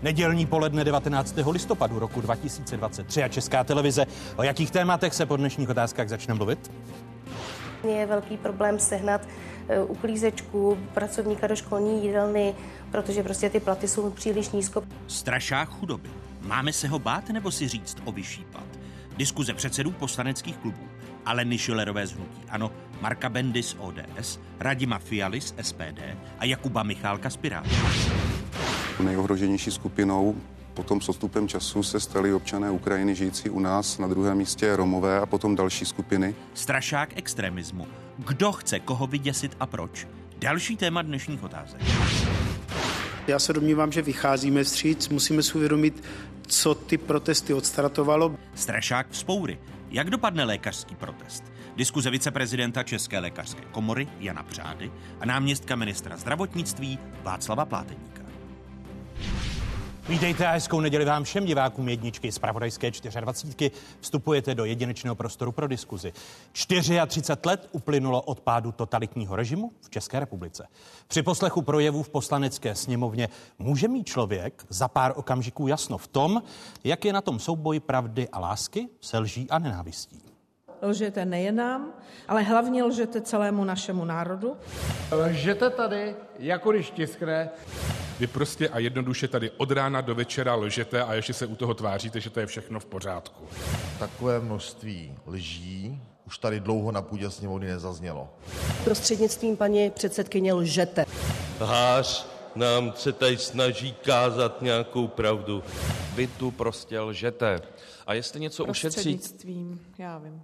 Nedělní poledne 19. listopadu roku 2023 a Česká televize. O jakých tématech se po dnešních otázkách začne mluvit? Je velký problém sehnat uklízečku, pracovníka do školní jídelny, protože prostě ty platy jsou příliš nízko. Strašák chudoby. Máme se ho bát nebo si říct o vyšší plat? Diskuze předsedů poslaneckých klubů. Aleny Schillerové z hnutí ANO, Marka Bendy z ODS, Radima Fialy z SPD a Jakuba Michálka z Pirátů. Nejohroženější skupinou potom s odstupem času se stali občané Ukrajiny žijící u nás, na druhém místě Romové a potom další skupiny. Strašák extremismu. Kdo chce koho vyděsit a proč? Další téma dnešních otázek. Já se domnívám, že vycházíme vstříc, musíme si uvědomit, co ty protesty odstartovalo. Strašák vzpoury. Jak dopadne lékařský protest? Diskuze viceprezidenta České lékařské komory Jana Přády a náměstka ministra zdravotnictví Václava Pláteníka. Vítejte a hezkou neděli vám všem divákům jedničky z Zpravodajské 24. Vstupujete do jedinečného prostoru pro diskuzi. 34 let uplynulo od pádu totalitního režimu v České republice. Při poslechu projevů v Poslanecké sněmovně může mít člověk za pár okamžiků jasno v tom, jak je na tom souboj pravdy a lásky se lží a nenávistí. Lžete nejen nám, ale hlavně lžete celému našemu národu. Lžete tady, jako když tiskne. Vy prostě a jednoduše tady od rána do večera lžete a ještě se u toho tváříte, že to je všechno v pořádku. Takové množství lží už tady dlouho na půdě sněmovny nezaznělo. Prostřednictvím paní předsedkyně lžete. Lhář nám se tady snaží kázat nějakou pravdu. Vy tu prostě lžete. A jestli něco ušetří... Prostřednictvím, já vím.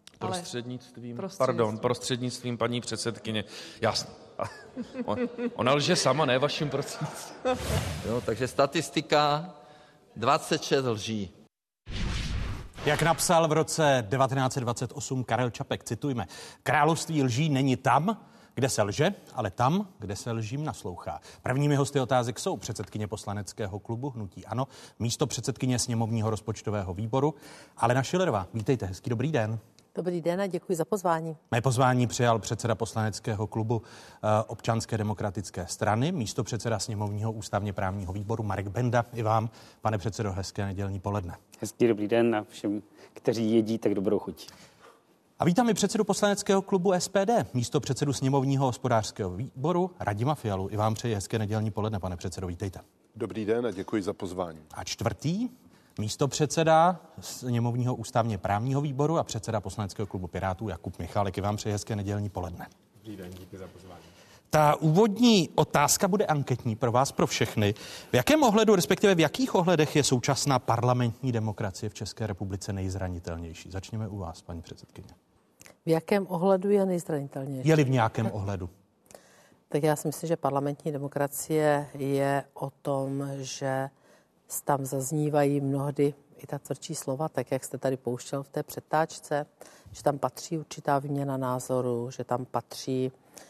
Prostřednictvím paní předsedkyně. Jasně. Ona lže sama, ne vaším prostřednictvím. Jo, takže statistika 26 lží. Jak napsal v roce 1928 Karel Čapek, citujme, království lží není tam, kde se lže, ale tam, kde se lžím naslouchá. Prvními hosty otázek jsou předsedkyně poslaneckého klubu Hnutí ANO, místopředsedkyně sněmovního rozpočtového výboru Alena Schillerová. Vítejte, hezký dobrý den. Dobrý den a děkuji za pozvání. Mé pozvání přijal předseda poslaneckého klubu Občanské demokratické strany, místopředseda sněmovního ústavně právního výboru Marek Benda. I vám, pane předsedo, hezké nedělní poledne. Hezký dobrý den a všem, kteří jedí, tak dobrou chuť. A vítám i předsedu poslaneckého klubu SPD, místopředsedu sněmovního hospodářského výboru Radima Fialu. I vám přeji hezké nedělní poledne, pane předsedo, vítejte. Dobrý den a děkuji za pozvání. A čtvrtý místopředseda sněmovního ústavně právního výboru a předseda poslaneckého klubu Pirátů Jakub Michálek. I vám přeji hezké nedělní poledne. Dobrý den, díky za pozvání. Ta úvodní otázka bude anketní pro vás, pro všechny. V jakém ohledu, respektive v jakých ohledech je současná parlamentní demokracie v České republice nejzranitelnější? Začněme u vás, paní předsedkyně. V jakém ohledu je nejzranitelnější? Je-li v nějakém ohledu? Tak já si myslím, že parlamentní demokracie je o tom, že tam zaznívají mnohdy i ta tvrdší slova, tak jak jste tady pouštěl v té předtáčce, že tam patří určitá výměna názoru, že tam patří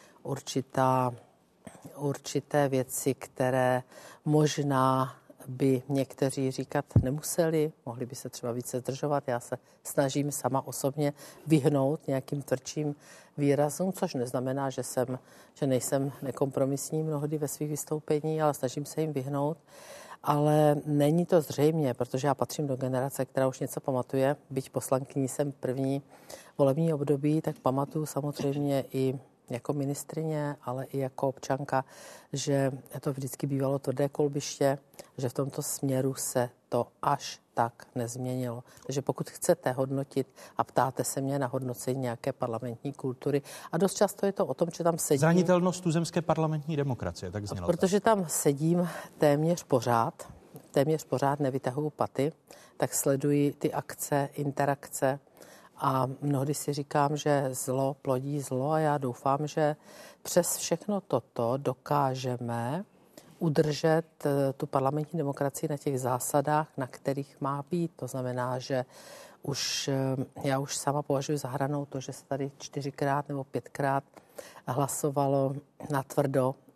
určité věci, které možná by někteří říkat nemuseli, mohli by se třeba více zdržovat. Já se snažím sama osobně vyhnout nějakým tvrdším výrazům, což neznamená, že nejsem nekompromisní mnohdy ve svých vystoupení, ale snažím se jim vyhnout. Ale není to zřejmě, protože já patřím do generace, která už něco pamatuje. Byť poslankyní jsem první volební období, tak pamatuju samozřejmě i jako ministryně, ale i jako občanka, že to vždycky bývalo tvrdé kolbiště, že v tomto směru se to až tak nezměnilo. Takže pokud chcete hodnotit a ptáte se mě na hodnocení nějaké parlamentní kultury, a dost často je to o tom, že tam sedím... Zranitelnost tuzemské parlamentní demokracie, tak znělo. Protože tam sedím téměř pořád nevytahuju paty, tak sleduji ty akce, interakce a mnohdy si říkám, že zlo plodí zlo a já doufám, že přes všechno toto dokážeme udržet tu parlamentní demokracii na těch zásadách, na kterých má být. To znamená, že já už sama považuji za hranou to, že se tady 4krát nebo 5krát hlasovalo natvrdo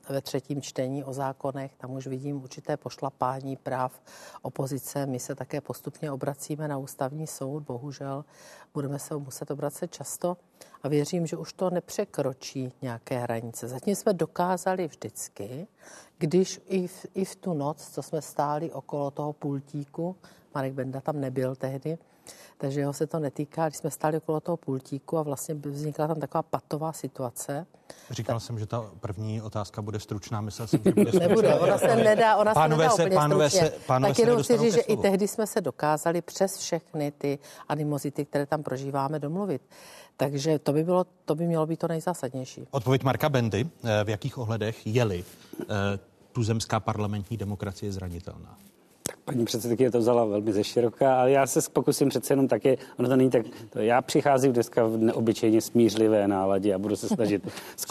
ve třetím čtení o zákonech. Tam už vidím určité pošlapání práv opozice. My se také postupně obracíme na ústavní soud. Bohužel budeme se muset obracet často a věřím, že už to nepřekročí nějaké hranice. Zatím jsme dokázali vždycky, když i v tu noc, co jsme stáli okolo toho pultíku, Marek Benda tam nebyl tehdy, takže jeho se to netýká, když jsme stáli okolo toho pultíku a vlastně vznikla tam taková patová situace. Říkal jsem, že ta první otázka bude stručná, myslel jsem, že bude stručná. Nebude, ona se nedá úplně stručně. Tak jenom chci říct, že i tehdy jsme se dokázali přes všechny ty animozity, které tam prožíváme, domluvit. Takže to by mělo být to nejzásadnější. Odpověď Marka Bendy, v jakých ohledech je-li tuzemská parlamentní demokracie zranitelná? Paní předsedkyně to vzala velmi ze široka, ale já se pokusím přece jenom taky, ono to není tak, já přicházím dneska v neobyčejně smířlivé náladě a budu se snažit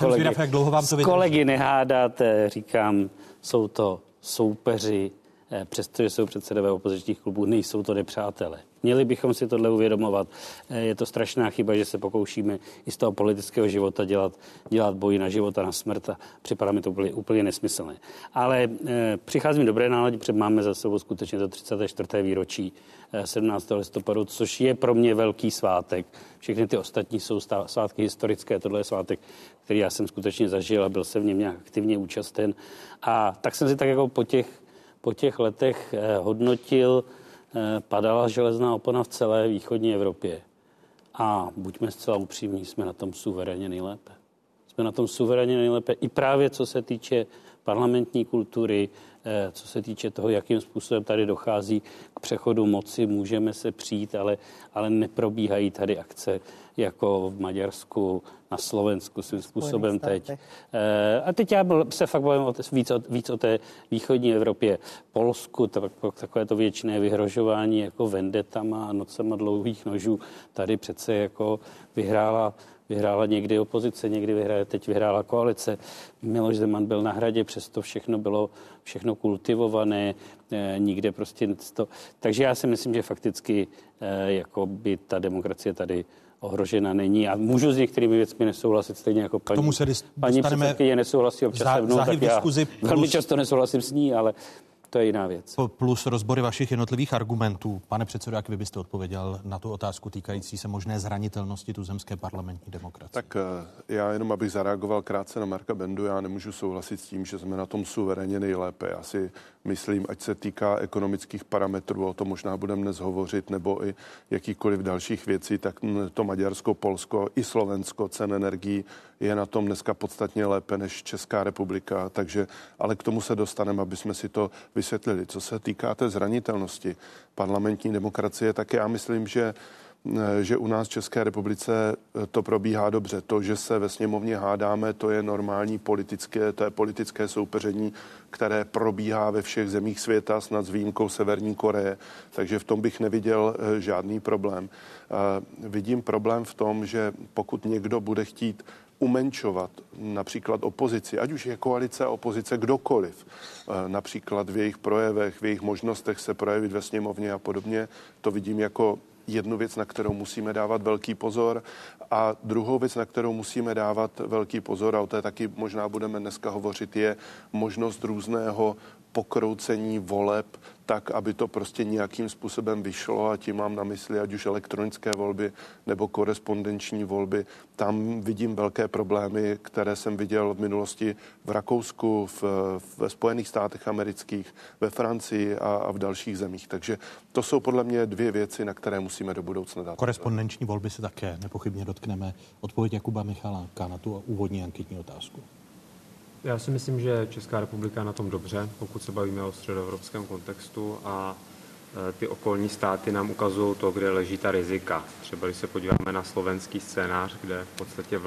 s kolegy nehádat, říkám, jsou to soupeři, přestože jsou předsedové opozičních klubů, nejsou to nepřátelé. Měli bychom si tohle uvědomovat. Je to strašná chyba, že se pokoušíme i z toho politického života dělat boj na život a na smrt a připadá mi to úplně nesmyslné. Ale přicházím v dobré náladě, protože máme za sebou skutečně to 34. výročí 17. listopadu, což je pro mě velký svátek. Všechny ty ostatní jsou svátky historické, tohle je svátek, který já jsem skutečně zažil a byl jsem v něm nějak aktivně účasten. A tak jsem si tak jako po těch letech hodnotil, padala železná opona v celé východní Evropě. A buďme zcela upřímní, jsme na tom suverénně nejlépe. Jsme na tom suverénně nejlépe i právě co se týče parlamentní kultury, co se týče toho, jakým způsobem tady dochází k přechodu moci, můžeme se přijít, ale neprobíhají tady akce jako v Maďarsku, na Slovensku svým způsobem teď. A teď já se fakt bavím víc o té východní Evropě. Polsku, takové to věčné vyhrožování jako vendetama a nocema dlouhých nožů. Tady přece jako vyhrála někdy opozice, teď vyhrála koalice. Miloš Zeman byl na Hradě, přesto bylo všechno kultivované, nikde prostě to. Takže já si myslím, že fakticky jako by ta demokracie tady ohrožena není a můžu s některými věcmi nesouhlasit, stejně jako paní předsedkyně nesouhlasí občas se mnou, tak já velmi často nesouhlasím s ní, ale to je jiná věc. Plus rozbory vašich jednotlivých argumentů. Pane předsedo, jak vy byste odpověděl na tu otázku týkající se možné zranitelnosti tuzemské parlamentní demokracie? Tak já jenom, abych zareagoval krátce na Marka Bendu, já nemůžu souhlasit s tím, že jsme na tom suverénně nejlépe. Já si myslím, ať se týká ekonomických parametrů, o tom možná budeme dnes hovořit, nebo i jakýkoliv dalších věcí, tak to Maďarsko, Polsko i Slovensko, cen energií je na tom dneska podstatně lépe než Česká republika, takže, ale k tomu se dostaneme, aby jsme si to vysvětlili. Co se týká té zranitelnosti parlamentní demokracie, tak já myslím, že u nás v České republice to probíhá dobře. To, že se ve sněmovně hádáme, to je normální politické soupeření, které probíhá ve všech zemích světa, snad s výjimkou Severní Koreje. Takže v tom bych neviděl žádný problém. Vidím problém v tom, že pokud někdo bude chtít umenčovat například opozici, ať už je koalice a opozice kdokoliv, například v jejich projevech, v jejich možnostech se projevit ve sněmovně a podobně, to vidím jako jednu věc, na kterou musíme dávat velký pozor. A druhou věc, na kterou musíme dávat velký pozor, a o té taky možná budeme dneska hovořit, je možnost různého pokroucení voleb tak, aby to prostě nějakým způsobem vyšlo, a tím mám na mysli ať už elektronické volby nebo korespondenční volby. Tam vidím velké problémy, které jsem viděl v minulosti v Rakousku, ve Spojených státech amerických, ve Francii a v dalších zemích. Takže to jsou podle mě dvě věci, na které musíme do budoucna dát. Korespondenční volby se také nepochybně dotkneme. Odpověď Jakuba Michaláka na tu úvodní anketní otázku. Já si myslím, že Česká republika je na tom dobře, pokud se bavíme o středoevropském kontextu, a ty okolní státy nám ukazují to, kde leží ta rizika. Třeba když se podíváme na slovenský scénář, kde v podstatě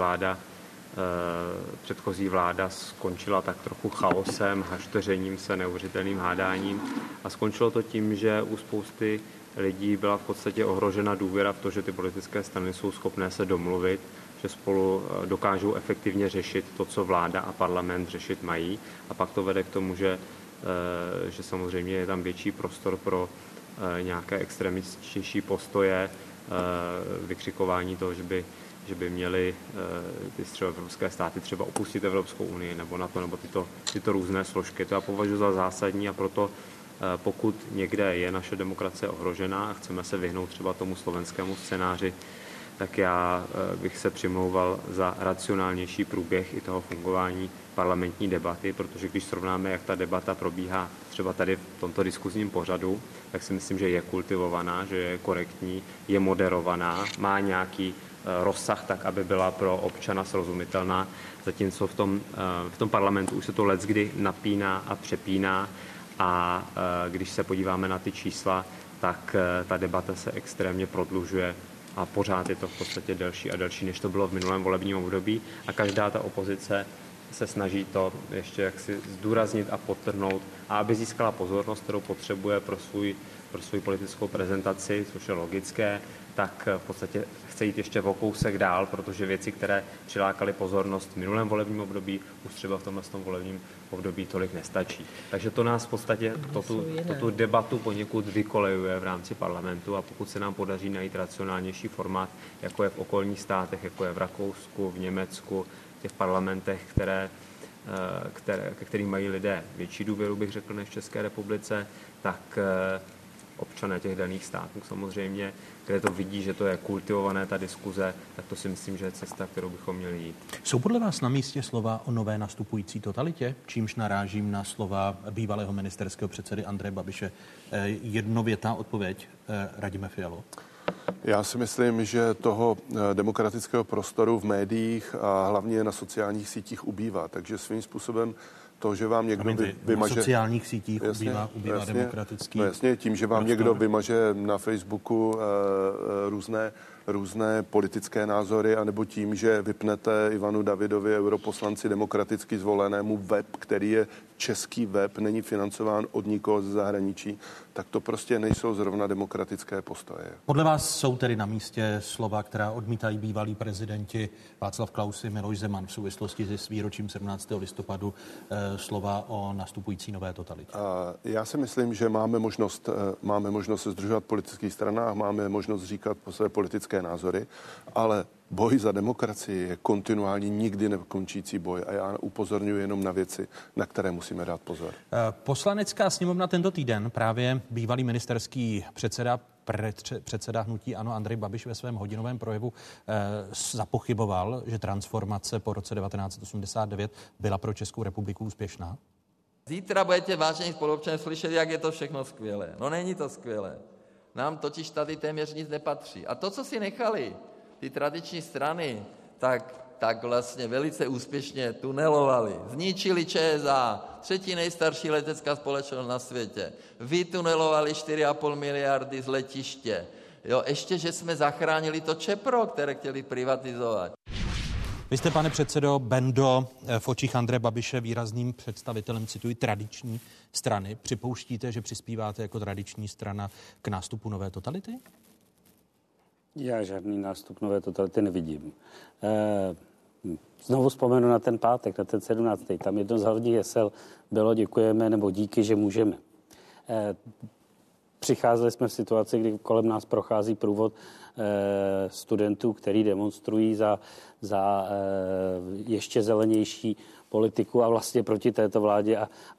předchozí vláda skončila tak trochu chaosem, hašteřením se, neuvěřitelným hádáním, a skončilo to tím, že u spousty lidí byla v podstatě ohrožena důvěra v to, že ty politické strany jsou schopné se domluvit, že spolu dokážou efektivně řešit to, co vláda a parlament řešit mají. A pak to vede k tomu, že samozřejmě je tam větší prostor pro nějaké extremističtější postoje, vykřikování toho, že by že by měly ty středoevropské státy třeba opustit Evropskou unii nebo NATO, nebo tyto různé složky. To já považuji za zásadní a proto pokud někde je naše demokracie ohrožená a chceme se vyhnout třeba tomu slovenskému scénáři, tak já bych se přimlouval za racionálnější průběh i toho fungování parlamentní debaty, protože když srovnáme, jak ta debata probíhá třeba tady v tomto diskuzním pořadu, tak si myslím, že je kultivovaná, že je korektní, je moderovaná, má nějaký rozsah tak, aby byla pro občana srozumitelná, zatímco v tom parlamentu už se to leckdy napíná a přepíná a když se podíváme na ty čísla, tak ta debata se extrémně prodlužuje a pořád je to v podstatě delší a delší, než to bylo v minulém volebním období a každá ta opozice se snaží to ještě jaksi zdůraznit a podtrhnout a aby získala pozornost, kterou potřebuje pro svou politickou prezentaci, což je logické, tak v podstatě chce jít ještě o kousek dál, protože věci, které přilákaly pozornost v minulém volebním období, už třeba v tomhle volebním období tolik nestačí. Takže to nás v podstatě tu debatu poněkud vykolejuje v rámci parlamentu a pokud se nám podaří najít racionálnější formát, jako je v okolních státech, jako je v Rakousku, v Německu, v těch parlamentech, ke kterým mají lidé větší důvěru, bych řekl, než v České republice, tak občané těch daných států samozřejmě, kde to vidí, že to je kultivované, ta diskuze, tak to si myslím, že je cesta, kterou bychom měli jít. Jsou podle vás na místě slova o nové nastupující totalitě, čímž narážím na slova bývalého ministerského předsedy Andreje Babiše? Jednovětá odpověď, Radime Fialo. Já si myslím, že toho demokratického prostoru v médiích a hlavně na sociálních sítích ubývá, takže svým způsobem to, že vám někdo vymaže... Na sociálních sítích ubývá demokratický... No jasně, tím, že vám někdo vymaže na Facebooku různé politické názory, anebo tím, že vypnete Ivanu Davidovi, europoslanci demokraticky zvolenému web, který je český web, není financován od nikoho ze zahraničí, tak to prostě nejsou zrovna demokratické postoje. Podle vás jsou tedy na místě slova, která odmítají bývalí prezidenti Václav Klaus i Miloš Zeman v souvislosti s výročím 17. listopadu, slova o nastupující nové totalitě? Já si myslím, že máme možnost se sdružovat v politických stranách, máme možnost říkat po své politické názory, ale boj za demokracii je kontinuální, nikdy nekončící boj a já upozorňuji jenom na věci, na které musíme dát pozor. Poslanecká sněmovna tento týden právě bývalý ministerský předseda hnutí ANO Andrej Babiš ve svém hodinovém projevu zapochyboval, že transformace po roce 1989 byla pro Českou republiku úspěšná. Zítra budete, vážení spoluobčané, slyšet, jak je to všechno skvělé. No není to skvělé. Nám totiž tady téměř nic nepatří. A to, co si nechali ty tradiční strany, tak vlastně velice úspěšně tunelovali. Zničili ČSA, třetí nejstarší letecká společnost na světě. Vytunelovali 4,5 miliardy z letiště. Jo, ještě, že jsme zachránili to ČEPRO, které chtěli privatizovat. Vy jste, pane předsedo Bendo, v očích Andreje Babiše výrazným představitelem, cituji, tradiční strany. Připouštíte, že přispíváte jako tradiční strana k nástupu nové totality? Já žádný nástup nové totality nevidím. Znovu vzpomenu na ten pátek, na ten 17. Tam jedno z hlavních hesel bylo děkujeme nebo díky, že můžeme. Přicházeli jsme v situaci, kdy kolem nás prochází průvod studentů, který demonstrují za ještě zelenější politiku a vlastně proti této vládě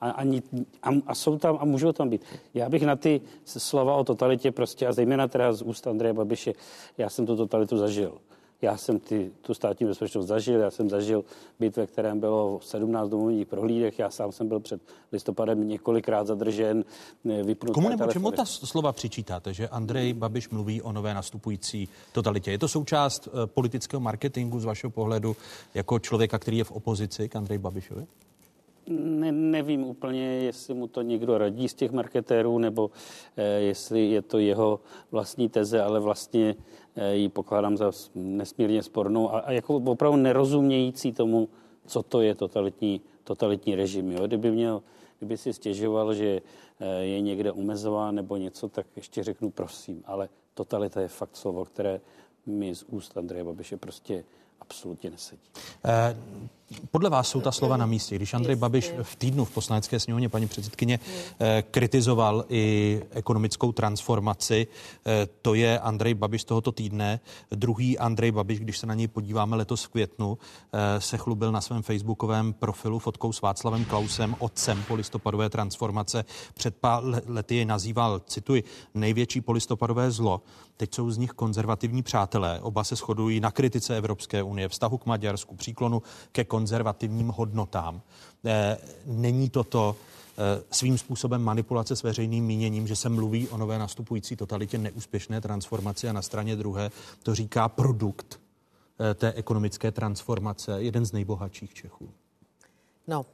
a jsou tam a můžou tam být. Já bych na ty slova o totalitě prostě a zejména teda z úst Andreje Babiše, já jsem tu totalitu zažil. Já jsem tu státní bezpečnost zažil, já jsem zažil byt, ve kterém bylo 17 domovních prohlídek, já sám jsem byl před listopadem několikrát zadržen. Komu nebo čemu ta slova přičítáte, že Andrej Babiš mluví o nové nastupující totalitě? Je to součást politického marketingu z vašeho pohledu jako člověka, který je v opozici k Andreji Babišovi? Nevím úplně, jestli mu to někdo radí z těch marketérů, nebo jestli je to jeho vlastní teze, ale vlastně ji pokládám za nesmírně spornou a jako opravdu nerozumějící tomu, co to je totalitní režim. Jo? Kdyby si stěžoval, že je někde omezován nebo něco, tak ještě řeknu prosím, ale totalita je fakt slovo, které mi z úst Andreje Babiše prostě absolutně nesedí. Podle vás jsou ta slova na místě. Když Andrej Babiš v týdnu v Poslanecké sněmovně, paní předsedkyně, kritizoval i ekonomickou transformaci, to je Andrej Babiš tohoto týdne. Druhý Andrej Babiš, když se na něj podíváme letos v květnu, se chlubil na svém facebookovém profilu fotkou s Václavem Klausem, otcem polistopadové transformace. Před pár lety je nazýval, cituji, největší polistopadové zlo. Teď jsou z nich konzervativní přátelé. Oba se shodují na kritice Evropské unie, vztahu k Maďarsku, příklonu ke konzervativním hodnotám. Není toto svým způsobem manipulace s veřejným míněním, že se mluví o nové nastupující totalitě, neúspěšné transformaci a na straně druhé to říká produkt té ekonomické transformace, jeden z nejbohatších Čechů? No,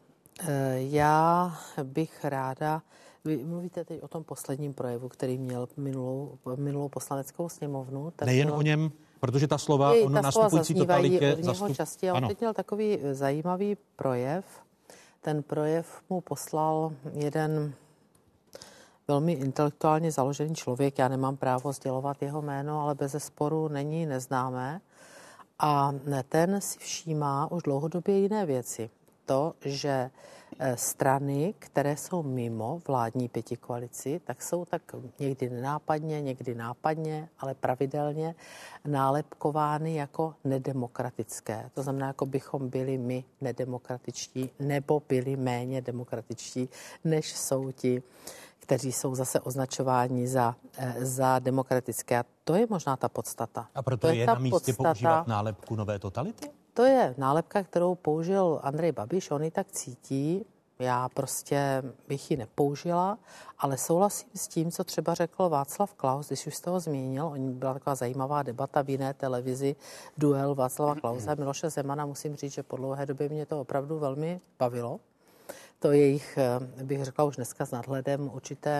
já bych ráda... Vy mluvíte teď o tom posledním projevu, který měl minulou poslaneckou sněmovnu. Nejen o něm, protože ta slova o nastupující totalitě častěji. On teď měl takový zajímavý projev. Ten projev mu poslal jeden velmi intelektuálně založený člověk. Já nemám právo sdělovat jeho jméno, ale bezesporu není neznámé. A ten si všímá už dlouhodobě jiné věci. To, že strany, které jsou mimo vládní pětikoalici, tak jsou tak někdy nenápadně, někdy nápadně, ale pravidelně nálepkovány jako nedemokratické. To znamená, jako bychom byli my nedemokratičtí nebo byli méně demokratičtí, než jsou ti, kteří jsou zase označováni za demokratické. A to je možná ta podstata. A proto je na místě používat nálepku nové totality? To je nálepka, kterou použil Andrej Babiš, on ji tak cítí, já prostě bych ji nepoužila, ale souhlasím s tím, co třeba řekl Václav Klaus, když už jste ho zmínil, byla taková zajímavá debata v jiné televizi, duel Václava Klause a Miloše Zemana, musím říct, že po dlouhé době mě to opravdu velmi bavilo. To jejich, bych řekla už dneska s nadhledem,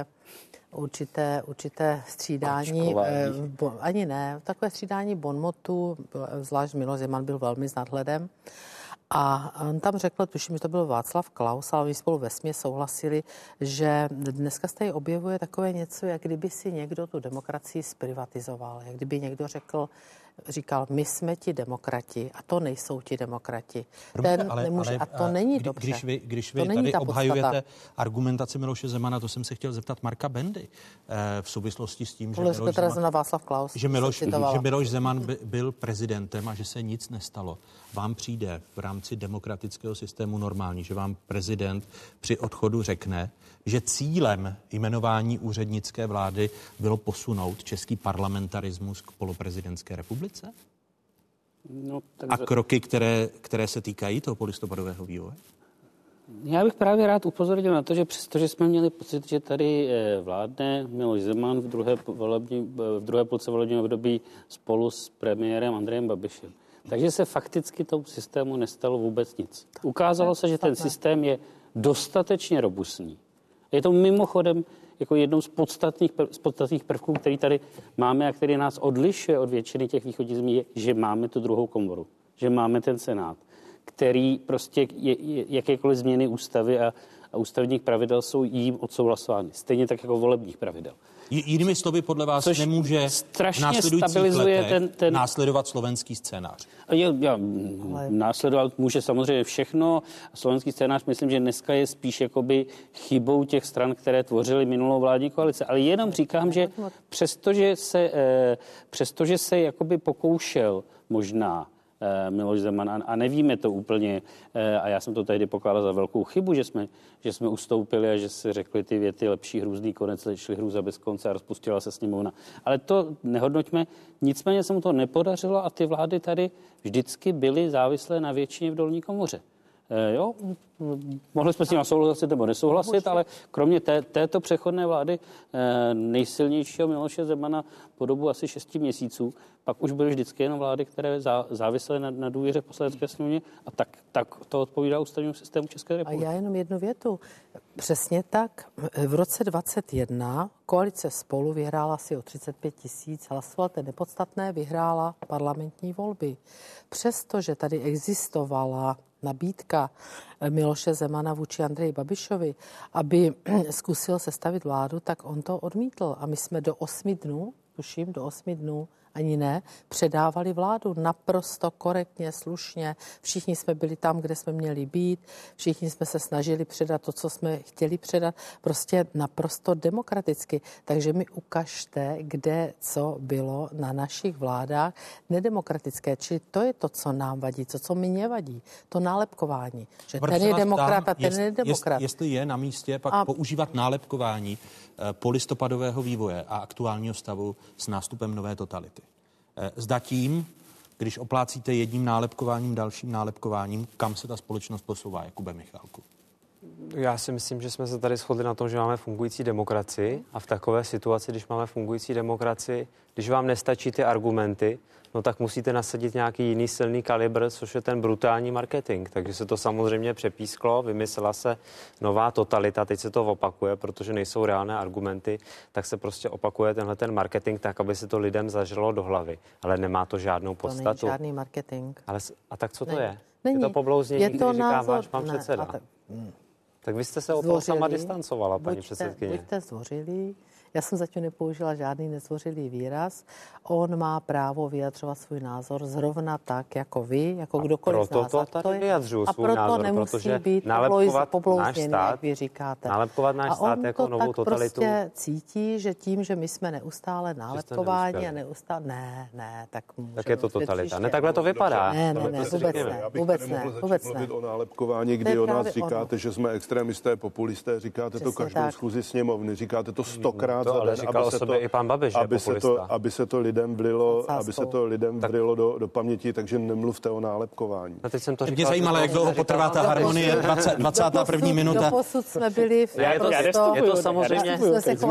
určité střídání, ani ne, takové střídání bonmotu, zvlášť Miloš Zeman byl velmi s nadhledem. A on tam řekl, tuším, že to byl Václav Klaus, ale my spolu vesměs souhlasili, že dneska se tady objevuje takové něco, jak kdyby si někdo tu demokracii zprivatizoval, jak kdyby někdo říkal, my jsme ti demokrati a to nejsou ti demokrati. A to není dobře. Když vy tady obhajujete argumentaci Miloše Zemana, to jsem se chtěl zeptat Marka Bendy v souvislosti s tím, že Miloš Zeman byl prezidentem a že se nic nestalo. Vám přijde v rámci demokratického systému normální, že vám prezident při odchodu řekne, že cílem jmenování úřednické vlády bylo posunout český parlamentarismus k poloprezidentské republice? No, a kroky, které se týkají toho polistopadového vývoje? Já bych právě rád upozornil na to, že přestože jsme měli pocit, že tady vládne Miloš Zeman v druhé půlce volebního období spolu s premiérem Andrejem Babišem, takže se fakticky tomu systému nestalo vůbec nic. Ukázalo se, že ten systém je dostatečně robustní. Je to mimochodem jako jednou z podstatných prvků, který tady máme a který nás odlišuje od většiny těch východních zemí, je, že máme tu druhou komoru, že máme ten Senát, který prostě jakékoliv změny ústavy a ústavních pravidel jsou jím odsouhlasovány. Stejně tak jako volebních pravidel. Jinými slovy, podle vás nemůže v následujících letech následovat slovenský scénář? Následovat může samozřejmě všechno. Slovenský scénář, myslím, že dneska je spíš jakoby chybou těch stran, které tvořily minulou vládní koalici. Ale jenom říkám, že přestože se jakoby pokoušel možná Miloš Zeman a nevíme to úplně a já jsem to tehdy pokládal za velkou chybu, že jsme ustoupili a že se řekli ty věty lepší hrůzný konec, šli hrůza bez konce a rozpustila se sněmovna. Ale to nehodnoťme, nicméně se mu to nepodařilo a ty vlády tady vždycky byly závislé na většině v dolní komoře. Jo, mohli jsme s tím souhlasit nebo nesouhlasit, ale kromě této přechodné vlády nejsilnějšího Miloše Zemana po dobu asi 6 měsíců, pak už byly vždycky jenom vlády, které závisely na důvěře Poslanecké sněmovně a tak to odpovídá ústavnímu systému České republiky. A já jenom jednu větu. Přesně tak. V roce 2021 koalice Spolu vyhrála asi o 35 000 hlasů, ten nepodstatné vyhrála parlamentní volby. Přestože tady existovala nabídka Miloše Zemana vůči Andreji Babišovi, aby zkusil sestavit vládu, tak on to odmítl. A my jsme do 8 dnů ani ne, předávali vládu naprosto korektně, slušně. Všichni jsme byli tam, kde jsme měli být, všichni jsme se snažili předat to, co jsme chtěli předat, prostě naprosto demokraticky. Takže mi ukažte, kde co bylo na našich vládách nedemokratické. Čili to je to, co nám vadí, co mě vadí, to nálepkování. Že ten je demokrat a ten je demokrat. Jestli je na místě pak používat nálepkování polistopadového vývoje a aktuálního stavu s nástupem nové totality. Zda tím, když oplácíte jedním nálepkováním, dalším nálepkováním, kam se ta společnost posouvá, Jakube Michálku? Já si myslím, že jsme se tady shodli na tom, že máme fungující demokracii a v takové situaci, když máme fungující demokracii, když vám nestačí ty argumenty, no tak musíte nasadit nějaký jiný silný kalibr, což je ten brutální marketing. Takže se to samozřejmě přepísklo, vymyslela se nová totalita, teď se to opakuje, protože nejsou reálné argumenty, tak se prostě opakuje tenhle ten marketing tak, aby se to lidem zažilo do hlavy. Ale nemá to žádnou podstatu. To není žádný marketing. Ale, a tak co to je? Není. Je to poblouznění, který říká váš pan předseda. Tak vy jste se od toho sama distancovala, paní předsedkyně. Buďte zdvořilí. Já jsem zatím nepoužila žádný nezdvořilý výraz. On má právo vyjadřovat svůj názor zrovna tak, jako vy, jako kdokoliv z nás. Proto to tady vyjadřuju svůj názor, proto nemusí být poblouzněný, jak vy říkáte. Nálepkovat náš stát jako novou totalitu. A on to tak prostě cítí, že tím, že my jsme neustále nálepkováni a neustále... Ne, tak je to totalita. Ne, takhle to vypadá. Ne, vůbec ne. Mluvit o nálepkování, kdy o nás říkáte, že jsme extremisté, populisté, říkáte to každou schůzi sněmovny, říkáte to 100krát. To ale říkal o sobě i pan Babiš, že je populista. Aby se to lidem vrylo do paměti, takže nemluvte o nálepkování. A teď jsem to říkal. Mě zajímalo, jak dlouho potrvá ta harmonie, 21. minuta. Doposud jsme byli je to samozřejmě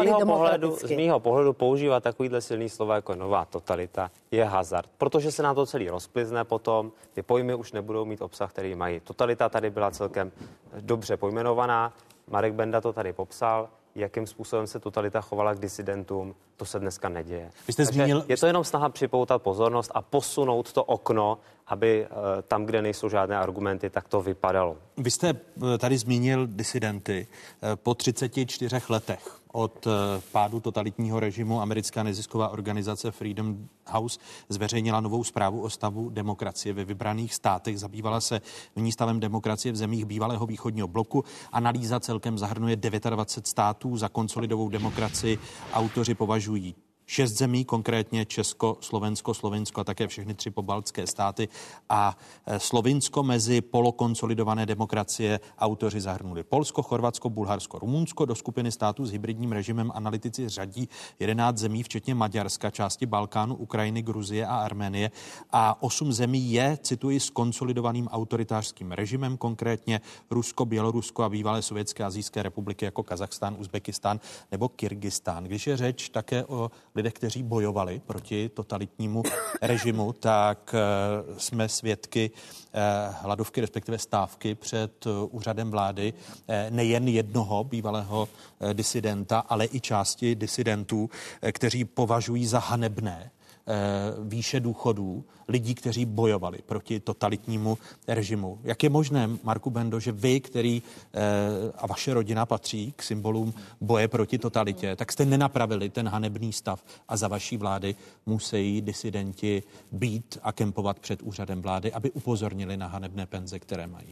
z mýho pohledu používat takovýhle silný slova jako nová totalita je hazard, protože se nám to celý rozplizne potom, ty pojmy už nebudou mít obsah, který mají. Totalita tady byla celkem dobře pojmenovaná, Marek Benda to tady popsal, jakým způsobem se totalita chovala k disidentům, to se dneska neděje. Je to jenom snaha připoutat pozornost a posunout to okno, aby tam, kde nejsou žádné argumenty, tak to vypadalo. Vy jste tady zmínil disidenty. Po 34 letech od pádu totalitního režimu americká nezisková organizace Freedom House zveřejnila novou zprávu o stavu demokracie ve vybraných státech. Zabývala se v ní stavem demokracie v zemích bývalého východního bloku. Analýza celkem zahrnuje 29 států. Za konsolidovou demokracii autoři považují 6 zemí, konkrétně Česko, Slovensko a také všechny 3 pobaltské státy. A Slovinsko mezi polokonsolidované demokracie autoři zahrnuli Polsko, Chorvatsko, Bulharsko, Rumunsko. Do skupiny států s hybridním režimem analytici řadí 11 zemí, včetně Maďarska, části Balkánu, Ukrajiny, Gruzie a Arménie. A 8 zemí je, cituji, s konsolidovaným autoritářským režimem, konkrétně Rusko, Bělorusko a bývalé sovětské asijské republiky jako Kazachstán, Uzbekistán nebo Kyrgyzstán. Když je řeč také o lidé, kteří bojovali proti totalitnímu režimu, tak jsme svědky hladovky, respektive stávky před úřadem vlády nejen jednoho bývalého disidenta, ale i části disidentů, kteří považují za hanebné výše důchodů lidí, kteří bojovali proti totalitnímu režimu. Jak je možné, Marku Bendo, že vy, který a vaše rodina patří k symbolům boje proti totalitě, tak jste nenapravili ten hanebný stav a za vaší vlády musí disidenti být a kempovat před úřadem vlády, aby upozornili na hanebné penze, které mají?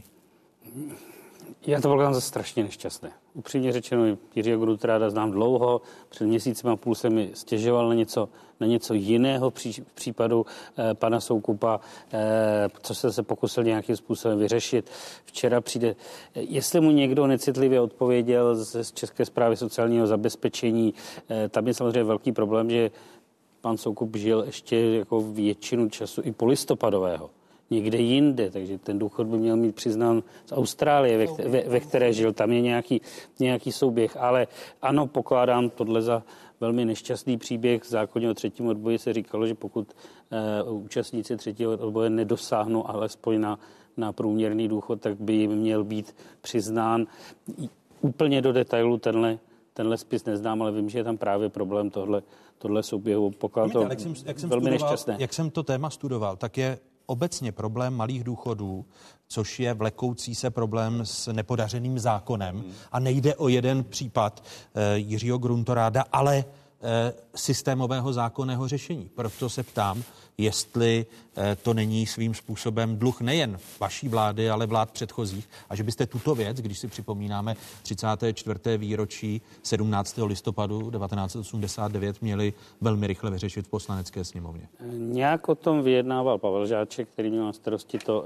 Já to pokládám za strašně nešťastné. Upřímně řečeno, Jiřího Grunteráda znám dlouho, před měsícem a půl se mi stěžoval na něco jiného v případu pana Soukupa, co se pokusil nějakým způsobem vyřešit. Včera přijde, jestli mu někdo necitlivě odpověděl z České správy sociálního zabezpečení, tam je samozřejmě velký problém, že pan Soukup žil ještě jako většinu času i polistopadového. Někde jinde, takže ten důchod by měl mít přiznán z Austrálie, ve které žil. Tam je nějaký souběh, ale ano, pokládám tohle za velmi nešťastný příběh. V zákoně o třetím odboji se říkalo, že pokud účastníci třetího odboje nedosáhnou alespoň na průměrný důchod, tak by jim měl být přiznán. Úplně do detailu tenhle spis neznám, ale vím, že je tam právě problém tohle souběhu. Pokládám to velmi nešťastné. Jak jsem to téma studoval, tak je obecně problém malých důchodů, což je vlekoucí se problém s nepodařeným zákonem. A nejde o jeden případ Jiřího Grunteráda, ale systémového zákonného řešení. Proto se ptám, jestli to není svým způsobem dluh nejen vaší vlády, ale vlád předchozích a že byste tuto věc, když si připomínáme 34. výročí 17. listopadu 1989, měli velmi rychle vyřešit v Poslanecké sněmovně. Nějak o tom vyjednával Pavel Žáček, který měl na starosti to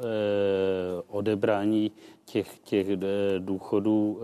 odebrání těch důchodů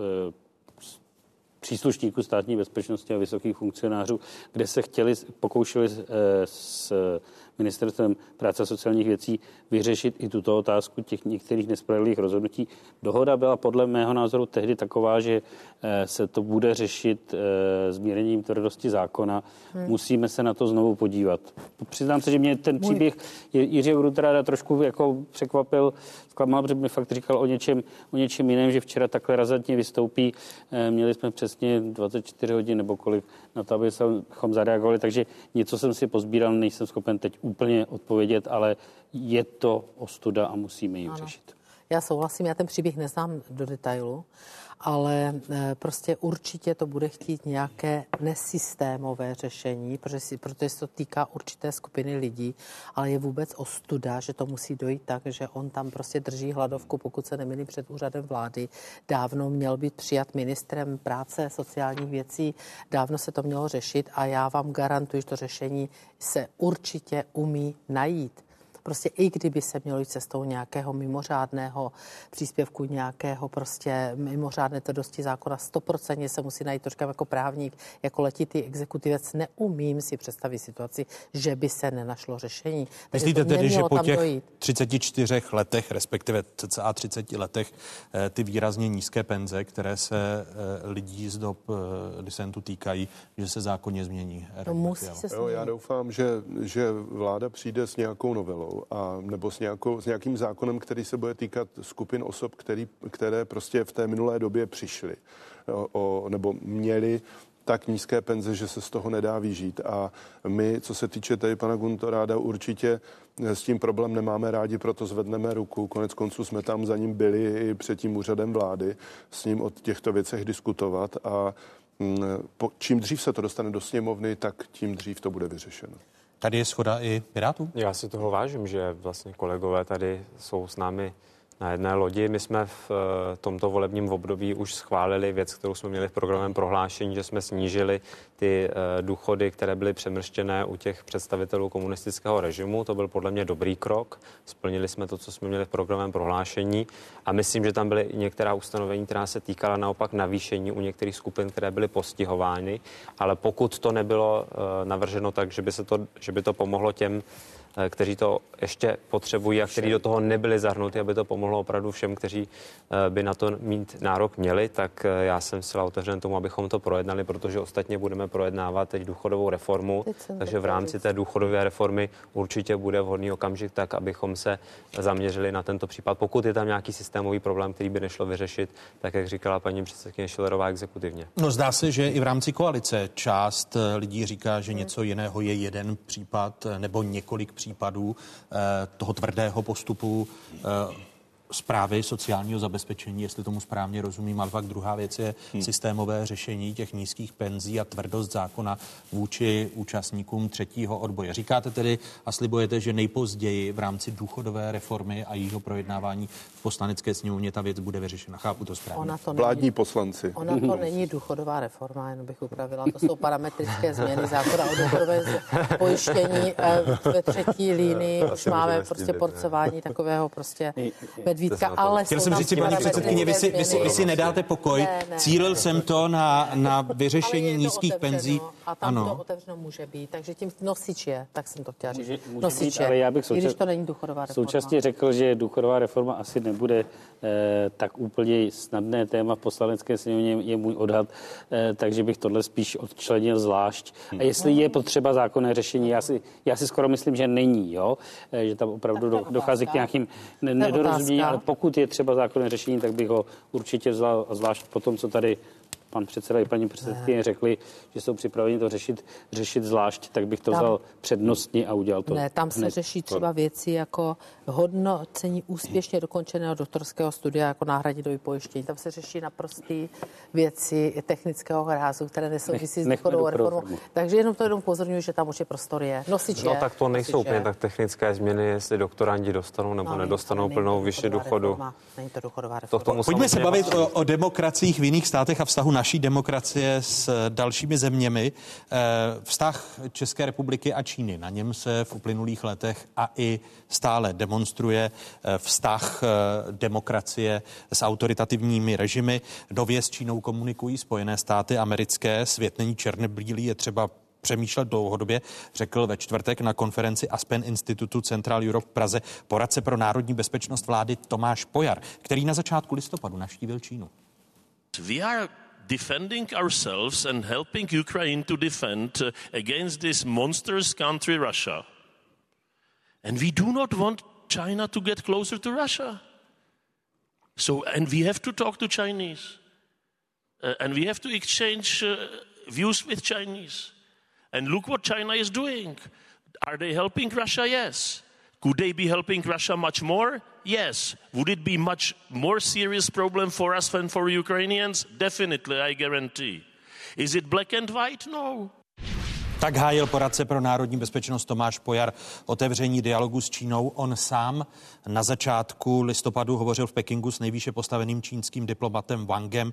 příslušníků státní bezpečnosti a vysokých funkcionářů, kde se pokoušeli s ministerstvem práce a sociálních věcí vyřešit i tuto otázku těch některých nespravedlivých rozhodnutí. Dohoda byla podle mého názoru tehdy taková, že se to bude řešit zmírněním tvrdosti zákona. Musíme se na to znovu podívat. Přiznám se, že mě ten příběh Jiřího Grunteráda trošku jako překvapil, zklamal, protože mi fakt říkal o něčem jiném, že včera takhle razantně vystoupí. Měli jsme přesně 24 hodin nebo kolik na to, abychom zareagovali, takže něco jsem si pozbíral, nejsem schopen teď úplně odpovědět, ale je to ostuda a musíme ji řešit. Já souhlasím, já ten příběh neznám do detailu, ale prostě určitě to bude chtít nějaké nesystémové řešení, protože se to týká určité skupiny lidí, ale je vůbec ostuda, že to musí dojít tak, že on tam prostě drží hladovku, pokud se nemýlím, před úřadem vlády. Dávno měl být přijat ministrem práce sociálních věcí, dávno se to mělo řešit a já vám garantuji, že to řešení se určitě umí najít. Prostě i kdyby se mělo jít cestou nějakého mimořádného příspěvku, nějakého prostě mimořádné tvrdosti zákona, 100% se musí najít. Trošku jako právník, jako letitý exekutivec, neumím si představit situaci, že by se nenašlo řešení. Myslíte tedy, že po těch 34 letech, respektive cca 30 letech, ty výrazně nízké penze, které se lidí z dob disentu týkají, že se zákonně změní? Musí se změnit. Já doufám, že vláda přijde s nějakou novelou nebo s nějakým zákonem, který se bude týkat skupin osob, které prostě v té minulé době přišly nebo měly tak nízké penze, že se z toho nedá vyžít. A my, co se týče tady pana Grunteráda, určitě s tím problém nemáme rádi, proto zvedneme ruku. Konec konců jsme tam za ním byli i před tím úřadem vlády s ním o těchto věcech diskutovat a čím dřív se to dostane do sněmovny, tak tím dřív to bude vyřešeno. Tady je shoda i Pirátů? Já si toho vážím, že vlastně kolegové tady jsou s námi na jedné lodi. My jsme v tomto volebním období už schválili věc, kterou jsme měli v programovém prohlášení, že jsme snížili ty důchody, které byly přemrštěné u těch představitelů komunistického režimu. To byl podle mě dobrý krok. Splnili jsme to, co jsme měli v programovém prohlášení a myslím, že tam byly i některá ustanovení, která se týkala naopak navýšení u některých skupin, které byly postihovány, ale pokud to nebylo navrženo tak, že by to pomohlo těm, kteří to ještě potřebují a kteří do toho nebyli zahrnuti, aby to pomohlo opravdu všem, kteří by na to mít nárok měli, tak já jsem zcela otevřen tomu, abychom to projednali, protože ostatně budeme projednávat teď důchodovou reformu, takže v rámci té důchodové reformy určitě bude vhodný okamžik tak, abychom se zaměřili na tento případ. Pokud je tam nějaký systémový problém, který by nešlo vyřešit, tak jak říkala paní předsedkyně Schillerová, exekutivně. No zdá se, že i v rámci koalice část lidí říká, že něco jiného je jeden případ nebo několik případů toho tvrdého postupu správy sociálního zabezpečení, jestli tomu správně rozumím, ale pak druhá věc je systémové řešení těch nízkých penzí a tvrdost zákona vůči účastníkům třetího odboje. Říkáte tedy a slibujete, že nejpozději v rámci důchodové reformy a jejího projednávání v Poslanecké sněmovně ta věc bude vyřešena. Chápu to správně. Vládní poslanci. Ona to není důchodová reforma, jenom bych upravila. To jsou parametrické změny zákona o důchodové pojištění. Ve třetí línii už máme prostě porcování takového prostě medvídka, ale chtěl jsem říct si, paní předsedkyně, vy si nedáte pokoj. Ne. Cílil jsem to na vyřešení nízkých penzí. A tam to otevřeno může být, takže tím nosič je, tak jsem to chtěla říct. Nosič ale já bych když to není důchodová reforma. Současně řekl, že důchodová reforma asi nebude tak úplně snadné téma v Poslanecké sněmovně, je můj odhad, takže bych tohle spíš odčlenil zvlášť. A jestli je potřeba zákonné řešení, já si skoro myslím, že není, jo? Že tam opravdu dochází k nějakým nedorozuměním, ale pokud je třeba zákonné řešení, tak bych ho určitě vzal, zvlášť po tom, co tady pan předseda i paní předsedkyně řekli, že jsou připraveni to řešit zvlášť, tak bych to vzal přednostně a udělal to. Ne, tam se řeší třeba věci jako hodnocení úspěšně dokončeného doktorského studia jako náhradní pojištění. Tam se řeší naprosté věci technického rázu, které nesouvisí s důchodovou reformou. Takže jenom upozorňuji, že tam už je prostor je. No tak to nejsou úplně tak technické změny, jestli doktorandi dostanou nebo nedostanou plnou vyšší důchodu. Není to důchodová reforma. Pojďme se bavit o demokraciích v jiných státech a vztahu naší demokracie s dalšími zeměmi. Vztah České republiky a Číny. Na něm se v uplynulých letech a i stále demonstruje vztah demokracie s autoritativními režimy. Nově s Čínou komunikují Spojené státy americké. Svět není černobílý, je třeba přemýšlet dlouhodobě, řekl ve čtvrtek na konferenci Aspen Institutu Central Europe v Praze poradce pro národní bezpečnost vlády Tomáš Pojar, který na začátku listopadu navštívil Čínu. We are defending ourselves and helping Ukraine to defend against this monstrous country Russia. And we do not want China to get closer to Russia. And we have to talk to Chinese. And we have to exchange views with Chinese. And look what China is doing. Are they helping Russia? Yes. Could they be helping Russia much more? Yes. Would it be much more serious problem for us than for Ukrainians? Definitely, I guarantee. Is it black and white? No. Tak hájil poradce pro národní bezpečnost Tomáš Pojar otevření dialogu s Čínou. On sám na začátku listopadu hovořil v Pekingu s nejvýše postaveným čínským diplomatem Wangem.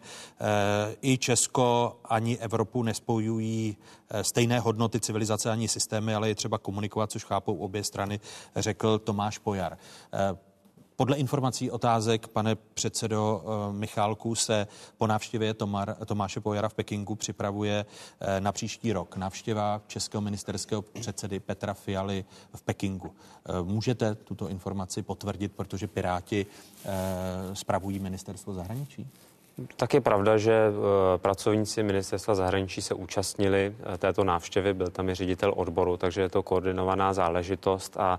I Česko ani Evropu nespojují stejné hodnoty civilizace ani systémy, ale je třeba komunikovat, což chápou obě strany, řekl Tomáš Pojar. Podle informací otázek, pane předsedo Michálku, se po návštěvě Tomáše Pojara v Pekingu připravuje na příští rok návštěva českého ministerského předsedy Petra Fialy v Pekingu. Můžete tuto informaci potvrdit, protože Piráti spravují ministerstvo zahraničí? Tak je pravda, že pracovníci ministerstva zahraničí se účastnili této návštěvy, byl tam i ředitel odboru, takže je to koordinovaná záležitost a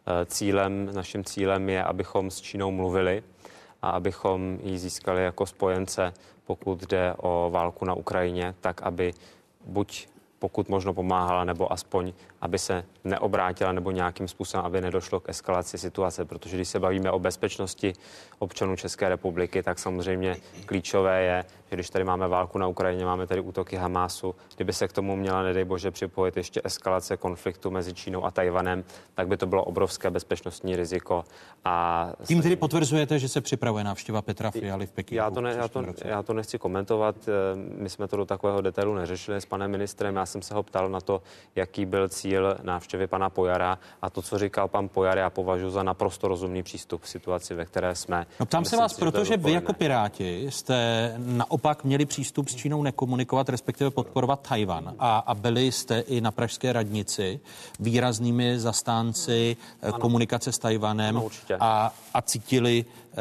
naším cílem je, abychom s Čínou mluvili a abychom ji získali jako spojence, pokud jde o válku na Ukrajině, tak aby buď pokud možno pomáhala, nebo aspoň, aby se neobrátila, nebo nějakým způsobem, aby nedošlo k eskalaci situace, protože když se bavíme o bezpečnosti občanů České republiky, tak samozřejmě klíčové je, že když tady máme válku na Ukrajině, máme tady útoky Hamásu, kdyby se k tomu měla, nedej bože, připojit ještě eskalace konfliktu mezi Čínou a Tajvanem, tak by to bylo obrovské bezpečnostní riziko. A tím tedy potvrzujete, že se připravuje návštěva Petra Fialy v Pekingu? Já to nechci komentovat. My jsme to do takového detailu neřešili s panem ministrem. Já jsem se ho ptal na to, jaký byl cíl návštěvy pana Pojara, a to, co říkal pan Pojar, já považuji za naprosto rozumný přístup v situaci, ve které jsme. No, ptám se vás, protože vy jako Piráti jste naopak měli přístup s Čínou nekomunikovat, respektive podporovat Tajvan a byli jste i na pražské radnici výraznými zastánci komunikace s Tajvanem a cítili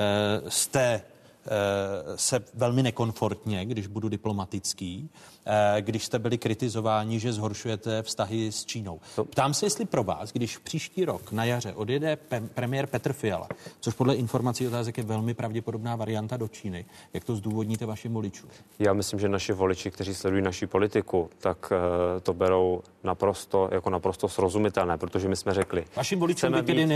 jste se velmi nekomfortně, když budu diplomatický, když jste byli kritizováni, že zhoršujete vztahy s Čínou. Ptám se, jestli pro vás, když příští rok na jaře odjede premiér Petr Fiala, což podle informací otázek je velmi pravděpodobná varianta do Číny, jak to zdůvodníte vašim voličům? Já myslím, že naši voliči, kteří sledují naši politiku, tak to berou naprosto srozumitelné, protože my jsme řekli. Vašim voličům by tedy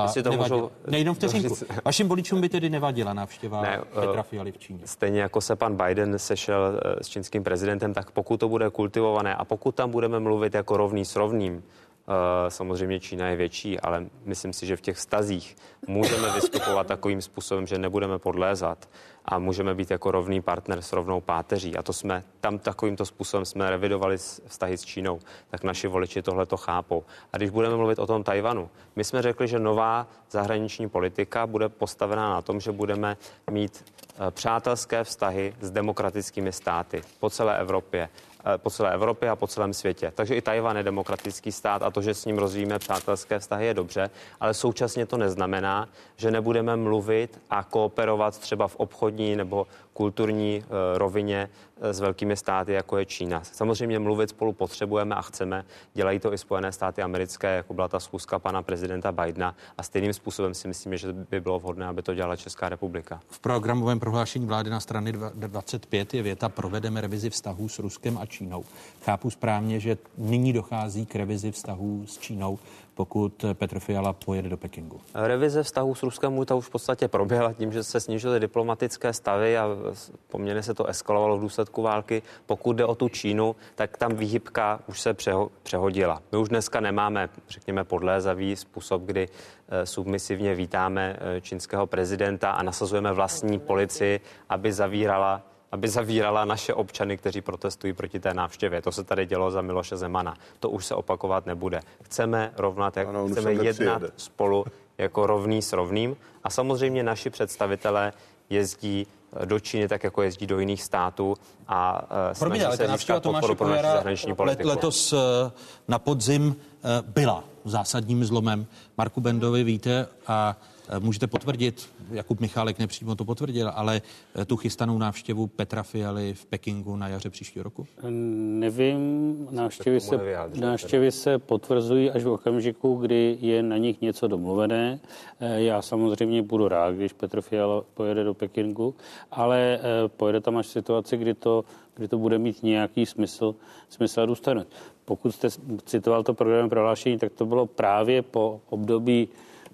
vašim voličům by tedy nevadila návštěva Petra Fialy v Číně. Stejně jako se pan Biden sešel s čínským prezidentem, tak pokud to bude kultivované a pokud tam budeme mluvit jako rovný s rovným, samozřejmě Čína je větší, ale myslím si, že v těch vztazích můžeme vystupovat takovým způsobem, že nebudeme podlézat a můžeme být jako rovný partner s rovnou páteří. A to jsme tam takovýmto způsobem jsme revidovali vztahy s Čínou, tak naši voliči tohle to chápou. A když budeme mluvit o tom Tajvanu, my jsme řekli, že nová zahraniční politika bude postavená na tom, že budeme mít přátelské vztahy s demokratickými státy po celé Evropě a po celém světě. Takže i Tajvan je demokratický stát a to, že s ním rozvíjíme přátelské vztahy, je dobře, ale současně to neznamená, že nebudeme mluvit a kooperovat třeba v obchodní nebo kulturní rovině s velkými státy, jako je Čína. Samozřejmě mluvit spolu potřebujeme a chceme. Dělají to i Spojené státy americké, jako byla ta schůzka pana prezidenta Bidena, a stejným způsobem si myslíme, že by bylo vhodné, aby to dělala Česká republika. V programovém prohlášení vlády na straně 25 je věta: provedeme revizi vztahů s Ruskem a Čínou. Chápu správně, že nyní dochází k revizi vztahů s Čínou, pokud Petr Fiala pojede do Pekingu? Revize vztahů s Ruskem ta už v podstatě proběhla tím, že se snížily diplomatické stavy a poměrně se to eskalovalo v důsledku války. Pokud jde o tu Čínu, tak tam výhybka už se přehodila. My už dneska nemáme, řekněme, podlézavý způsob, kdy submisivně vítáme čínského prezidenta a nasazujeme vlastní policii, aby zavírala naše občany, kteří protestují proti té návštěvě. To se tady dělo za Miloše Zemana. To už se opakovat nebude. Chceme chceme jednat spolu jako rovný s rovným, a samozřejmě naši představitelé jezdí do Číny tak, jako jezdí do jiných států, a snaží se získat podporu pro naši zahraniční politiku. Letos na podzim byla zásadním zlomem. Marku Bendovi víte a můžete potvrdit, Jakub Michálek nepřímo to potvrdil, ale tu chystanou návštěvu Petra Fialy v Pekingu na jaře příštího roku? Nevím, návštěvy se potvrzují až v okamžiku, kdy je na nich něco domluvené. Já samozřejmě budu rád, když Petr Fiala pojede do Pekingu, ale pojede tam až v situaci, kdy to bude mít nějaký smysl a důstojnost. Pokud jste citoval to programové prohlášení, tak to bylo právě po období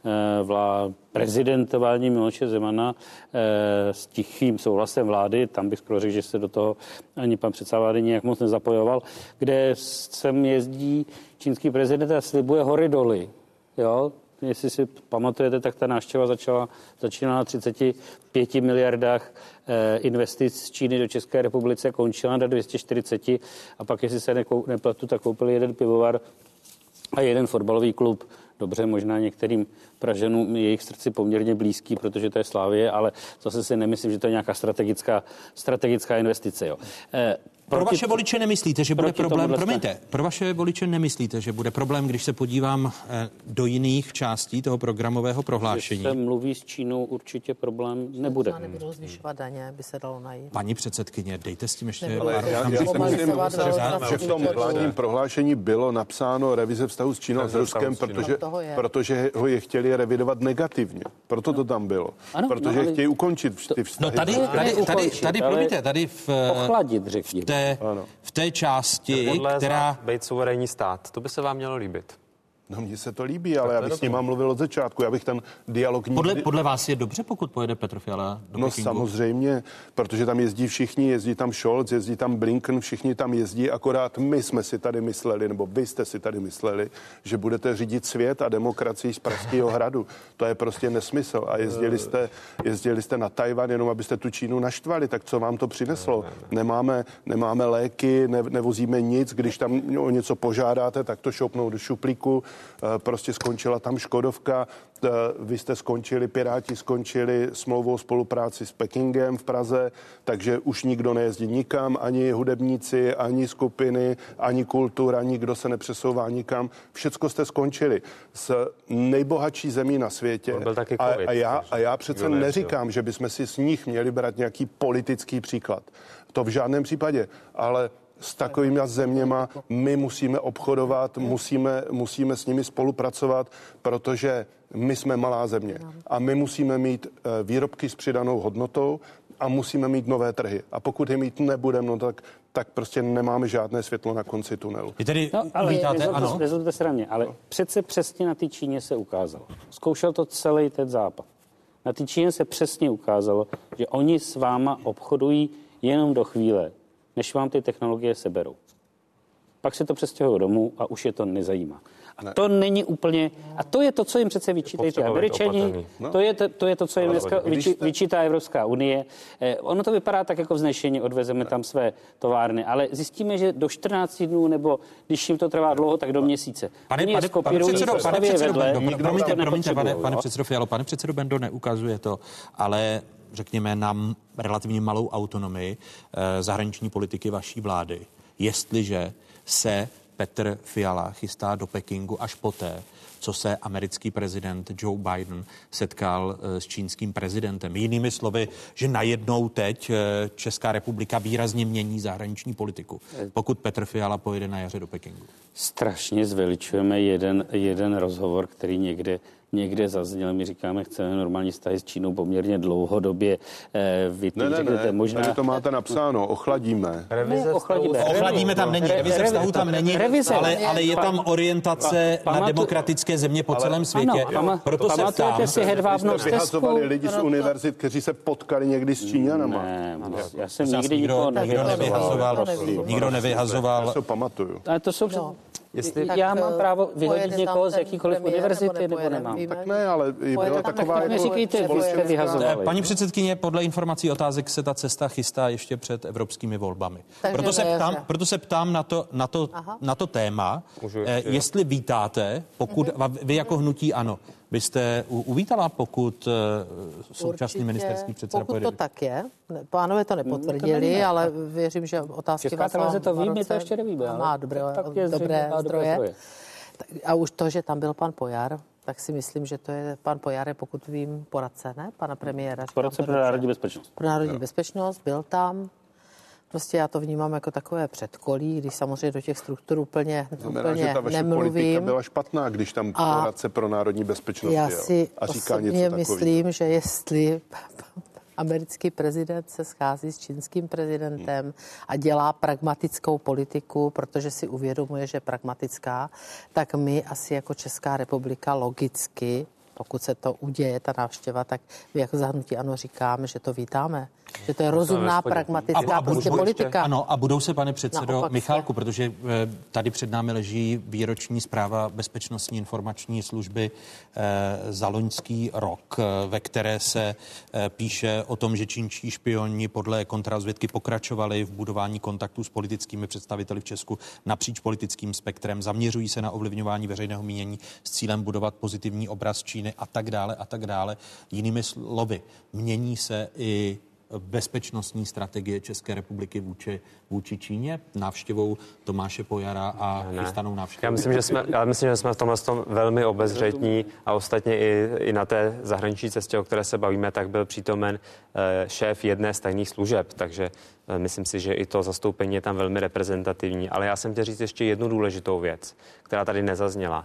prezidentování Miloše Zemana s tichým souhlasem vlády, tam bych skoro řekl, že se do toho ani pan předseda vlády nějak moc nezapojoval, kde sem jezdí čínský prezident a slibuje hory doly. Jo? Jestli si pamatujete, tak ta návštěva začínala na 35 miliardách investic z Číny do České republice, končila na 240 a pak, jestli se nepletu, tak koupili jeden pivovar a jeden fotbalový klub. Dobře, možná některým Pražanům je jejich srdci poměrně blízký, protože to je Slavie, ale zase si nemyslím, že to je nějaká strategická investice. Jo. Pro vaše voliče nemyslíte, že bude problém? Pro vaše voliče nemyslíte, že bude problém, když se podívám do jiných částí toho programového prohlášení? Když se mluví s Čínou, určitě problém nebude. Nebudou zvyšovat daně, by se dalo najít. Paní předsedkyně, dejte s tím ještě... Já si myslím, že v tom vládním prohlášení bylo napsáno revize vztahu s Čínou a s Ruskem, protože ho je chtěli revidovat negativně. Proto to tam bylo. Ano, protože chtějí ukončit ty vztahy. Tady ochladit, řekněme. V té části, která... Být suverénní stát, to by se vám mělo líbit. No, mně se to líbí, ale já bych s nima mluvil od začátku, já bych ten dialog... Podle vás je dobře, pokud pojede Petr Fiala do Pekingu? No samozřejmě, protože tam jezdí všichni, jezdí tam Scholz, jezdí tam Blinken, všichni tam jezdí, akorát my jsme si tady mysleli, nebo vy jste si tady mysleli, že budete řídit svět a demokracii z Pražského hradu. To je prostě nesmysl. A jezdili jste na Tajvan, jenom abyste tu Čínu naštvali, tak co vám to přineslo? Nemáme léky, nevozíme nic, když tam o něco požádáte, tak to šoupnou do šuplíku. Prostě skončila tam Škodovka, vy jste skončili, Piráti skončili smlouvou o spolupráci s Pekingem v Praze, takže už nikdo nejezdí nikam, ani hudebníci, ani skupiny, ani kultura, nikdo se nepřesouvá nikam. Všecko jste skončili s nejbohatší zemí na světě. A já přece neříkám, že bychom si z nich měli brát nějaký politický příklad. To v žádném případě, ale s takovými zeměma my musíme obchodovat, musíme s nimi spolupracovat, protože my jsme malá země a my musíme mít výrobky s přidanou hodnotou a musíme mít nové trhy. A pokud je mít nebudeme, no tak prostě nemáme žádné světlo na konci tunelu. Nezlobte se na mě, ale přece přesně na té Číně se ukázalo. Zkoušel to celý ten západ. Na té Číně se přesně ukázalo, že oni s váma obchodují jenom do chvíle, než vám ty technologie seberou. Pak se to přestěhují domů a už je to nezajímá. A to není úplně... A to je to, co jim přece vyčítají ty Američani. To je to, co jim dneska vyčítá Evropská unie. Ono to vypadá tak jako vznešeně, odvezeme tam své továrny, ale zjistíme, že do 14 dnů, nebo když jim to trvá dlouho, tak do měsíce. Pane předsedo Fialo, pane předsedo Bendo, neukazuje to, ale řekněme nám relativně malou autonomii zahraniční politiky vaší vlády, jestliže se Petr Fiala chystá do Pekingu až poté, co se americký prezident Joe Biden setkal s čínským prezidentem. Jinými slovy, že najednou teď Česká republika výrazně mění zahraniční politiku, pokud Petr Fiala pojede na jaře do Pekingu. Strašně zveličujeme jeden rozhovor, který někde zazněl. My říkáme, chceme normální vztahy s Čínou poměrně dlouhodobě. Vy ne, možná... Tady to máte napsáno, ochladíme. Ochladíme tam není, revize vztahu tam není, ale je tam orientace na demokratické země po celém světě. Proto se ptám. Si Hedvábnou stezku? Vyhazovali lidi z univerzit, kteří se potkali někdy s Číňanama. Ne, já jsem nikdy nikoho nevyhazoval. Nikdo nevyhazoval. Já to pamatuju. Ale to jsou... Já mám právo vyhodit někoho z jakýkoliv univerzity, nebo nemám? Tak ne, ale byla taková... Tak neříkejte, vy jste vyhazovali. Paní předsedkyně, podle informací otázek se ta cesta chystá ještě před evropskými volbami. Proto se ptám na to téma, jestli vítáte, pokud vy jako hnutí ANO, byste uvítala, pokud současný ministerský předseda pojede? Pokud to tak je. Pánové to nepotvrdili, ale věřím, že otázky Česká televize to ví, my to ještě nevíme. Má dobré zdroje. A už to, že tam byl pan Pojar, tak si myslím, že to je pan Pojar, pokud vím, poradce, ne? Pana premiéra. Poradce pro národní bezpečnost. Pro národní bezpečnost, byl tam. Prostě já to vnímám jako takové předkolí, když samozřejmě do těch struktur úplně že ta vaše nemluvím. Politika byla špatná, když tam poradce pro národní bezpečnost já si a říká něco osobně takový. myslím, že jestli americký prezident se schází s čínským prezidentem a dělá pragmatickou politiku, protože si uvědomuje, že je pragmatická, tak my asi jako Česká republika logicky, pokud se to uděje, ta návštěva, tak my jako za hnutí ANO říkáme, že to vítáme. Že to je rozumná, pragmatická politika. Ano, a budou se, pane předsedo Michálku, protože tady před námi leží výroční zpráva Bezpečnostní informační služby za loňský rok, ve které se píše o tom, že čínští špioni podle kontrarozvědky pokračovali v budování kontaktů s politickými představiteli v Česku napříč politickým spektrem, zaměřují se na ovlivňování veřejného mínění s cílem budovat pozitivní obraz Číny a tak dále a tak dále. Jinými slovy, mění se i bezpečnostní strategie České republiky vůči Číně návštěvou Tomáše Pojara a chystanou návštěvou? Já myslím, že jsme v tomhle velmi obezřetní a ostatně i na té zahraniční cestě, o které se bavíme, tak byl přítomen šéf jedné z tajných služeb, takže myslím si, že i to zastoupení je tam velmi reprezentativní. Ale já jsem chtěl říct ještě jednu důležitou věc, která tady nezazněla.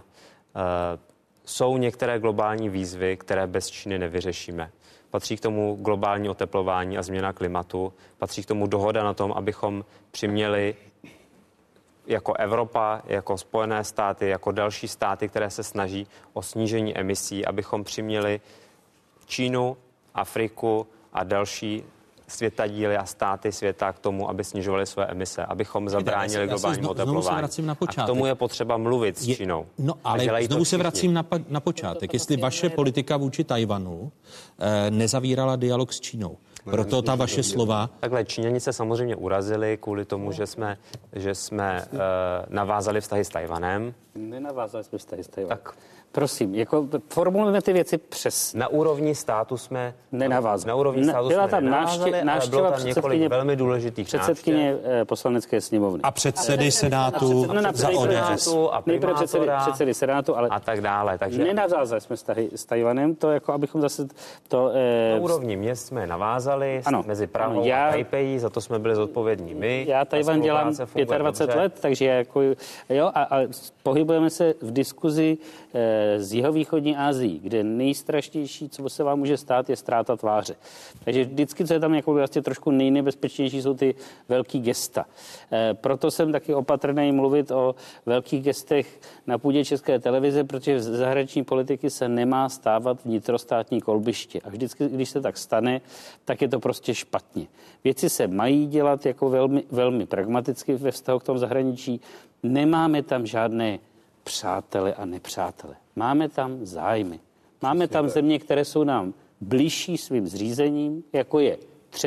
Jsou některé globální výzvy, které bez Číny nevyřešíme. Patří k tomu globální oteplování a změna klimatu. Patří k tomu dohoda na tom, abychom přiměli jako Evropa, jako Spojené státy, jako další státy, které se snaží o snížení emisí, abychom přiměli Čínu, Afriku a další světadíly a státy světa k tomu, aby snižovali své emise, abychom zabránili globálnímu oteplování. A k tomu je potřeba mluvit s Čínou. No ale znovu se vracím na počátek. Jestli vaše politika vůči Tajvanu nezavírala dialog s Čínou. Proto ta vaše slova... Takhle, Číňani se samozřejmě urazili kvůli tomu, že jsme navázali vztahy s Tajvanem. Nenavázali jsme vztahy s Tajvanem. Tak prosím, jako formulujeme ty věci přes. Na úrovni státu jsme nenavázali. Na úrovni státu byla jsme tam návštěva několik velmi důležitých předsedkyně poslanecké sněmovny. A předsedy Senátu za ODS. A nejprve předsedy Senátu, ale a tak dále. Takže nenavázali jsme vztahy s Tajvanem, to jako abychom zase to... Na úrovni měst jsme navázali mezi Prahou a Taipei, za to jsme byli zodpovědní my. Já Tajvan dělám 25 let, takže jako, jo, a pohybujeme se v diskuzi z jihovýchodní Asii, kde nejstrašnější, co se vám může stát, je ztráta tváře. Takže vždycky, co je tam jako vlastně trošku nejnebezpečnější, jsou ty velký gesta. Proto jsem taky opatrný mluvit o velkých gestech na půdě České televize, protože z zahraniční politiky se nemá stávat vnitrostátní kolbiště. A vždycky, když se tak stane, tak je to prostě špatně. Věci se mají dělat jako velmi, velmi pragmaticky ve vztahu k tomu zahraničí. Nemáme tam žádné přátele a nepřátele. Máme tam zájmy. Máme tam země, které jsou nám bližší svým zřízením, jako je třeba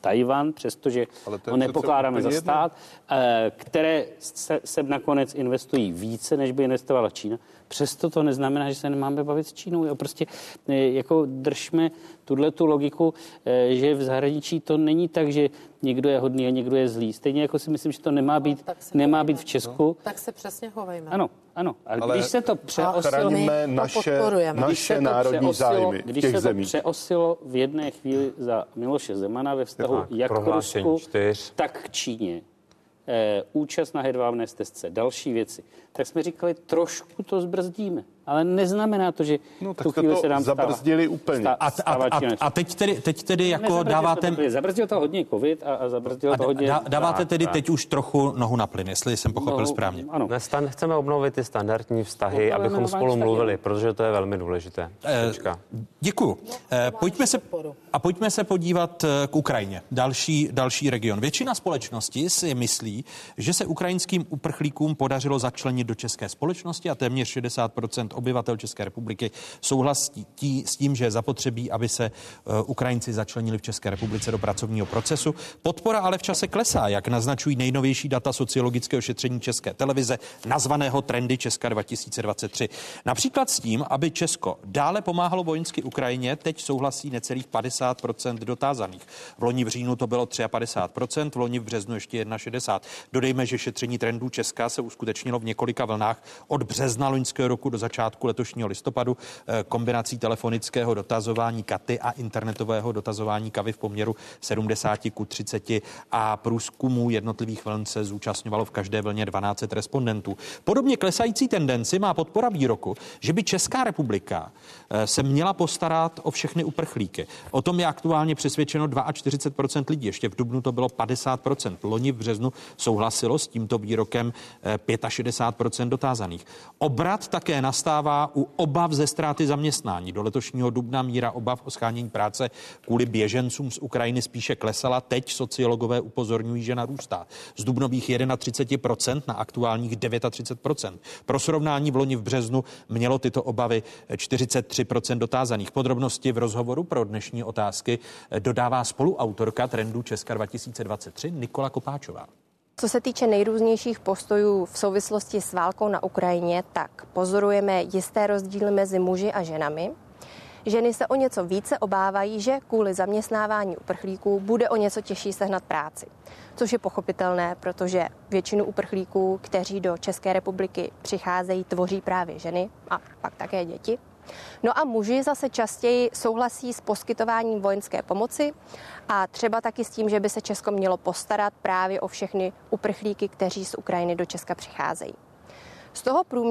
Tajvan, přestože ho nepokládáme za stát, které se nakonec investují více, než by investovala Čína. Přesto to neznamená, že se nemáme bavit s Čínou. Jo, prostě jako držme tu logiku, že v zahraničí to není tak, že někdo je hodný a někdo je zlý. Stejně jako si myslím, že to nemá být v Česku. Tak se přesně chovejme. Ano. Ale když se to přeosilo, naše národní zájmy když se to přeosilo v jedné chvíli za Miloše Zemana ve vztahu jak k Rusku, tak k Číně, účast na hedvábné stezce, další věci, tak jsme říkali, trošku to zbrzdíme. Ale neznamená to, že tu chvíli se nám zabrzdili úplně. A teď tedy jako dáváte... Zabrzdil to hodně covid a zabrzdilo to hodně... Dáváte tedy teď už trochu nohu na plyn, jestli jsem pochopil správně. Ano. Chceme obnovit ty standardní vztahy, abychom spolu mluvili, protože to je velmi důležité. Děkuju. Pojďme se podívat k Ukrajině. Další region. Většina společnosti si myslí, že se ukrajinským uprchlíkům podařilo začlenit do české společnosti a téměř 60% obyvatel České republiky souhlasí s tím, že je zapotřebí, aby se Ukrajinci začlenili v České republice do pracovního procesu. Podpora ale v čase klesá, jak naznačují nejnovější data sociologického šetření České televize, nazvaného Trendy Česka 2023. Například s tím, aby Česko dále pomáhalo vojensky Ukrajině, teď souhlasí necelých 50% dotázaných. V loni v říjnu to bylo 53%, v loni v březnu ještě 61%. Dodejme, že šetření Trendů Česka se uskutečnilo v několika vlnách od března loňského roku do začátku letošního listopadu kombinací telefonického dotazování Katy a internetového dotazování Kavy v poměru 70:30 a průzkumů jednotlivých vln se zúčastňovalo v každé vlně 12 respondentů. Podobně klesající tendenci má podpora výroku, že by Česká republika se měla postarat o všechny uprchlíky. O tom je aktuálně přesvědčeno 42% lidí. Ještě v dubnu to bylo 50%. Loni v březnu souhlasilo s tímto výrokem 65% dotázaných. Obrat také nastává u obav ze ztráty zaměstnání. Do letošního dubna míra obav o shánění práce kvůli běžencům z Ukrajiny spíše klesala. Teď sociologové upozorňují, že narůstá. Z dubnových 31% na aktuálních 39%. Pro srovnání v loni v březnu mělo tyto obavy 43% dotázaných. Podrobnosti v rozhovoru pro dnešní otázky dodává spoluautorka Trendů Česka 2023 Nikola Kopáčová. Co se týče nejrůznějších postojů v souvislosti s válkou na Ukrajině, tak pozorujeme jisté rozdíly mezi muži a ženami. Ženy se o něco více obávají, že kvůli zaměstnávání uprchlíků bude o něco těžší sehnat práci. Což je pochopitelné, protože většinu uprchlíků, kteří do České republiky přicházejí, tvoří právě ženy a pak také děti. No a muži zase častěji souhlasí s poskytováním vojenské pomoci a třeba taky s tím, že by se Česko mělo postarat právě o všechny uprchlíky, kteří z Ukrajiny do Česka přicházejí. Z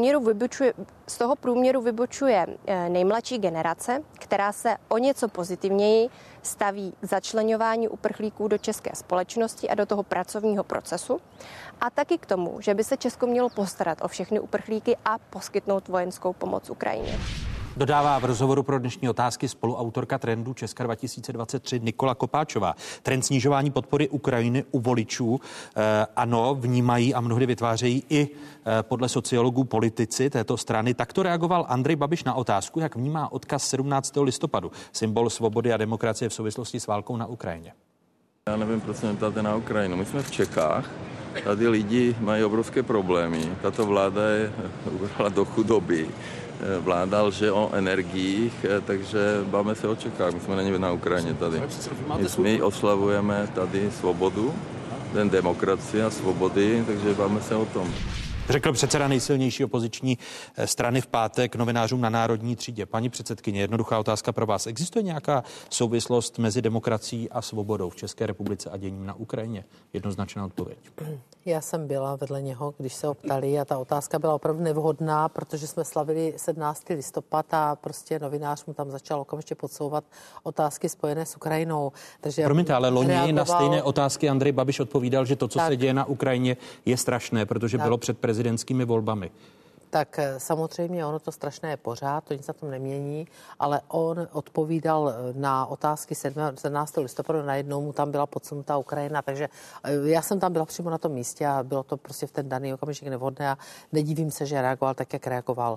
toho průměru vybočuje nejmladší generace, která se o něco pozitivněji staví k začleňování uprchlíků do české společnosti a do toho pracovního procesu a taky k tomu, že by se Česko mělo postarat o všechny uprchlíky a poskytnout vojenskou pomoc Ukrajině. Dodává v rozhovoru pro dnešní otázky spoluautorka Trendů Česka 2023 Nikola Kopáčová. Trend snižování podpory Ukrajiny u voličů ano, vnímají a mnohdy vytvářejí i podle sociologů politici této strany. Takto reagoval Andrej Babiš na otázku, jak vnímá odkaz 17. listopadu, symbol svobody a demokracie v souvislosti s válkou na Ukrajině. Já nevím, proč se ptáte na Ukrajinu. My jsme v Čechách, tady lidi mají obrovské problémy. Tato vláda je uvrhla do chudoby. Vláda lže o energiích, takže bavíme se o Čechách. My jsme není na Ukrajině tady. My oslavujeme tady svobodu, den demokracie a svobody, takže bavíme se o tom. Řekl předseda nejsilnější opoziční strany v pátek novinářům na Národní třídě. Paní předsedkyně, jednoduchá otázka pro vás. Existuje nějaká souvislost mezi demokracií a svobodou v České republice a děním na Ukrajině? Jednoznačná odpověď. Já jsem byla vedle něho, když se ho ptali a ta otázka byla opravdu nevhodná, protože jsme slavili 17. listopad a prostě novinář mu tam začal okamžitě podsouvat otázky spojené s Ukrajinou. Takže promiňte, ale loni na stejné otázky Andrej Babiš odpovídal, že to, co se děje na Ukrajině, je strašné, protože bylo před prezidentskými volbami. Tak samozřejmě ono to strašné je pořád, to nic na tom nemění, ale on odpovídal na otázky 17. listopadu, najednou mu tam byla podsunutá Ukrajina, takže já jsem tam byla přímo na tom místě a bylo to prostě v ten daný okamžik nevhodné a nedivím se, že reagoval tak, jak reagoval.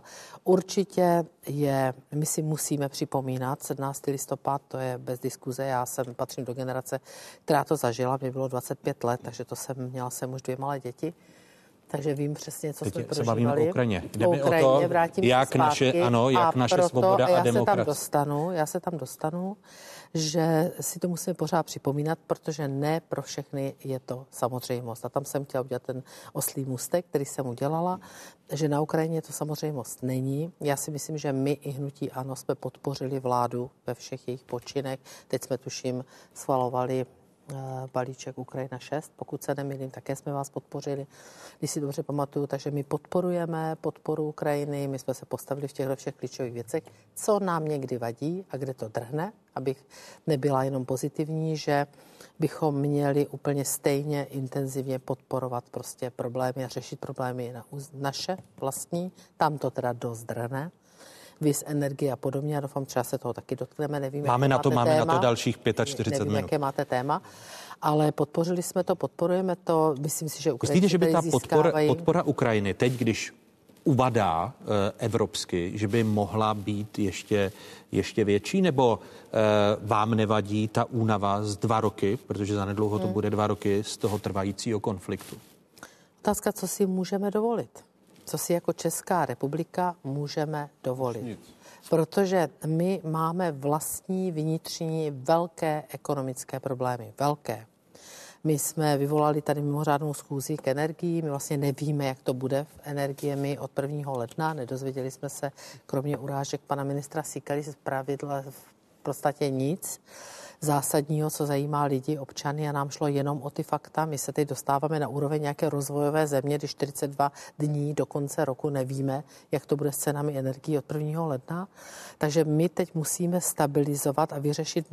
Určitě my si musíme připomínat 17. listopad, to je bez diskuze, patřím do generace, která to zažila, mě bylo 25 let, takže měla jsem už 2 malé děti. Takže vím přesně, co jsme prožívali. Se bavíme o Ukrajině. Jde mi o to, jak naše svoboda a demokracie. Já se tam dostanu, že si to musíme pořád připomínat, protože ne pro všechny je to samozřejmost. A tam jsem chtěla udělat ten oslý můstek, který jsem udělala, že na Ukrajině to samozřejmost není. Já si myslím, že my i hnutí ANO jsme podpořili vládu ve všech jejich počinech. Teď jsme tuším schvalovali balíček Ukrajina 6, pokud se nemýlím, také jsme vás podpořili, když si dobře pamatuju, takže my podporujeme podporu Ukrajiny, my jsme se postavili v těchto všech klíčových věcech, co nám někdy vadí a kde to drhne, abych nebyla jenom pozitivní, že bychom měli úplně stejně intenzivně podporovat prostě problémy a řešit problémy naše vlastní, tam to teda dost drhne. Vys energie a podobně. Já doufám, třeba se toho taky dotkneme. Nevím, máme na to dalších 45 minut. Jaké máte téma, ale podpořili jsme to, podporujeme to. Myslím si, že Ukrajinci myslíte, že by ta podpora Ukrajiny teď, když uvadá evropsky, že by mohla být ještě větší, nebo vám nevadí ta únava z 2 roky, protože zanedlouho to bude 2 roky z toho trvajícího konfliktu? Otázka, co si můžeme dovolit? Co si jako Česká republika můžeme dovolit. Protože my máme vlastní vnitřní velké ekonomické problémy. Velké. My jsme vyvolali tady mimořádnou schůzi k energii. My vlastně nevíme, jak to bude v energiemi od 1. ledna. Nedozvěděli jsme se, kromě urážek pana ministra Síkely, z pravidla v podstatě nic zásadního, co zajímá lidi, občany a nám šlo jenom o ty fakta. My se teď dostáváme na úroveň nějaké rozvojové země, když 42 dní do konce roku nevíme, jak to bude s cenami energií od 1. ledna. Takže my teď musíme stabilizovat a vyřešit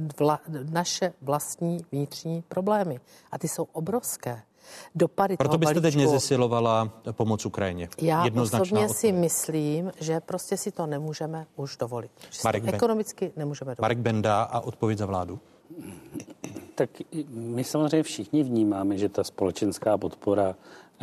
naše vlastní vnitřní problémy. A ty jsou obrovské. Dopady proto byste teď nezesilovala pomoc Ukrajině. Já osobně si myslím, že prostě si to nemůžeme už dovolit. Ekonomicky nemůžeme dovolit. Marek Benda a odpověď za vládu. Tak my samozřejmě všichni vnímáme, že ta společenská podpora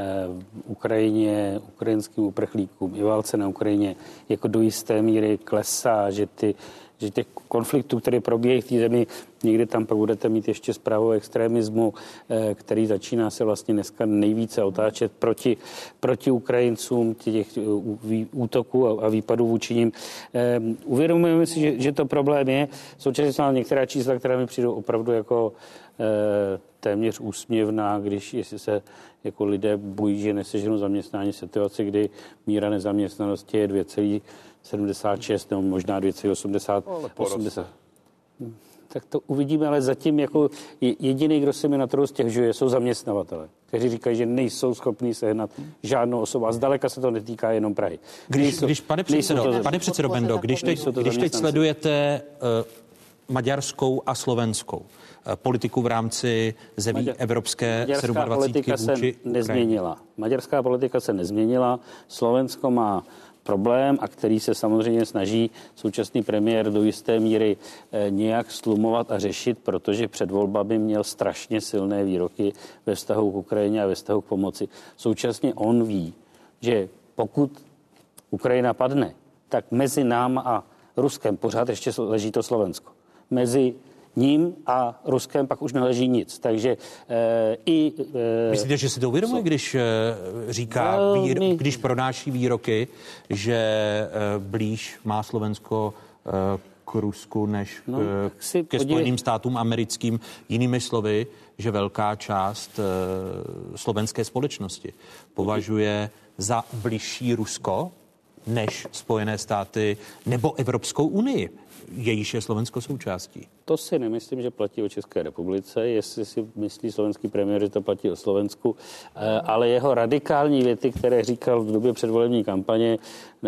Ukrajině, ukrajinským uprchlíkům i válce na Ukrajině jako do jisté míry klesá, že těch konfliktů, které probíhají v té zemi, někdy tam pak budete mít ještě zprávu o extremismu, který začíná se vlastně dneska nejvíce otáčet proti Ukrajincům, těch útoků a výpadů vůči nim. Uvědomujeme si, že to problém je. Současně jsou některá čísla, která mi přijdou opravdu jako téměř úsměvná, když se jako lidé bojí, že neseženou zaměstnání, situace, kdy míra nezaměstnanosti je 2,76 nebo možná 2,80. Tak to uvidíme, ale zatím jako jediný, kdo se mi na trhu stěžuje, jsou zaměstnavatele, kteří říkají, že nejsou schopní sehnat žádnou osobu. A zdaleka se to netýká jenom Prahy. Pane předsedo Bendo, když teď sledujete maďarskou a slovenskou politiku v rámci zemí Evropské 27 vůči nezměnila. Maďarská politika se nezměnila. Slovensko má problém, a který se samozřejmě snaží současný premiér do jisté míry nějak slumovat a řešit, protože před volbami měl strašně silné výroky ve vztahu k Ukrajině a ve vztahu k pomoci. Současně on ví, že pokud Ukrajina padne, tak mezi nám a Ruskem pořád ještě leží to Slovensko. Mezi ním a Ruskem pak už neleží nic. Takže myslíte, že si to uvědomuje, když říká, když pronáší výroky, že blíž má Slovensko k Rusku než ke Spojeným státům americkým? Jinými slovy, že velká část slovenské společnosti považuje za bližší Rusko než Spojené státy nebo Evropskou unii. jejíž je Slovensko součástí. To si nemyslím, že platí o České republice, jestli si myslí slovenský premiér, že to platí o Slovensku, ale jeho radikální věty, které říkal v době předvolební kampaně,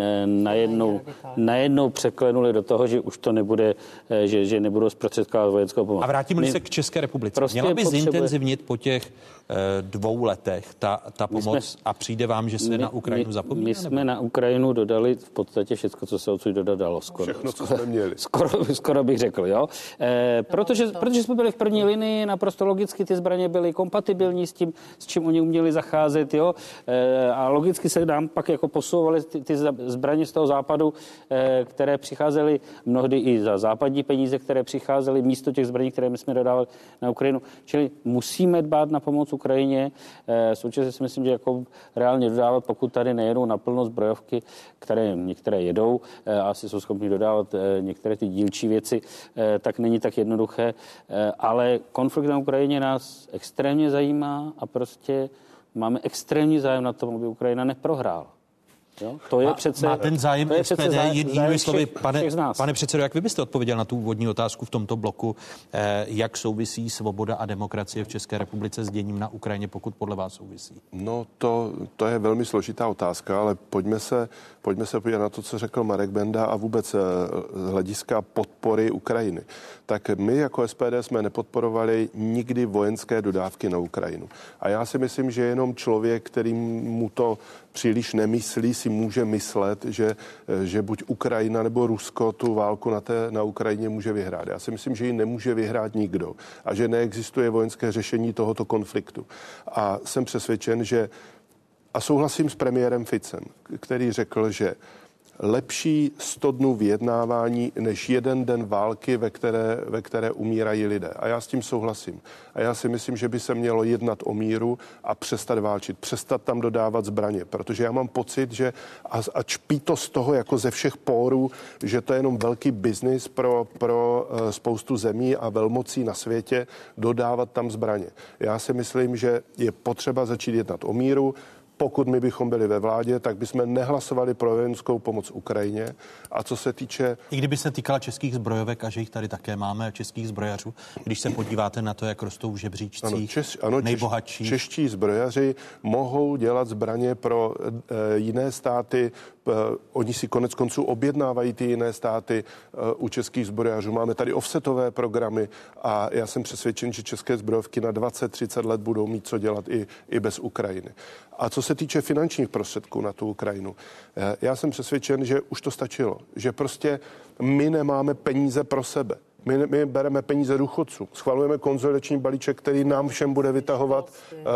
najednou překlenuli do toho, že už to nebude, že nebudou zprostředkovat vojenskou pomoc. A vrátíme se k České republice. Prostě měla by zintenzivnit po těch 2 letech ta pomoc a přijde vám, že se na Ukrajinu zapomíná? My jsme na Ukrajinu dodali v podstatě všechno, co se odsud dodalo. Všechno, co jsme měli. Skoro bych řekl, jo. Protože jsme byli v první linii, naprosto logicky ty zbraně byly kompatibilní s tím, s čím oni uměli zacházet, jo. A logicky se nám pak jako posouvaly ty zbraně z toho západu, které přicházely mnohdy i za západní peníze, které přicházely místo těch zbraní, které my jsme dodávali na Ukrajinu. Čili musíme dbát na pomoc Ukrajině. Současně si myslím, že jako reálně dodávat, pokud tady nejedou naplno zbrojovky, které některé jedou, asi jsou schopni dodávat některé ty dílčí věci, tak není tak jednoduché. Ale konflikt na Ukrajině nás extrémně zajímá a prostě máme extrémní zájem na tom, aby Ukrajina neprohrála. Jo? To je přece, má ten zájem SPD, jinými slovy, pane předsedo, jak vy byste odpověděl na tu úvodní otázku v tomto bloku, jak souvisí svoboda a demokracie v České republice s děním na Ukrajině, pokud podle vás souvisí? No to je velmi složitá otázka, ale pojďme se podívat na to, co řekl Marek Benda a vůbec z hlediska podpory Ukrajiny. Tak my jako SPD jsme nepodporovali nikdy vojenské dodávky na Ukrajinu. A já si myslím, že jenom člověk, který mu to příliš nemyslí, si může myslet, že buď Ukrajina nebo Rusko tu válku na Ukrajině může vyhrát. Já si myslím, že ji nemůže vyhrát nikdo a že neexistuje vojenské řešení tohoto konfliktu. A jsem přesvědčen, a souhlasím s premiérem Ficem, který řekl, že lepší 100 dnů vyjednávání než 1 den války, ve které umírají lidé. A já s tím souhlasím. A já si myslím, že by se mělo jednat o míru a přestat válčit, přestat tam dodávat zbraně, protože já mám pocit, že a čpí to z toho jako ze všech pórů, že to je jenom velký biznis pro spoustu zemí a velmocí na světě dodávat tam zbraně. Já si myslím, že je potřeba začít jednat o míru. Pokud my bychom byli ve vládě, tak bychom nehlasovali pro vojenskou pomoc Ukrajině. A co se týče... I kdyby se týkala českých zbrojovek a že jich tady také máme, českých zbrojařů, když se podíváte na to, jak rostou v žebříčcích nejbohatší. Čeští zbrojaři mohou dělat zbraně pro jiné státy. Oni si konec konců objednávají ty jiné státy u českých zbrojařů. Máme tady offsetové programy a já jsem přesvědčen, že české zbrojovky na 20-30 let budou mít co dělat i bez Ukrajiny. A co se týče finančních prostředků na tu Ukrajinu, já jsem přesvědčen, že už to stačilo. Že prostě my nemáme peníze pro sebe. My bereme peníze důchodců. Schvalujeme konsolidační balíček, který nám všem bude vytahovat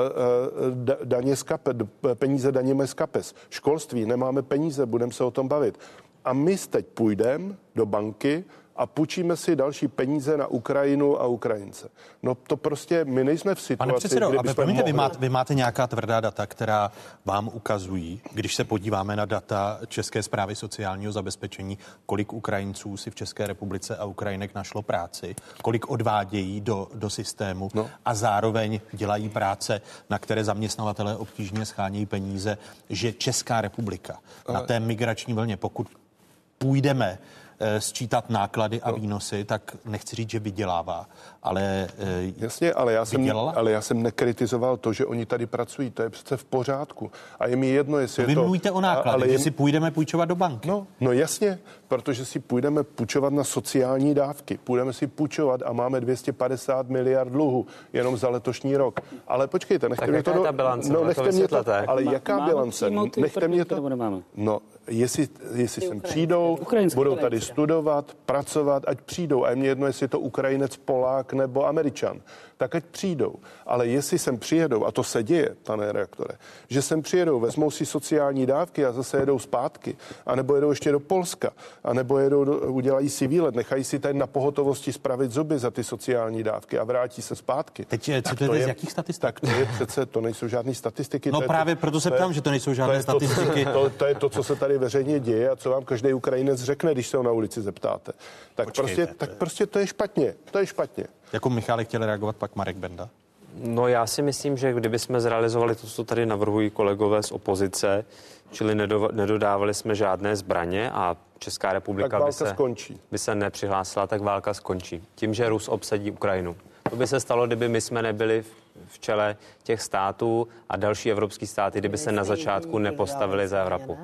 peníze daněme z kapes. Školství, nemáme peníze, budeme se o tom bavit. A my teď půjdeme do banky a půjčíme si další peníze na Ukrajinu a Ukrajince. No to prostě my nejsme v situaci, Pane předsedo, kdy bychom vy máte nějaká tvrdá data, která vám ukazují, když se podíváme na data České správy sociálního zabezpečení, kolik Ukrajinců si v České republice a Ukrajinek našlo práci, kolik odvádějí do systému a zároveň dělají práce, na které zaměstnavatelé obtížně schánějí peníze, že Česká republika na té migrační vlně, pokud půjdeme sčítat náklady a výnosy, tak nechci říct, že vydělává, ale jasně, ale já jsem nekritizoval to, že oni tady pracují, to je přece v pořádku. A je mi jedno, jestli vy mluvíte o náklady, že si půjdeme půjčovat do banky. No jasně, protože si půjdeme půjčovat na sociální dávky. Půjdeme si půjčovat a máme 250 miliard dluhu jenom za letošní rok. Ale počkejte, nechte mě to... nechte mě to, ale jaká bilance? Nechte mě to... No, jestli sem přijdou, budou tady studovat, pracovat, ať přijdou. A je mě jedno, jestli je to Ukrajinec, Polák nebo Američan. Tak ať přijdou. Ale jestli sem přijedou, a to se děje, pane redaktore, že sem přijedou, vezmou si sociální dávky a zase jedou zpátky, anebo jedou ještě do Polska, anebo udělají si výlet, nechají si tady na pohotovosti spravit zuby za ty sociální dávky a vrátí se zpátky. Teď citujete z jakých statistik? Tak to je přece, to nejsou žádné statistiky. No právě proto se ptám, že to nejsou žádné statistiky. To je to, co se tady veřejně děje a co vám každý Ukrajinec řekne, když se ho na ulici zeptáte. Tak prostě to je špatně. To je špatně. Jako Michálek chtěl reagovat pak Marek Benda? No já si myslím, že kdyby jsme zrealizovali to, co tady navrhují kolegové z opozice, čili nedodávali jsme žádné zbraně a Česká republika by se nepřihlásila, tak válka skončí. Tím, že Rus obsadí Ukrajinu. To by se stalo, kdyby my jsme nebyli v čele těch států a další evropský státy, kdyby se na začátku nepostavili za Evropu.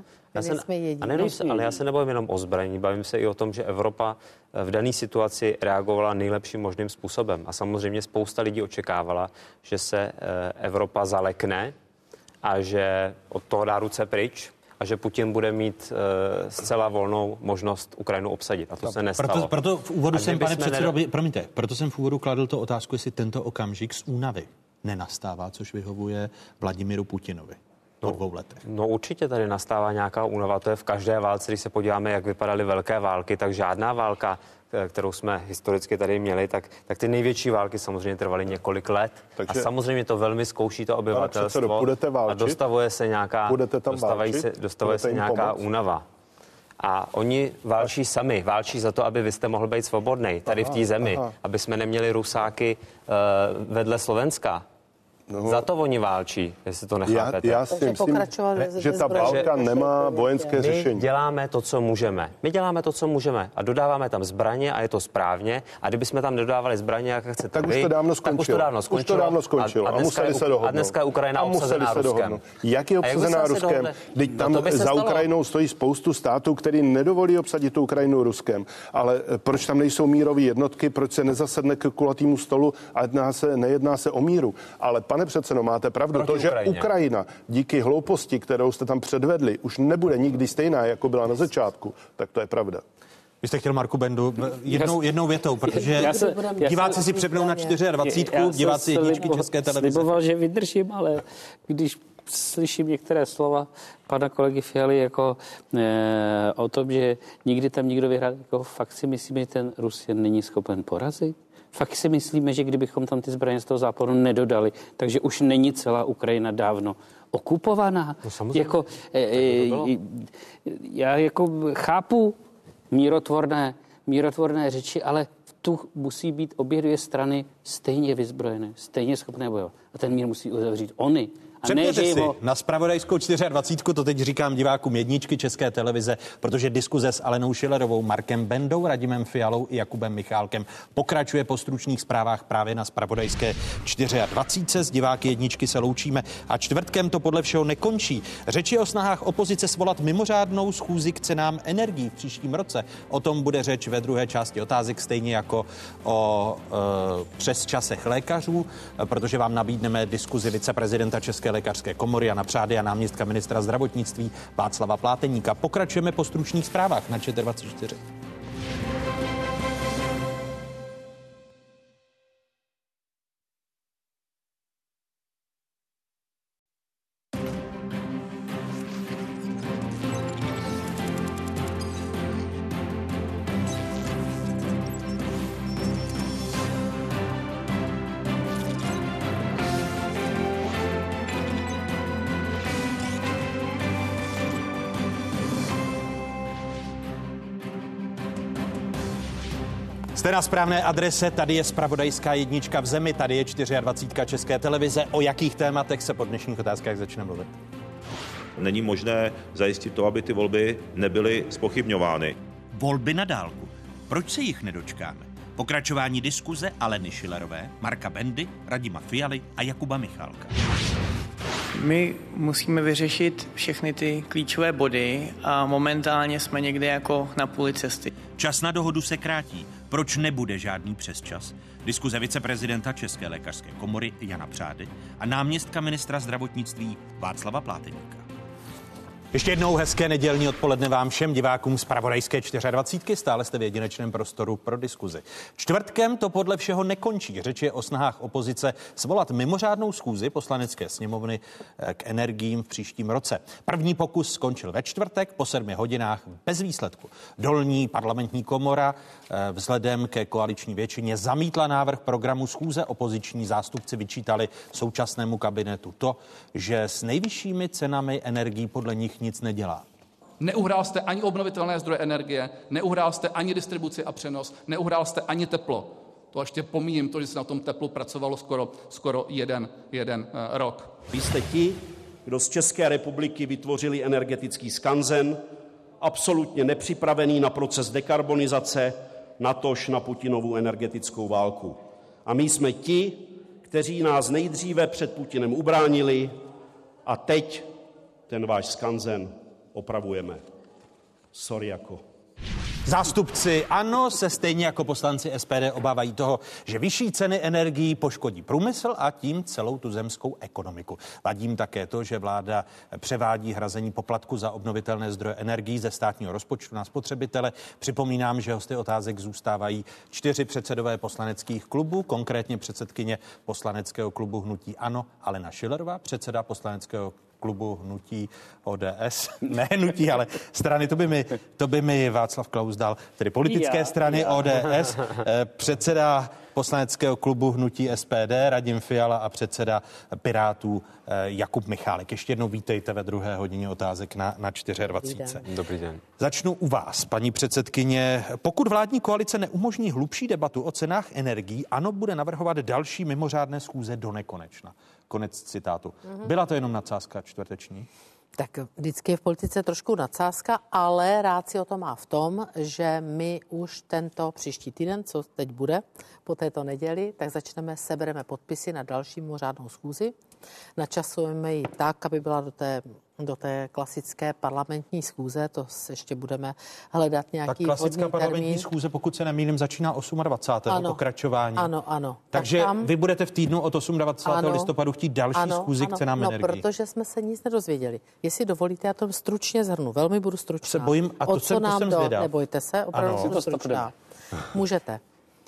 Ale já se nebavím jenom o zbraní, bavím se i o tom, že Evropa v dané situaci reagovala nejlepším možným způsobem. A samozřejmě spousta lidí očekávala, že se Evropa zalekne a že od toho dá ruce pryč a že Putin bude mít zcela volnou možnost Ukrajinu obsadit. A to se nestalo. Proto v úvodu jsem, pane předsedo, proto jsem v úvodu kladl to otázku, jestli tento okamžik z únavy nenastává, což vyhovuje Vladimiru Putinovi. Po 2 letech. No určitě tady nastává nějaká únava, to je v každé válce, když se podíváme, jak vypadaly velké války, tak žádná válka, kterou jsme historicky tady měli, tak ty největší války samozřejmě trvaly několik let. Takže, a samozřejmě to velmi zkouší to obyvatelstvo a dostavuje se nějaká, dostavuje se nějaká únava. A oni válčí sami, válčí za to, aby vy jste mohl být svobodnej tady v té zemi, aby jsme neměli Rusáky vedle Slovenska. No, za to oni válčí, jestli to nechápete. Já si myslím, že ta válka nemá vojenské řešení. My děláme to, co můžeme a dodáváme tam zbraně a je to správně. A kdyby jsme tam nedodávali zbraně, jak chcete tak už to dávno skončilo. A museli se dohodnout. A dneska je Ukrajina obsazená Ruskem. Jak je obsazená Ruskem? Teď tam za Ukrajinou stojí spoustu států, který nedovolí obsadit tu Ukrajinu Ruskem. Ale proč tam nejsou mírové jednotky, proč se nezasedne k kulatému stolu a nejedná se o míru? Ale pane předsedo, máte pravdu. To, že Ukrajina díky hlouposti, kterou jste tam předvedli, už nebude nikdy stejná, jako byla na začátku, tak to je pravda. Vy jste chtěl Marku Bendu jednou větou, protože diváci si přepnou na 24, diváci jedničky České televize. Sliboval, že vydržím, ale když slyším některé slova pana kolegy Fialy jako o tom, že nikdy tam nikdo vyhrál, jako fakt si myslíme, že ten Rus je není schopen porazit. Fakt si myslíme, že kdybychom tam ty zbraně z toho západu nedodali, takže už není celá Ukrajina dávno okupovaná. No, jako, já jako chápu mírotvorné řeči, ale tu musí být obě 2 strany stejně vyzbrojené, stejně schopné bojovat. A ten mír musí uzavřít oni. Přepněte si na zpravodajskou 24, to teď říkám divákům jedničky České televize, protože diskuze s Alenou Schillerovou, Markem Bendou, Radimem Fialou i Jakubem Michálkem pokračuje po stručných zprávách právě na zpravodajské 24. S diváky jedničky se loučíme a čtvrtkem to podle všeho nekončí. Řeči o snahách opozice svolat mimořádnou schůzi k cenám energií v příštím roce. O tom bude řeč ve druhé části otázek, stejně jako o přesčasech lékařů, protože vám nabídneme diskuzi viceprezidenta České lékařské komory Jana Přády a náměstka ministra zdravotnictví Václava Pláteníka. Pokračujeme po stručných zprávách na ČT24. Jste na správné adrese, tady je zpravodajská jednička v zemi, tady je 24 České televize. O jakých tématech se po dnešních otázkách začne mluvit? Není možné zajistit to, aby ty volby nebyly zpochybňovány. Volby na dálku. Proč se jich nedočkáme? Pokračování diskuze Aleny Schillerové, Marka Bendy, Radima Fialy a Jakuba Michálka. My musíme vyřešit všechny ty klíčové body a momentálně jsme někde jako na půli cesty. Čas na dohodu se krátí. Proč nebude žádný přesčas? Diskuze viceprezidenta České lékařské komory Jana Přády a náměstka ministra zdravotnictví Václava Pláteníka. Ještě jednou hezké nedělní odpoledne vám všem divákům z zpravodajské 24. Stále jste v jedinečném prostoru pro diskuzi. Čtvrtkem to podle všeho nekončí. Řeč je o snahách opozice svolat mimořádnou schůzi Poslanecké sněmovny k energiím v příštím roce. První pokus skončil ve čtvrtek po 7 hodinách bez výsledku. Dolní parlamentní komora vzhledem ke koaliční většině zamítla návrh programu schůze. Opoziční zástupci vyčítali současnému kabinetu to, že s nejvyššími cenami energií podle nich nic nedělá. Neuhrál jste ani obnovitelné zdroje energie, neuhrál jste ani distribuci a přenos, neuhrál jste ani teplo. To ještě pomíjím to, že se na tom teplu pracovalo skoro jeden rok. Vy jste ti, kdo z České republiky vytvořili energetický skanzen absolutně nepřipravený na proces dekarbonizace, natož na Putinovu energetickou válku. A my jsme ti, kteří nás nejdříve před Putinem ubránili a teď ten váš skanzen opravujeme. Sorry jako. Zástupci ANO se stejně jako poslanci SPD obávají toho, že vyšší ceny energií poškodí průmysl a tím celou tuzemskou ekonomiku. Vadí jim také to, že vláda převádí hrazení poplatku za obnovitelné zdroje energií ze státního rozpočtu na spotřebitele. Připomínám, že hosty otázek zůstávají 4 předsedové poslaneckých klubů, konkrétně předsedkyně poslaneckého klubu Hnutí ANO Alena Schillerová, předseda poslaneckého klubu Hnutí ODS, ne hnutí, ale strany, to by mi Václav Klaus dal, tedy politické strany ODS, předseda poslaneckého klubu Hnutí SPD Radim Fiala a předseda Pirátů Jakub Michálek. Ještě jednou vítejte ve druhé hodině otázek na 24. Dobrý den. Začnu u vás, paní předsedkyně. Pokud vládní koalice neumožní hlubší debatu o cenách energií, ANO bude navrhovat další mimořádné schůze do nekonečna. Konec citátu. Byla to jenom nadsázka čtvrteční? Tak vždycky je v politice trošku nadsázka, ale rácio to má v tom, že my už tento příští týden, co teď bude, po této neděli, tak sebereme podpisy na další mimořádnou schůzi. Načasujeme ji tak, aby byla do té klasické parlamentní schůze, to ještě budeme hledat nějaký vhodný termín. Tak klasická parlamentní schůze, pokud se nemýlím, začíná 28. pokračování. Ano. Takže vy budete v týdnu od 28. listopadu chtít další schůzi k cenám energií. Protože jsme se nic nedozvěděli. Jestli dovolíte, já to stručně shrnu. Velmi budu stručná. Se bojím, a to jsem zvědav. Nebojte se, opravdu jsem stručná. Můžete.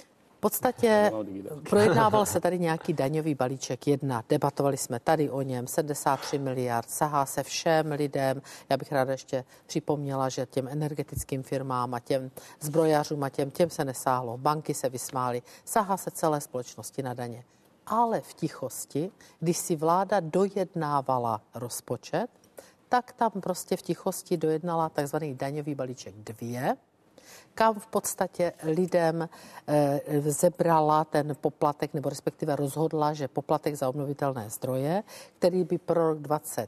V podstatě projednával se tady nějaký daňový balíček 1, debatovali jsme tady o něm, 73 miliard, sahá se všem lidem. Já bych ráda ještě připomněla, že těm energetickým firmám a těm zbrojařům a těm se nesáhlo, banky se vysmály, sahá se celé společnosti na daně. Ale v tichosti, když si vláda dojednávala rozpočet, tak tam prostě v tichosti dojednala takzvaný daňový balíček 2, kam v podstatě lidem zebrala ten poplatek, nebo respektive rozhodla, že poplatek za obnovitelné zdroje, který by pro rok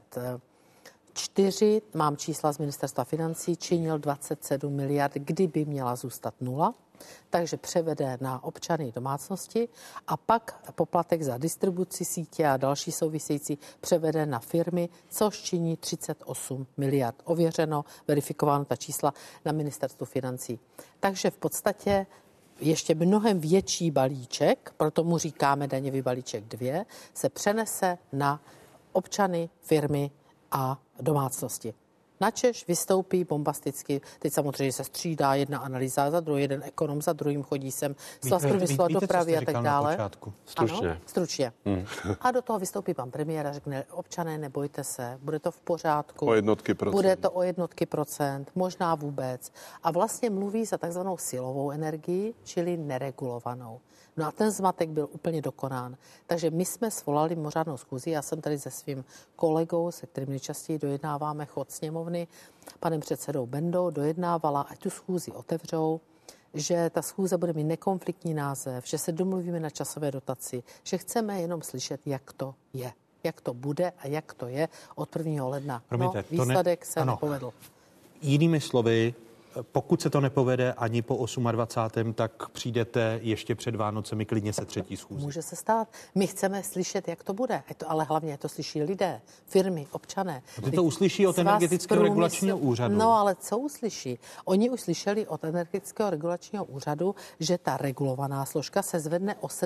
2024, mám čísla z Ministerstva financí, činil 27 miliard, kdyby měla zůstat 0, takže převede na občany domácnosti a pak poplatek za distribuci sítě a další související převede na firmy, což činí 38 miliard. Ověřeno, verifikováno ta čísla na Ministerstvu financí. Takže v podstatě ještě mnohem větší balíček, proto mu říkáme daňový balíček 2, se přenese na občany, firmy a domácnosti. Načež vystoupí bombasticky, teď samozřejmě se střídá jedna analýza za druhou, jeden ekonom za druhým, chodí sem Svaz průmyslu a dopravy a tak dále. Stručně. Ano, stručně. A do toho vystoupí pan premiér a řekne, občané, nebojte se, bude to v pořádku. O jednotky procent. Bude to o jednotky procent, možná vůbec. A vlastně mluví za takzvanou silovou energii, čili neregulovanou. No a ten zmatek byl úplně dokonán. Takže my jsme svolali mimořádnou schůzi, já jsem tady se svým kolegou, se kterým nejčastěji dojednáváme chod sněmovny, panem předsedou Bendou, dojednávala, ať tu schůzi otevřou, že ta schůze bude mít nekonfliktní název, že se domluvíme na časové dotaci, že chceme jenom slyšet, jak to je, jak to bude a jak to je od 1. ledna. Promiňte, výsledek se nepovedl. Jinými slovy, pokud se to nepovede ani po 28., tak přijdete ještě před Vánocemi klidně se třetí schůzi. Může se stát. My chceme slyšet, jak to bude. Ale hlavně to slyší lidé, firmy, občané. Ty to uslyší od energetického regulačního úřadu. No ale co uslyší? Oni už slyšeli od energetického regulačního úřadu, že ta regulovaná složka se zvedne o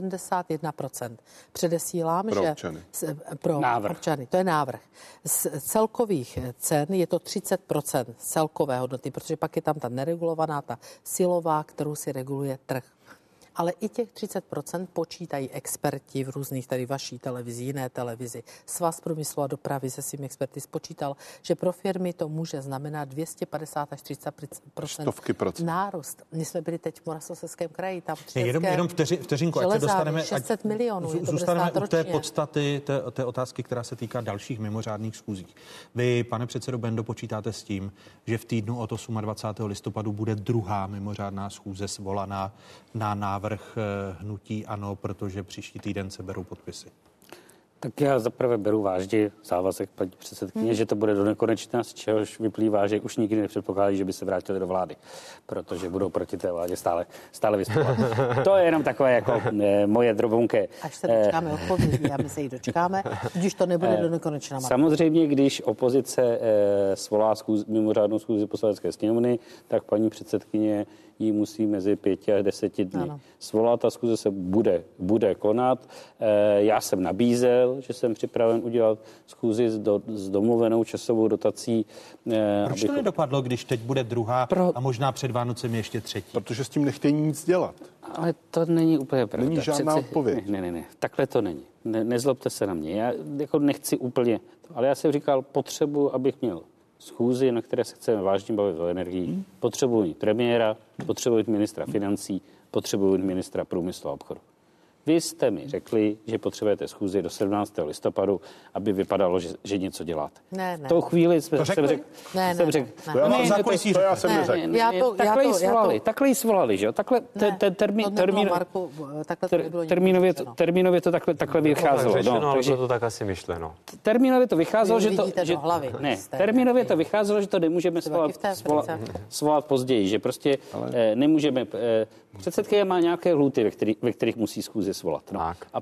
71%. Předesílám, pro že občany. Pro občany. To je návrh. Z celkových cen je to 30% celkové hodnoty, protože pak je tam ta neregulovaná, ta silová, kterou si reguluje trh. Ale i těch 30% počítají experti v různých, tady vaší televizi, jiné televizi. Svaz průmyslu a dopravy se svými experty spočítal, že pro firmy to může znamenat 250 až 30% nárůst. My jsme byli teď v Moravskoslezském kraji, tam jenom vteřinku, ať se dostaneme, 600 milionů, zůstaneme u té podstaty té otázky, která se týká dalších mimořádných schůzí. Vy, pane předsedo Bendo, počítáte s tím, že v týdnu od 28. listopadu bude druhá mimořádná schůze svolaná na návrh Hnutí ANO, protože příští týden se berou podpisy. Tak já zaprvé beru vážně závazek paní předsedkyně, že to bude do nekonečna, z čehož vyplývá, že už nikdy nepředpokládají, že by se vrátili do vlády, protože budou proti té vládě stále vystupovat. To je jenom takové jako moje drobunké. Až se dočkáme odpovědi, a my se jí dočkáme, když to nebude do nekonečna. Samozřejmě, když opozice svolá mimořádnou schůzi Poslanecké sněmovny, tak paní předsedkyně ji musí mezi 5 a 10 dny svolat. Ta schůze se bude konat. Já jsem nabízel, že jsem připraven udělat schůzi s domluvenou časovou dotací. Proč to nedopadlo, když teď bude druhá a možná před Vánocemi ještě třetí? Protože s tím nechtějí nic dělat. Ale to není úplně pravda. Není žádná odpověď. Ne. Takhle to není. Nezlobte se na mě. Já jako nechci úplně, ale já jsem říkal, potřebuji, abych měl schůzi, na které se chceme vážně bavit o energii. Potřebuji mít premiéra, potřebuji mít ministra financí, potřebuji mít ministra průmyslu a obchodu. Vy jste mi řekli, že potřebujete schůzi do 17. listopadu, aby vypadalo, že něco děláte. Ne. V tou chvíli jsem řekl. To já jsem neřekl. Takhle ji svolali, že jo? Termínově to takhle vycházelo. Takže to tak asi myšleno. Termínově to vycházelo, termínově to vycházelo, že to nemůžeme svolat později, že prostě nemůžeme. Předsedkyně má nějaké lhůty, ve kterých musí schůzi svolat. No. A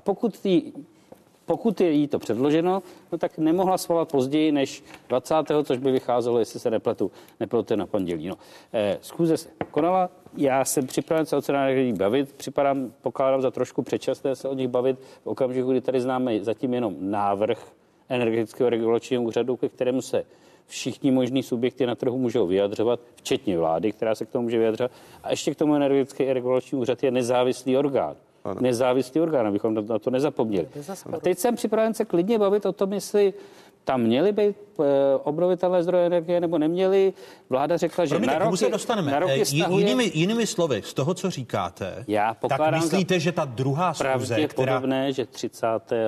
pokud je jí to předloženo, no tak nemohla svolat později než 20. což by vycházelo, jestli se nepletu na pondělí. No. Schůze se konala, já jsem připraven se o cenách energií bavit, pokládám za trošku předčasné se o nich bavit v okamžiku, kdy tady známe zatím jenom návrh Energetického regulačního úřadu, ke kterému se všichni možní subjekty na trhu můžou vyjadřovat, včetně vlády, která se k tomu může vyjadřovat. A ještě k tomu Energetický regulační úřad je nezávislý orgán. Ano. Nezávislý orgán, abychom na to nezapomněli. A teď jsem připraven se klidně bavit o tom, jestli tam měly být obnovitelné zdroje energie nebo neměly. Vláda řekla, že na roky, se dostaneme. Na roky jinými slovy, z toho, co říkáte, tak myslíte, že ta druhá schůze, pravděpodobné, že 30.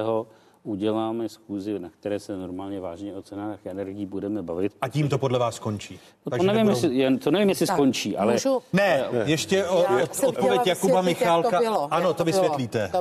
uděláme schůzi, na které se normálně vážně o cenách energií budeme bavit. A tím to podle vás skončí? No to nevím, jestli skončí, ale... Ještě odpověď Jakuba Michálka. Ano, to vysvětlíte.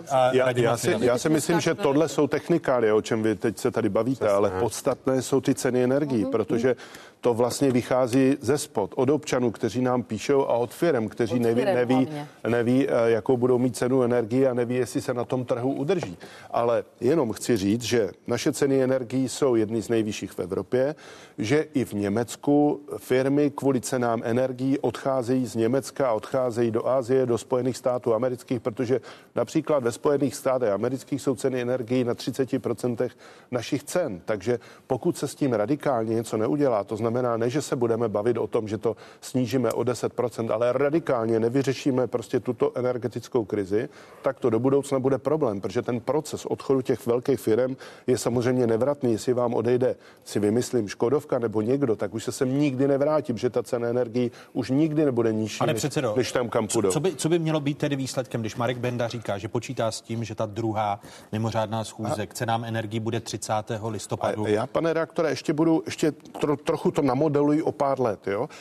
Já si myslím, že tohle jsou technikálie, o čem vy teď se tady bavíte, ale podstatné jsou ty ceny energií, protože to vlastně vychází ze spod od občanů, kteří nám píšou a od firem, kteří neví, jakou budou mít cenu energie a neví, jestli se na tom trhu udrží. Ale jenom chci říct, že naše ceny energií jsou jedny z nejvyšších v Evropě, že i v Německu firmy kvůli cenám energií odcházejí z Německa a odcházejí do Asie, do Spojených států amerických, protože například ve Spojených státech amerických jsou ceny energií na 30% našich cen. Takže pokud se s tím radikálně něco neudělá, to znamená, ne, že se budeme bavit o tom, že to snížíme o 10%, ale radikálně nevyřešíme prostě tuto energetickou krizi, tak to do budoucna bude problém, protože ten proces odchodu těch velkých firm je samozřejmě nevratný. Jestli vám odejde, si vymyslím, Škodovka nebo někdo, tak už se sem nikdy nevrátím, že ta cena energií už nikdy nebude nižší, než tam, kam půjdou. Co by mělo být tedy výsledkem, když Marek Benda říká, že počítá s tím, že ta druhá mimořádná schůze k cenám energií bude 30. listopadu? Já, pane redaktore, ještě trochu to namodeluji o pár let, jo?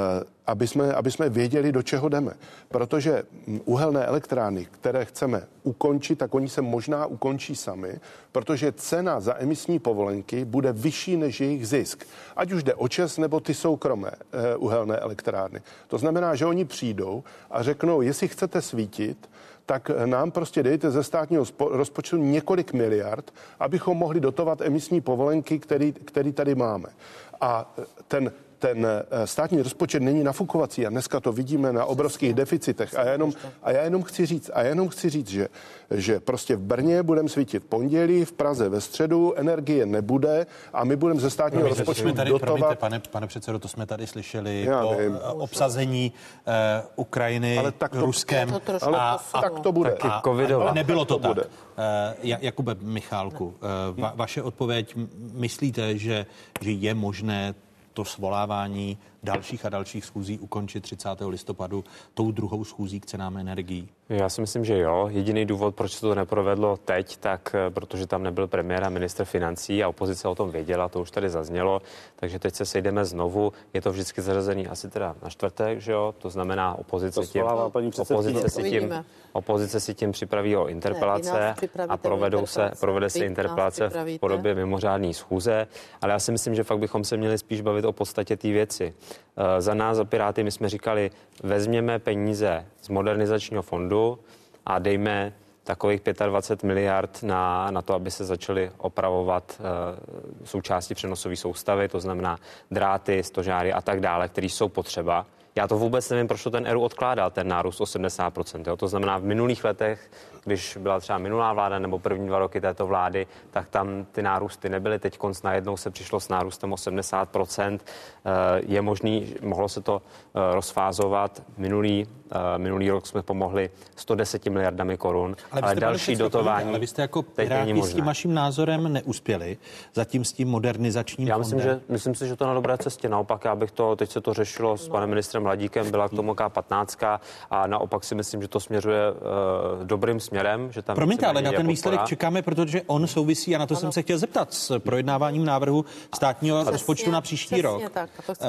Aby jsme věděli, do čeho jdeme. Protože uhelné elektrárny, které chceme ukončit, tak oni se možná ukončí sami, protože cena za emisní povolenky bude vyšší než jejich zisk. Ať už jde o ČEZ nebo ty soukromé uhelné elektrárny. To znamená, že oni přijdou a řeknou, jestli chcete svítit, tak nám prostě dejte ze státního rozpočtu několik miliard, abychom mohli dotovat emisní povolenky, který tady máme. A ten státní rozpočet není nafukovací a dneska to vidíme na obrovských deficitech. A já jenom chci říct, že prostě v Brně budeme svítit v pondělí, v Praze ve středu, energie nebude a my budeme ze státního rozpočtu dotovat. Pane předsedo, to jsme tady slyšeli o obsazení Ukrajiny Ruskem. Tak to bude. Ale nebylo to tak. Jakube Michálku, vaše odpověď, myslíte, že je možné to svolávání dalších a dalších schůzí ukončit 30. listopadu tou druhou schůzí k cenám energií? Já si myslím, že jo. Jediný důvod, proč se to neprovedlo teď, tak protože tam nebyl premiér a ministr financí a opozice o tom věděla, to už tady zaznělo, takže teď se sejdeme znovu. Je to vždycky zařazený asi teda na čtvrtek, že jo? To znamená opozice si tím připraví o interpelace a provede se interpelace v podobě mimořádné schůze, ale já si myslím, že fakt bychom se měli spíš bavit o podstatě té věci. Za nás, za Piráty, my jsme říkali, vezměme peníze z modernizačního fondu a dejme takových 25 miliard na to, aby se začaly opravovat součásti přenosové soustavy, to znamená dráty, stožáry a tak dále, které jsou potřeba. Já to vůbec nevím, proč to ten ERÚ odkládal, ten nárůst 80%. Jo? To znamená, v minulých letech, když byla třeba minulá vláda nebo první 2 roky této vlády, tak tam ty nárůsty nebyly. Teď najednou se přišlo s nárůstem 80%. Je možný, mohlo se to rozfázovat. Minulý rok jsme pomohli 110 miliardami korun, ale další dotování. Ale vy jste jako Piráti s tím vaším názorem neuspěli, zatím s tím modernizačním fondem. Myslím si, že to na dobré cestě. Naopak, teď se to řešilo s panem ministrem Hladíkem, byla k tomu K15 a naopak si myslím, že to směřuje dobrým směrem. Že tam promiňte, ale na ten výsledek čekáme, protože on souvisí, a na to jsem se chtěl zeptat, s projednáváním návrhu státního rozpočtu na příští rok. Tak,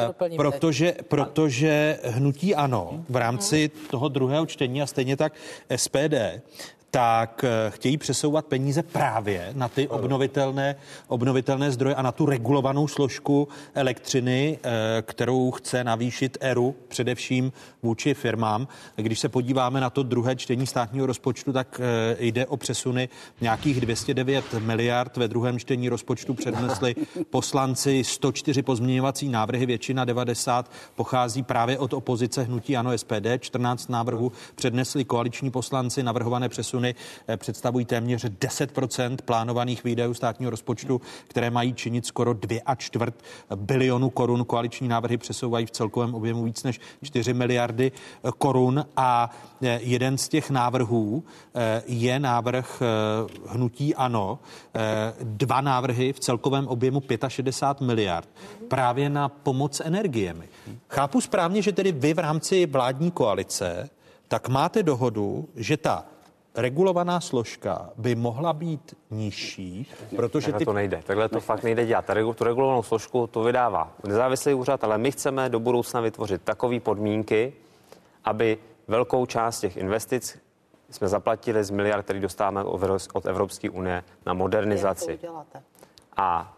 protože hnutí ANO v rámci toho druhého čtení a stejně tak SPD tak chtějí přesouvat peníze právě na ty obnovitelné zdroje a na tu regulovanou složku elektřiny, kterou chce navýšit ERÚ především vůči firmám. Když se podíváme na to druhé čtení státního rozpočtu, tak jde o přesuny nějakých 209 miliard. Ve druhém čtení rozpočtu přednesli poslanci 104 pozměňovací návrhy, většina 90 pochází právě od opozice hnutí ANO SPD, 14 návrhů přednesli koaliční poslanci, navrhované přesuny představují téměř 10% plánovaných výdajů státního rozpočtu, které mají činit skoro 2,25 bilionu korun. Koaliční návrhy přesouvají v celkovém objemu víc než 4 miliardy korun a jeden z těch návrhů je návrh hnutí ANO, 2 návrhy v celkovém objemu 65 miliard právě na pomoc energiemi. Chápu správně, že tedy vy v rámci vládní koalice tak máte dohodu, že ta regulovaná složka by mohla být nižší, protože to nejde. Takhle to fakt nejde dělat. Tu regulovanou složku to vydává nezávislý úřad, ale my chceme do budoucna vytvořit takové podmínky, aby velkou část těch investic jsme zaplatili z miliard, který dostáváme od Evropské unie na modernizaci. A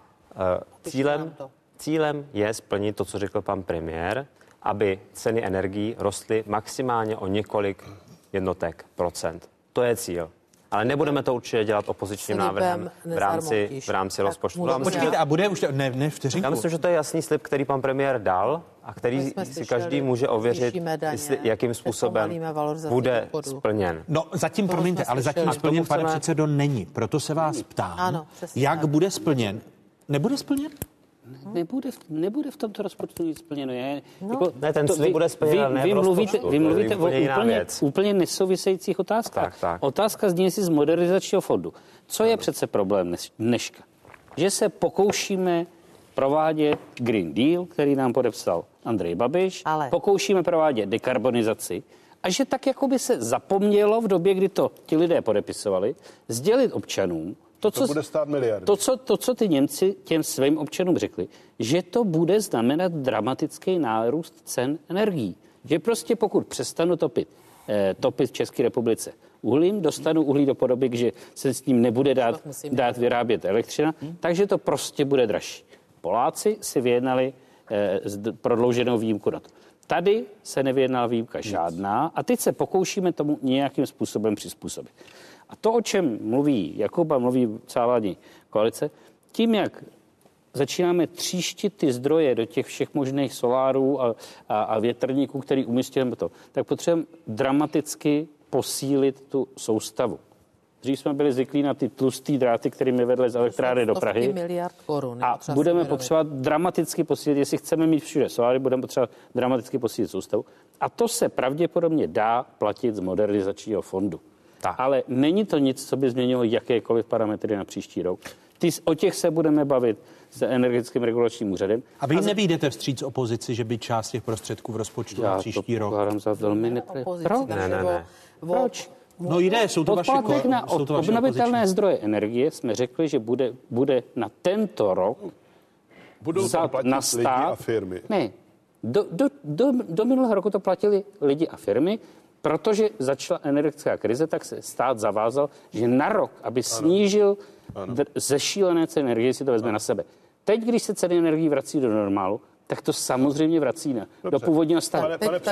cílem je splnit to, co řekl pan premiér, aby ceny energií rostly maximálně o několik jednotek procent. To je cíl. Ale nebudeme to určitě dělat opozičním návrhem v rámci rozpočtu. Počkejte, a bude už ne vteřinku. Já myslím, že to je jasný slib, který pan premiér dal a který si každý může ověřit, jakým způsobem bude splněn. No zatím, promiňte, ale zatím splněn, pane předsedo, není. Proto se vás ptám, jak bude splněn. Nebude splněn? Nebude v tomto rozpočtu nic splněno. Ten slib bude splněn, vy mluvíte o úplně nesouvisejících otázkách. Tak. Otázka zní si z modernizačního fondu. Co je přece problém dneška? Že se pokoušíme provádět Green Deal, který nám podepsal Andrej Babiš, pokoušíme provádět dekarbonizaci a že tak jako by se zapomnělo v době, kdy to ti lidé podepisovali, sdělit občanům, to bude stát miliardy. To, co ty Němci těm svým občanům řekli, že to bude znamenat dramatický nárůst cen energií. Že prostě pokud přestanu topit v České republice uhlím, dostanu uhlí do podoby, že se s ním nebude dát vyrábět elektřina, takže to prostě bude dražší. Poláci si vyjednali prodlouženou výjimku na to. Tady se nevyjednala výjimka žádná a teď se pokoušíme tomu nějakým způsobem přizpůsobit. A to, o čem mluví Jakub a mluví celá vládní koalice, tím, jak začínáme tříštit ty zdroje do těch všech možných solárů a větrníků, který umístujeme to, tak potřebujeme dramaticky posílit tu soustavu. Dřív jsme byli zvyklí na ty tlustý dráty, kterými vedly z elektrárny do Prahy. Miliard korun. A budeme potřebovat dramaticky posílit, jestli chceme mít všude soláry, budeme potřebovat dramaticky posílit soustavu. A to se pravděpodobně dá platit z modernizačního fondu. Ale není to nic, co by změnilo jakékoliv parametry na příští rok. O těch se budeme bavit s Energetickým regulačním úřadem. A vy nevyjdete vstříc opozici, že by část těch prostředků v rozpočtu na příští rok? Já to za velmi Proč? Ne. Proč? No jde, jsou to vaše na obnovitelné zdroje energie jsme řekli, že bude na tento rok budou to platit lidi a firmy. Ne, do minulého roku to platili lidi a firmy, protože začala energetická krize, tak se stát zavázal, že na rok, aby snížil zešílené ceny energie, si to vezme na sebe. Teď, když se ceny energií vrací do normálu, tak to samozřejmě vrací do původního stavu.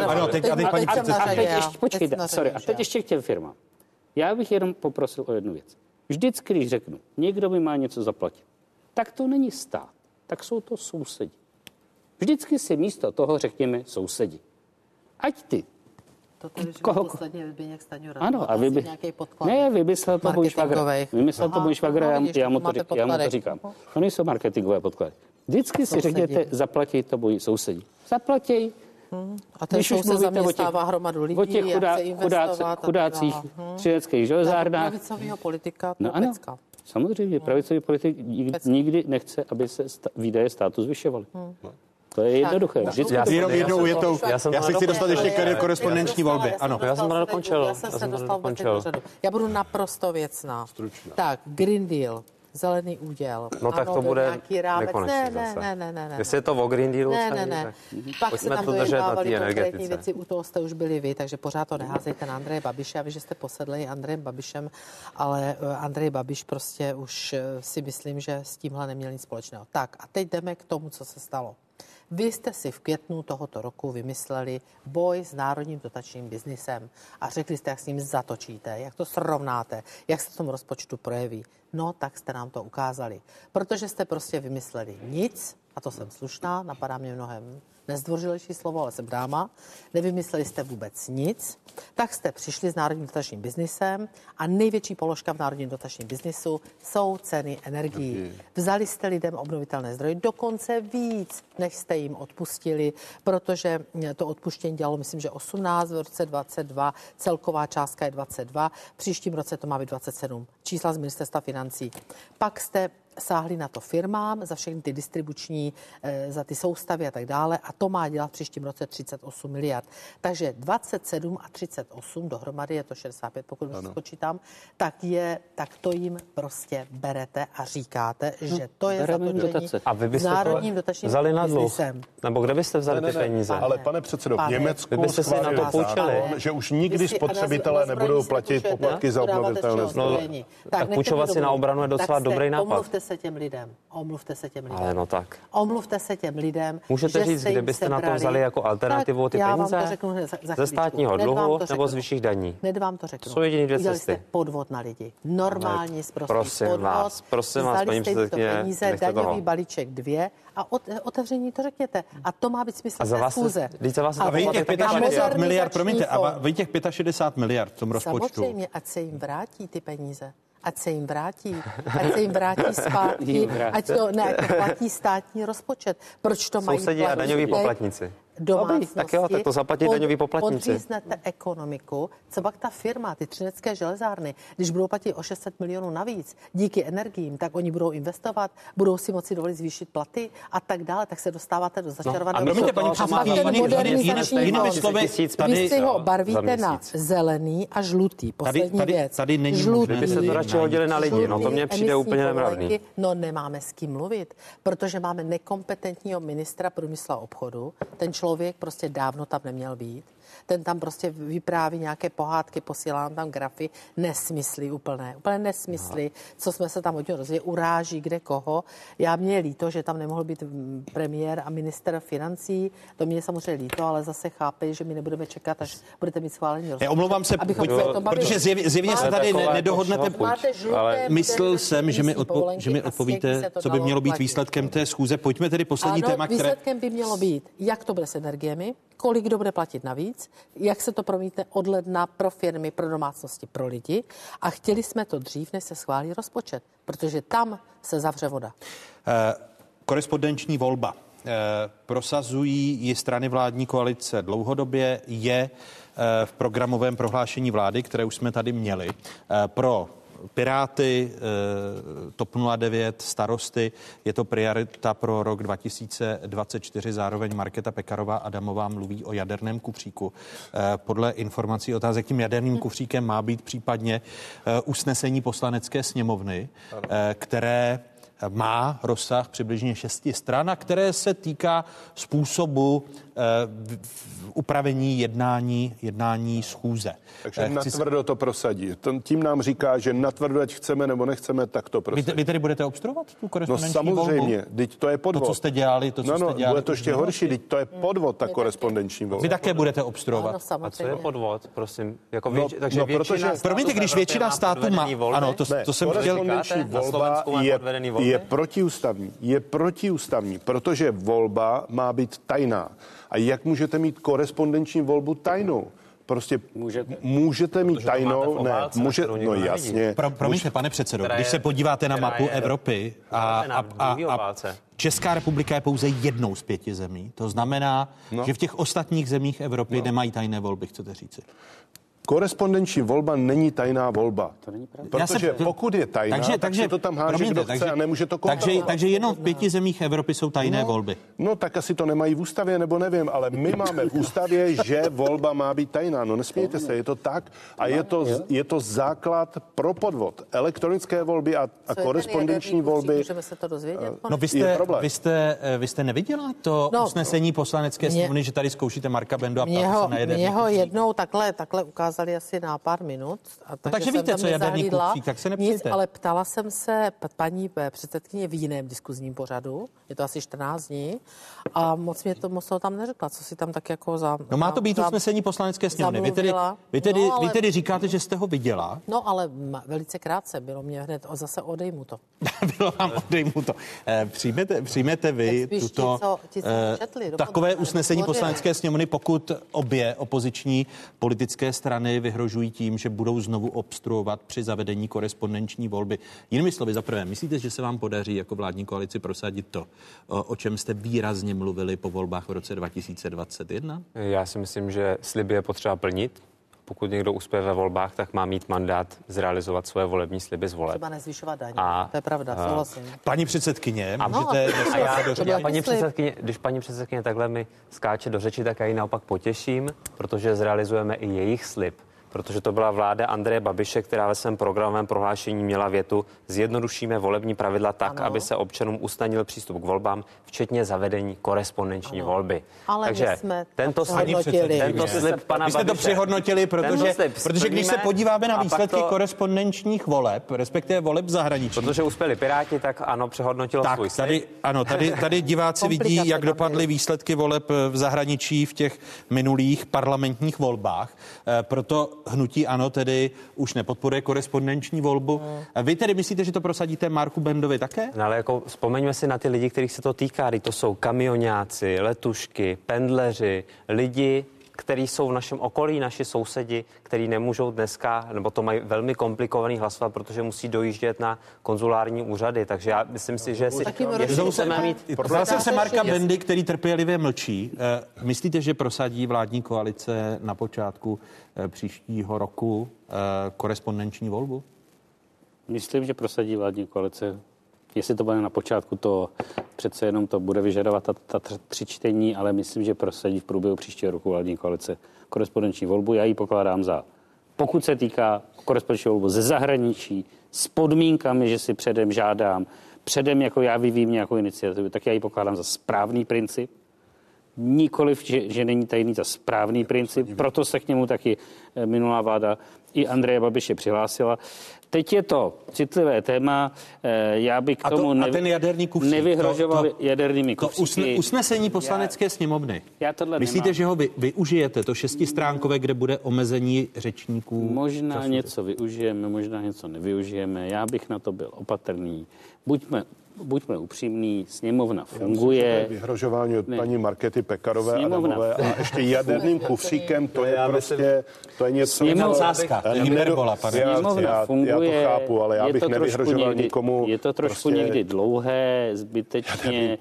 A teď ještě k těm firmám. Já bych jenom poprosil o jednu věc. Vždycky, když řeknu, někdo mi má něco zaplatit, tak to není stát, tak jsou to sousedi. Vždycky si místo toho řekněme sousedi. Ať ty. To tady říkal posledně Zbyněk Stanjura. Ano, a vymyslel to můj švagr, já mu to říkám. To nejsou marketingové podklady. Vždycky si řekněte, zaplatí to moji sousedí. Zaplatěj. A ten soused zaměstnává hromadu lidí, o těch chudácích třineckých železárnách. Pravicovýho politika, no ano, samozřejmě, pravicový politik nikdy nechce, aby se výdaje státu zvyšovaly. To je jednoduché. Já se chci dostat ještě k korespondenční volbě. Ano, já jsem to dokončil. Já budu naprosto věcná. Tak, Green Deal. Zelený úděl. No tak to bude nekonečně zase. Ne. Jestli je to o Green Dealu, ne. Pak se tam dojednávali konkrétní věci, u toho jste už byli vy, takže pořád to neházejte na Andreje Babiše. Já vím, že jste posedli Andrejem Babišem, ale Andrej Babiš prostě už si myslím, že s tímhle neměl nic společného. Tak a teď jdeme k tomu, co se stalo. Vy jste si v květnu tohoto roku vymysleli boj s národním dotačním biznisem a řekli jste, jak s ním zatočíte, jak to srovnáte, jak se v tom rozpočtu projeví. No, tak jste nám to ukázali. Protože jste prostě vymysleli nic, a to jsem slušná, napadá mě mnohem nezdvořilejší slovo, ale jsem dáma, nevymysleli jste vůbec nic, tak jste přišli s národním dotačním biznisem a největší položka v národním dotačním biznisu jsou ceny energií. Vzali jste lidem obnovitelné zdroje, dokonce víc, než jste jim odpustili, protože to odpuštění dělalo, myslím, že 18 v roce 22, celková částka je 22, v příštím roce to má být 27. Čísla z ministerstva financí. Pak jste sáhli na to firmám za všechny ty distribuční, za ty soustavy a tak dále a to má dělat v příštím roce 38 miliard. Takže 27 a 38 dohromady, je to 65, pokud se spočítám, tak to jim prostě berete a říkáte, že to je zatočení s národním dotačním biznisem. Nebo kde byste vzali ty peníze? Ale pane předsedo, v Německu schválili zákon, že už nikdy spotřebitelé nebudou platit poplatky za obnovitelné zdroje. Tak půjčovat si na obranu je docela dobrý nápad. Omluvte se těm lidem. Ale no tak. Omluvte se těm lidem. Můžete říct, kde byste na to vzali jako alternativu ty peníze? Ze státního dluhu nebo z vyšších daní? Hned vám to řeknu. Jsou jediný dvě cesty. Jste podvod na lidi. Normální sprostý podvod. Prosím vás, paní předsedkyně, peníze, daňový balíček 2 a otevření to řekněte. A to má být smysl té schůze. A vy těch 65 miliard, promiňte, a vy těch 65 miliard v tom rozpočtu. Samozřejmě, ať se jim vrátí ty peníze. Ať se jim vrátí zpátky, ať to platí státní rozpočet. Proč to mají sousedí a daňoví poplatníci? Domácnosti, tak jo, tak to zaplatí daňoví poplatníci. Podříznete ekonomiku, co pak ta firma, ty třinecké železárny, když budou platit o 600 milionů navíc díky energiím, tak oni budou investovat, budou si moci dovolit zvýšit platy a tak dále, tak se dostáváte do začarovaného jinými slovy, vy si ho barvíte na zelený a žlutý. Poslední věc. Tady není možné. Vy byste to radši hodili na lidi, no to mně přijde úplně nemravný. No nemáme s kým mluvit, protože máme nekompetentního ministra průmyslu a obchodu. Ten člověk prostě dávno tam neměl být. Ten tam prostě vypráví nějaké pohádky, posílá tam grafy, nesmysly úplně nesmysly, co jsme se tam od něho dozvěděli, uráží kde koho. Mě je líto, že tam nemohl být premiér a minister financí, to mě je samozřejmě líto, ale zase chápe, že my nebudeme čekat, až budete mít schválení rozpočtu. Omlouvám se, protože zjevně se tady nedohodnete. Ale myslel jsem, že mi odpovíte, co by mělo být výsledkem té schůze. Pojďme tedy poslední téma, které... Výsledkem by mělo být, jak to bude s energiemi, kolik kdo bude platit navíc, jak se to promítne od ledna pro firmy, pro domácnosti, pro lidi. A chtěli jsme to dřív, než se schválí rozpočet, protože tam se zavře voda. Korespondenční volba. prosazují ji strany vládní koalice dlouhodobě, je v programovém prohlášení vlády, které už jsme tady měli. Pro Piráty, TOP 09, Starosty je to priorita pro rok 2024. Zároveň Markéta Pekarová Adamová mluví o jaderném kufříku. Podle informací otázek tím jaderným kufříkem má být případně usnesení Poslanecké sněmovny, které má rozsah přibližně 6 stran, a které se týká způsobu upravení jednání schůze. Takže natvrdo to prosadí. Tím nám říká, že natvrdo, ať chceme nebo nechceme, tak to prosadí. Vy tedy budete obstruovat tu korespondenční volbu? No samozřejmě, teď to je podvod. To, co jste dělali, bude to ještě horší, teď to je podvod, ta korespondenční volba. Vy také budete obstruovat. A co je podvod, prosím? Jako takže většina promiňte, když většina států má... Ano, to jsem chtěl... Korespondenční volba je protiústavní, protože volba má být tajná. A jak můžete mít korespondenční volbu tajnou? Prostě můžete mít tajnou, no jasně. Promiňte, pane předsedo, když se podíváte na mapu Evropy a Česká republika je pouze jednou z 5 zemí, to znamená, že v těch ostatních zemích Evropy nemají tajné volby, chcete říci? Korespondenční volba není tajná volba. To není pravda. Protože pokud je tajná, tak se to tam háže, kdo chce a nemůže to kontrolovat. Takže jenom v 5 zemích Evropy jsou tajné volby. No tak asi to nemají v ústavě, nebo nevím, ale my máme v ústavě, že volba má být tajná. No nesmějte se, je to tak a je to základ pro podvod. Elektronické volby a korespondenční volby. Můžeme se to dozvědět? No vy jste neviděla to usnesení Poslanecké sněmovny, že tady zkoušíte Marka Bendu a ptáte se na jeden. Mě ho jednou takhle ukázali asi na pár minut. Takže víte, co jaderný kufřík, tak se nepřijďte. Ale ptala jsem se paní předsedkyně v jiném diskuzním pořadu, je to asi 14 dní, a moc toho tam neřekla, co si tam tak jako No má to být usnesení Poslanecké sněmovny. Vy tedy říkáte, že jste ho viděla. No ale velice krátce, bylo mě hned zase odejmuto. Bylo vám odejmuto. Přijmete vy takové usnesení Poslanecké sněmovny, pokud obě opoziční politické strany vyhrožují tím, že budou znovu obstruovat při zavedení korespondenční volby. Jinými slovy, za prvé, myslíte, že se vám podaří jako vládní koalici prosadit to, o čem jste výrazně mluvili po volbách v roce 2021? Já si myslím, že sliby je potřeba plnit. Pokud někdo uspěje ve volbách, tak má mít mandát zrealizovat svoje volební sliby z voleb. Třeba nezvyšovat daně. To je pravda, souhlasím. Paní předsedkyně, když paní předsedkyně takhle mi skáče do řeči, tak já ji naopak potěším, protože zrealizujeme i jejich slib. Protože to byla vláda Andreje Babiše, která ve svém programovém prohlášení měla větu: zjednodušíme volební pravidla tak, aby se občanům usnadnil přístup k volbám, včetně zavedení korespondenční volby. Ale takže tento slib pana Babiše... Vy jste to přihodnotili, protože když se podíváme na výsledky korespondenčních voleb, respektive voleb zahraničí. Protože uspěli Piráti, tak ano, přehodnotilo svůj slib. Tady diváci vidí, jak dopadly výsledky voleb v zahraničí v těch minulých parlamentních volbách. Proto hnutí ANO tedy už nepodporuje korespondenční volbu. Vy tedy myslíte, že to prosadíte Marku Bendovi také? No ale jako vzpomeňme si na ty lidi, kterých se to týká. To jsou kamioňáci, letušky, pendleři, lidi, kteří jsou v našem okolí, naši sousedi, kteří nemůžou dneska, nebo to mají velmi komplikovaný hlasovat, protože musí dojíždět na konzulární úřady. Takže já myslím si, že chceme mít... Zase se Marka Bendy, který trpělivě mlčí. Myslíte, že prosadí vládní koalice na počátku příštího roku korespondenční volbu? Myslím, že prosadí vládní koalice. Jestli to bude na počátku, to přece jenom to bude vyžadovat ta 3 čtení, ale myslím, že prosadí v průběhu příštího roku vládní koalice korespondenční volbu. Já ji pokládám za, pokud se týká korespondenční volbu ze zahraničí, s podmínkami, že si předem žádám, předem jako já vyvím nějakou iniciativu, tak já ji pokládám za správný princip. Nikoliv, že není tajný, za správný princip, proto se k němu taky minulá vláda i Andreje Babiše přihlásila. Teď je to citlivé téma, já bych k tomu nevyhrožoval jadernými kufříky. Usnesení Poslanecké sněmovny. Myslíte, že ho využijete, to 6stránkové, kde bude omezení řečníků? Možná něco využijeme, možná něco nevyužijeme. Já bych na to byl opatrný. buďme upřímní, sněmovna funguje. Vyhrožování od paní Markéty Pekarové Adamové a ještě jaderným kufříkem, to je prostě, to je něco... Sněmovna funguje, já to chápu, ale já bych nevyhrožoval nikomu. Je to trošku někdy dlouhé, zbytečně.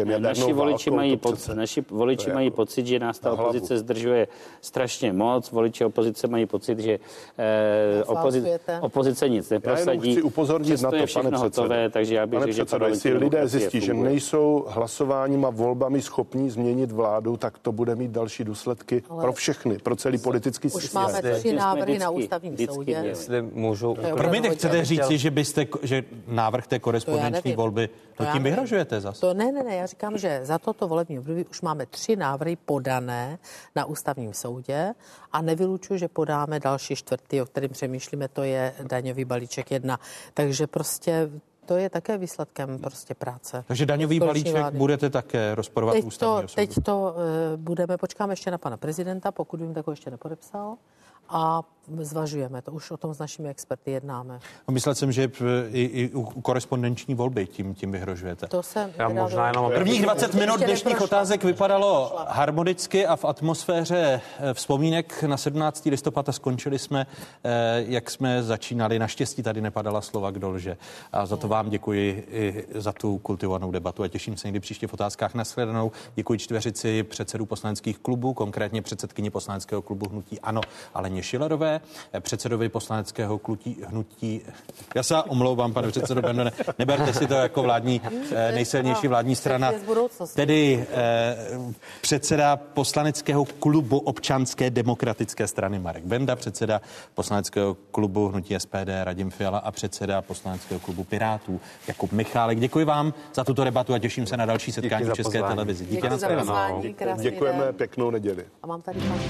Naši voliči mají pocit, že nás ta opozice zdržuje strašně moc. Voliči opozice mají pocit, že opozice nic neprosadí. Já jenom chci upozornit na to, pane předsedo. Takže já bych řekl, že jestli lidé zjistí, že nejsou hlasováním a volbami schopní změnit vládu, tak to bude mít další důsledky pro všechny, pro celý politický systém. Už máme 3 návrhy na ústavním soudě. Jestli můžu... Promiňte, chcete říci, že návrh té korespondenční volby, to tím vyhrožujete zase? Ne, já říkám, že za toto volební období už máme 3 návrhy podané na ústavním soudě a nevylučuju, že podáme další 4., o kterém přemýšlíme, to je daňový balíček 1. Takže prostě to je také výsledkem prostě práce. Takže daňový balíček budete také rozporovat ústavního soudu? Teď to počkáme ještě na pana prezidenta, pokud vím, tak ho ještě nepodepsal. A zvažujeme to, už o tom s našimi experty jednáme. Myslel jsem, že i u korespondenční volby tím vyhrožujete. To jsem... Prvních 20 minut dnešních otázek vypadalo harmonicky a v atmosféře vzpomínek na 17. listopad a skončili jsme, jak jsme začínali. Naštěstí tady nepadala slova, kdo lže. A za to vám děkuji i za tu kultivovanou debatu a těším se někdy příště v otázkách. Nashledanou. Děkuji čtveřici předsedů poslaneckých klubů, konkrétně předsedkyni poslaneckého klubu Hnutí ANO Aleně Schillerové, předsedovi poslaneckého hnutí. Já se omlouvám, pane předsedo Bendo, neberte si to jako nejsilnější vládní strana. Tedy předseda poslaneckého klubu Občanské demokratické strany Marek Benda, předseda poslaneckého klubu Hnutí SPD Radim Fiala a předseda poslaneckého klubu Pirátů Jakub Michálek. Děkuji vám za tuto debatu a těším se na další setkání v České televizi. Díky za pozvání. Děkujeme, pěknou neděli. A mám tady pan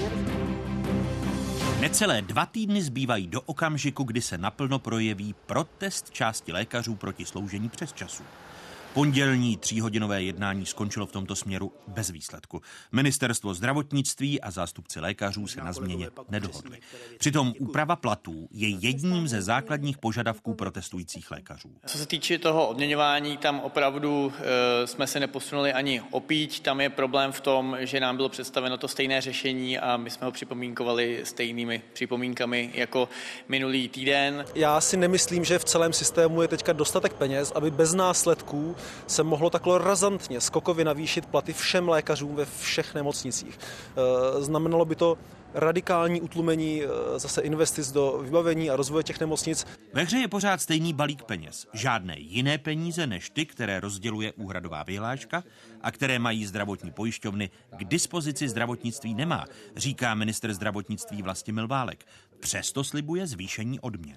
Necelé 2 týdny zbývají do okamžiku, kdy se naplno projeví protest části lékařů proti sloužení přesčasů. Pondělní 3hodinové jednání skončilo v tomto směru bez výsledku. Ministerstvo zdravotnictví a zástupci lékařů se na změně nedohodli. Přitom úprava platů je jedním ze základních požadavků protestujících lékařů. Co se týče toho odměňování, tam opravdu jsme se neposunuli ani o píď. Tam je problém v tom, že nám bylo představeno to stejné řešení a my jsme ho připomínkovali stejnými připomínkami jako minulý týden. Já si nemyslím, že v celém systému je teďka dostatek peněz, aby bez následků se mohlo takhle razantně, skokově navýšit platy všem lékařům ve všech nemocnicích. Znamenalo by to radikální utlumení zase investic do vybavení a rozvoje těch nemocnic. Ve hře je pořád stejný balík peněz. Žádné jiné peníze než ty, které rozděluje úhradová vyhláška a které mají zdravotní pojišťovny k dispozici zdravotnictví nemá, říká ministr zdravotnictví Vlastimil Válek. Přesto slibuje zvýšení odměn.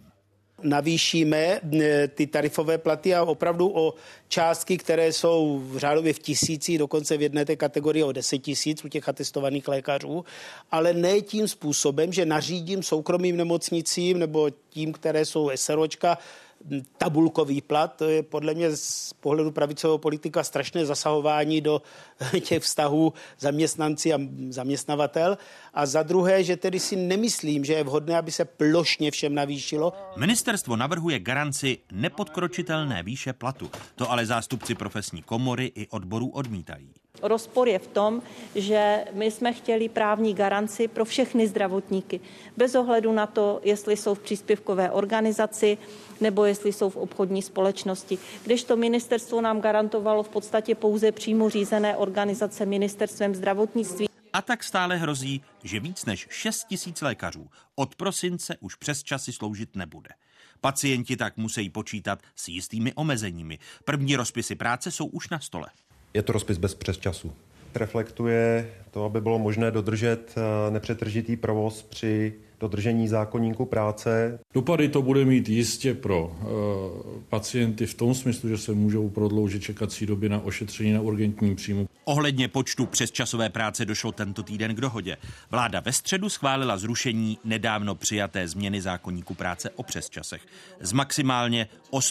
Navýšíme ty tarifové platy a opravdu o částky, které jsou v řádově v tisících, dokonce v jedné té kategorii o 10 000 u těch atestovaných lékařů, ale ne tím způsobem, že nařídím soukromým nemocnicím nebo tím, které jsou SROčka, tabulkový plat. To je podle mě z pohledu pravicového politika strašné zasahování do těch vztahů zaměstnanci a zaměstnavatel. A za druhé, že tedy si nemyslím, že je vhodné, aby se plošně všem navýšilo. Ministerstvo navrhuje garanci nepodkročitelné výše platu. To ale zástupci profesní komory i odborů odmítají. Rozpor je v tom, že my jsme chtěli právní garanci pro všechny zdravotníky, bez ohledu na to, jestli jsou v příspěvkové organizaci nebo jestli jsou v obchodní společnosti. Kdežto ministerstvo nám garantovalo v podstatě pouze přímo řízené organizace ministerstvem zdravotnictví. A tak stále hrozí, že víc než 6 000 lékařů od prosince už přes časy sloužit nebude. Pacienti tak musí počítat s jistými omezeními. První rozpisy práce jsou už na stole. Je to rozpis bez přesčasů. Reflektuje to, aby bylo možné dodržet nepřetržitý provoz při dodržení zákoníku práce. Dopady to bude mít jistě pro pacienty v tom smyslu, že se můžou prodloužit čekací doby na ošetření na urgentním příjmu. Ohledně počtu přesčasové práce došlo tento týden k dohodě. Vláda ve středu schválila zrušení nedávno přijaté změny zákoníku práce o přesčasech. Z maximálně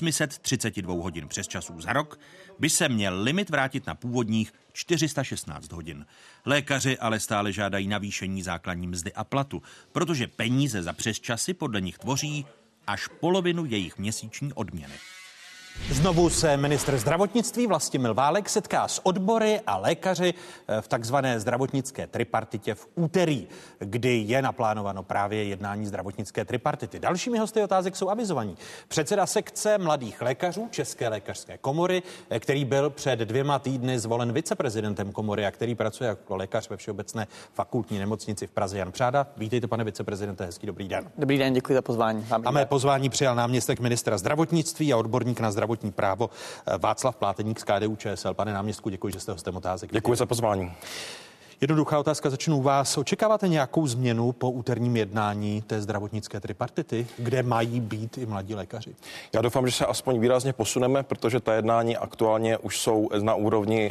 832 hodin přesčasů za rok by se měl limit vrátit na původních 416 hodin. Lékaři ale stále žádají navýšení základní mzdy a platu, protože peníze za přesčasy podle nich tvoří až polovinu jejich měsíční odměny. Znovu se ministr zdravotnictví Vlastimil Válek setká s odbory a lékaři v takzvané zdravotnické tripartitě v úterý, kdy je naplánováno právě jednání zdravotnické tripartity. Dalšími hosty otázek jsou avizovaní. Předseda sekce mladých lékařů České lékařské komory, který byl před 2 týdny zvolen viceprezidentem komory a který pracuje jako lékař ve Všeobecné fakultní nemocnici v Praze, Jan Přáda. Vítejte, pane viceprezidente, hezký dobrý den. Dobrý den, děkuji za pozvání. A mé pozvání přijal náměstek ministra zdravotnictví a odborník na zdravotní právo Václav Pláteník z KDU-ČSL. Pane náměstku, děkuji, že jste hostem otázek. Děkuji za pozvání. Jednoduchá otázka, začnu u vás. Očekáváte nějakou změnu po úterním jednání té zdravotnické tripartity, kde mají být i mladí lékaři? Já doufám, že se aspoň výrazně posuneme, protože ta jednání aktuálně už jsou na úrovni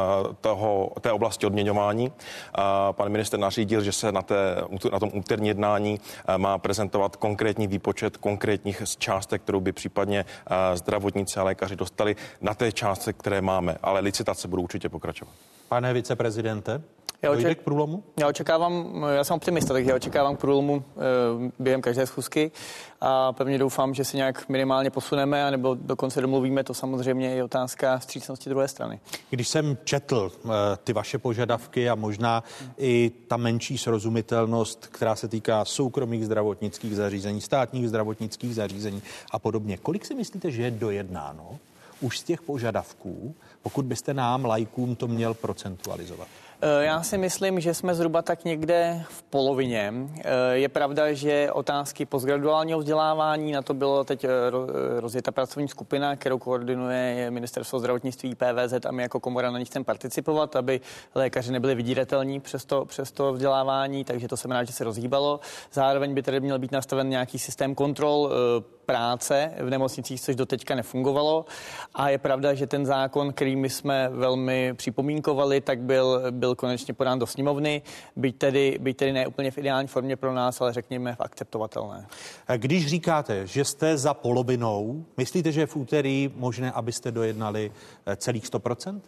té oblasti odměňování. Pan ministr nařídil, že se na tom úterní jednání má prezentovat konkrétní výpočet konkrétních částek, kterou by případně zdravotníci a lékaři dostali na té částce, které máme, ale licitace budou určitě pokračovat. Pane viceprezidente, dojde k průlomu? Já jsem optimista, takže já očekávám k průlomu během každé schůzky a pevně doufám, že se nějak minimálně posuneme, anebo dokonce domluvíme, to samozřejmě je otázka vstřícnosti druhé strany. Když jsem četl ty vaše požadavky a možná i ta menší srozumitelnost, která se týká soukromých zdravotnických zařízení, státních zdravotnických zařízení a podobně, kolik si myslíte, že je dojednáno už z těch požadavků, pokud byste nám, laikům, to měl procentualizovat? Já si myslím, že jsme zhruba tak někde v polovině. Je pravda, že otázky postgraduálního vzdělávání, na to bylo teď rozjeta pracovní skupina, kterou koordinuje Ministerstvo zdravotnictví, PVZ a my jako komora na nich chceme participovat, aby lékaři nebyli vydíratelní přes to vzdělávání, takže to jsem rád, že se rozhýbalo. Zároveň by tady měl být nastaven nějaký systém kontrol práce v nemocnicích, což doteďka nefungovalo. A je pravda, že ten zákon, který my jsme velmi připomínkovali, tak byl konečně podán do sněmovny, byť tedy ne úplně v ideální formě pro nás, ale řekněme v akceptovatelné. Když říkáte, že jste za polovinou, myslíte, že je v úterý možné, abyste dojednali celých 100%?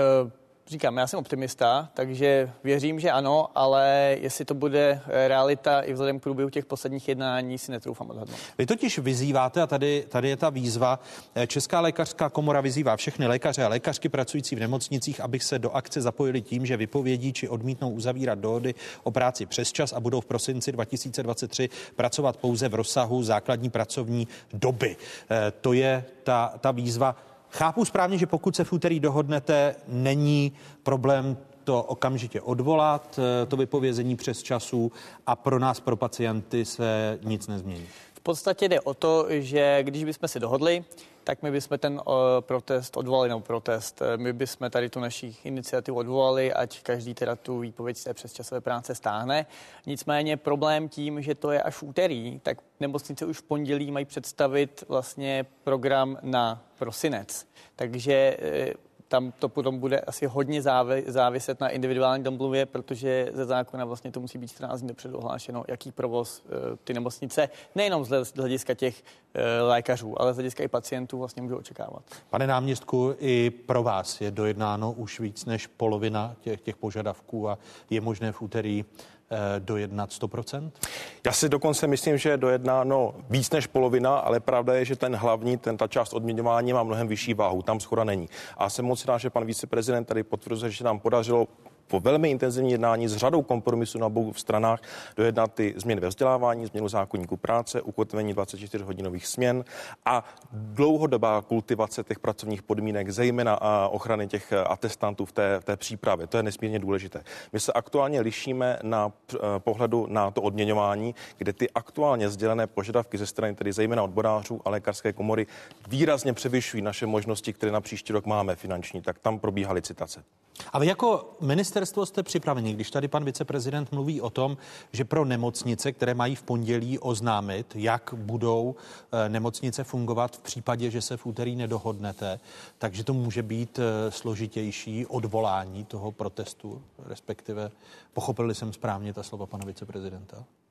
Říkám, já jsem optimista, takže věřím, že ano, ale jestli to bude realita i vzhledem k průběhu těch posledních jednání, si netroufám odhadnout. Vy totiž vyzýváte, a tady je ta výzva, Česká lékařská komora vyzývá všechny lékaře a lékařky pracující v nemocnicích, aby se do akce zapojili tím, že vypovědí či odmítnou uzavírat dohody o práci přesčas a budou v prosinci 2023 pracovat pouze v rozsahu základní pracovní doby. To je ta výzva. Chápu správně, že pokud se v úterý dohodnete, není problém to okamžitě odvolat, to vypovězení přes času a pro nás, pro pacienty, se nic nezmění. V podstatě jde o to, že když bychom se dohodli, tak my bychom ten protest odvolali, nebo protest. My bychom tady tu naši iniciativu odvolali, ať každý teda tu výpověď z té přesčasové práce stáhne. Nicméně problém tím, že to je až v úterý, tak nemocnice už v pondělí mají představit vlastně program na prosinec. Takže tam to potom bude asi hodně záviset na individuální domluvě, protože ze zákona vlastně to musí být 14 dní dopředu ohlášeno, jaký provoz ty nemocnice, nejenom z hlediska těch lékařů, ale z hlediska i pacientů vlastně můžou očekávat. Pane náměstku, i pro vás je dojednáno už víc než polovina těch požadavků a je možné v úterý dojednat 100%? Já si dokonce myslím, že je dojednáno víc než polovina, ale pravda je, že ta část odměňování má mnohem vyšší váhu, tam shoda není. A jsem moc rád, že pan viceprezident tady potvrzuje, že se nám podařilo po velmi intenzivní jednání s řadou kompromisů na obou stranách dojednat ty změny ve vzdělávání, změnu zákoníku práce, ukotvení 24-hodinových směn a dlouhodobá kultivace těch pracovních podmínek, zejména ochrany těch atestantů v té přípravě. To je nesmírně důležité. My se aktuálně lišíme na pohledu na to odměňování, kde ty aktuálně sdělené požadavky ze strany tedy zejména odborářů a lékařské komory výrazně převyšují naše možnosti, které na příští rok máme finanční, tak tam probíhá licitace. A vy jako ministerstvo jste připraveni, když tady pan viceprezident mluví o tom, že pro nemocnice, které mají v pondělí oznámit, jak budou nemocnice fungovat v případě, že se v úterý nedohodnete, takže to může být složitější odvolání toho protestu, respektive pochopil jsem správně ta slova pana viceprezidenta?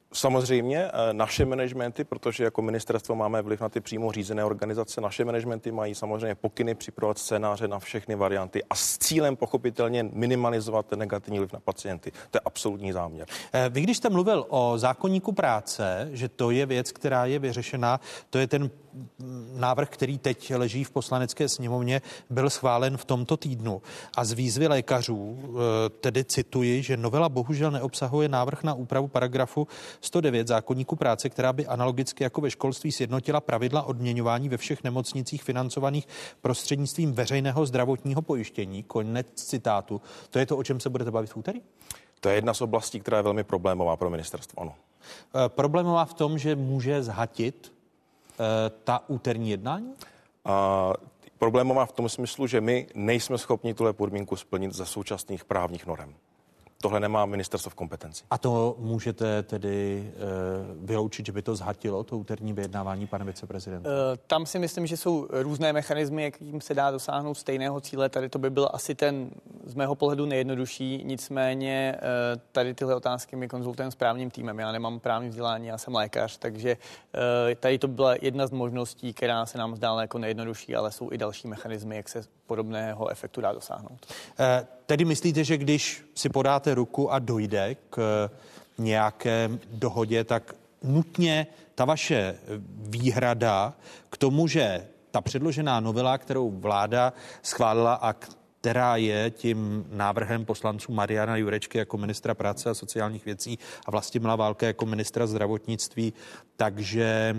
Samozřejmě naše managementy, protože jako ministerstvo máme vliv na ty přímo řízené organizace, naše managementy mají samozřejmě pokyny připravovat scénáře na všechny varianty a s cílem pochopitelně minimalizovat ten negativní vliv na pacienty. To je absolutní záměr. Vy, když jste mluvil o zákoníku práce, že to je věc, která je vyřešená, to je ten návrh, který teď leží v Poslanecké sněmovně, byl schválen v tomto týdnu. A z výzvy lékařů tedy cituji, že novela bohužel neobsahuje návrh na úpravu paragrafu 109 zákoníku práce, která by analogicky jako ve školství sjednotila pravidla odměňování ve všech nemocnicích financovaných prostřednictvím veřejného zdravotního pojištění. Konec citátu. To je to, o čem se budete bavit v úterý? To je jedna z oblastí, která je velmi problémová pro ministerstvo, ano. Problémová v tom, že může zhatit ta úterní jednání? Problémová v tom smyslu, že my nejsme schopni tuhle podmínku splnit za současných právních norem. Tohle nemá ministerstvo v kompetenci. A to můžete tedy vyloučit, že by to zhatilo, to úterní vyjednávání, pane viceprezidente? Tam si myslím, že jsou různé mechanismy, jakým se dá dosáhnout stejného cíle. Tady to by byl asi ten z mého pohledu nejjednodušší. Nicméně tady tyhle otázky mi konzultujeme s právním týmem. Já nemám právní vzdělání, já jsem lékař, takže tady to byla jedna z možností, která se nám zdála jako nejjednodušší, ale jsou i další mechanismy, jak se podobného efektu dá dosáhnout. Tedy myslíte, že když si podáte ruku a dojde k nějaké dohodě, tak nutně ta vaše výhrada k tomu, že ta předložená novela, kterou vláda schválila a která je tím návrhem poslanců Mariana Jurečky jako ministra práce a sociálních věcí a Vlastimila Válka jako ministra zdravotnictví, takže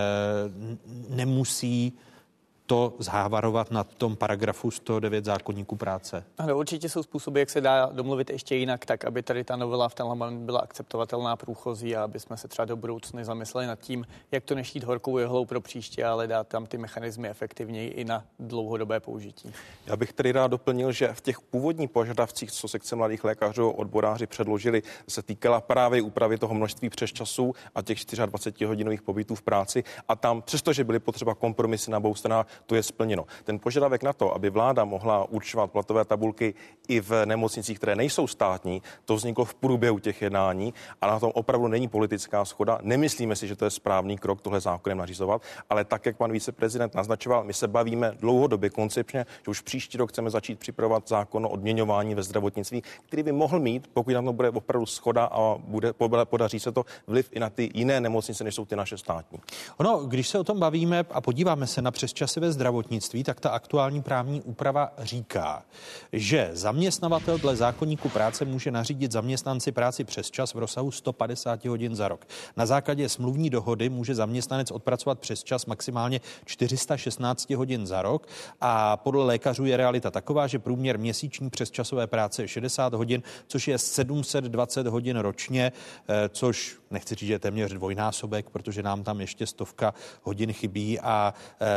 nemusí to zhávarovat na tom paragrafu 109 zákoníku práce. Ano, určitě jsou způsoby, jak se dá domluvit ještě jinak, tak aby tady ta novela v tenhle moment byla akceptovatelná, průchozí a aby jsme se třeba do budoucna zamysleli nad tím, jak to nešít horkou jehlou pro příště, ale dát tam ty mechanismy efektivněji i na dlouhodobé použití. Já bych tedy rád doplnil, že v těch původních požadavcích, co sekce mladých lékařů odboráři předložili, se týkala právě úpravy toho množství přesčasů a těch 24-hodinových pobytů v práci a tam, přestože byly potřeba kompromisy na obou stranách, to je splněno. Ten požadavek na to, aby vláda mohla určovat platové tabulky i v nemocnicích, které nejsou státní, to vzniklo v průběhu těch jednání a na tom opravdu není politická shoda. Nemyslíme si, že to je správný krok tohle zákonem nařizovat, ale tak, jak pan viceprezident naznačoval, my se bavíme dlouhodobě koncepčně, že už příští rok chceme začít připravovat zákon o odměňování ve zdravotnictví, který by mohl mít, pokud tam to bude opravdu shoda a podaří se to, vliv i na ty jiné nemocnice, než jsou ty naše státní. Ono, když se o tom bavíme a podíváme se na přesčasy ve zdravotnictví, tak ta aktuální právní úprava říká, že zaměstnavatel dle zákoníku práce může nařídit zaměstnanci práci přesčas v rozsahu 150 hodin za rok. Na základě smluvní dohody může zaměstnanec odpracovat přesčas maximálně 416 hodin za rok a podle lékařů je realita taková, že průměr měsíční přesčasové práce je 60 hodin, což je 720 hodin ročně, což nechci říct, že je téměř dvojnásobek, protože nám tam ještě 100 hodin chybí a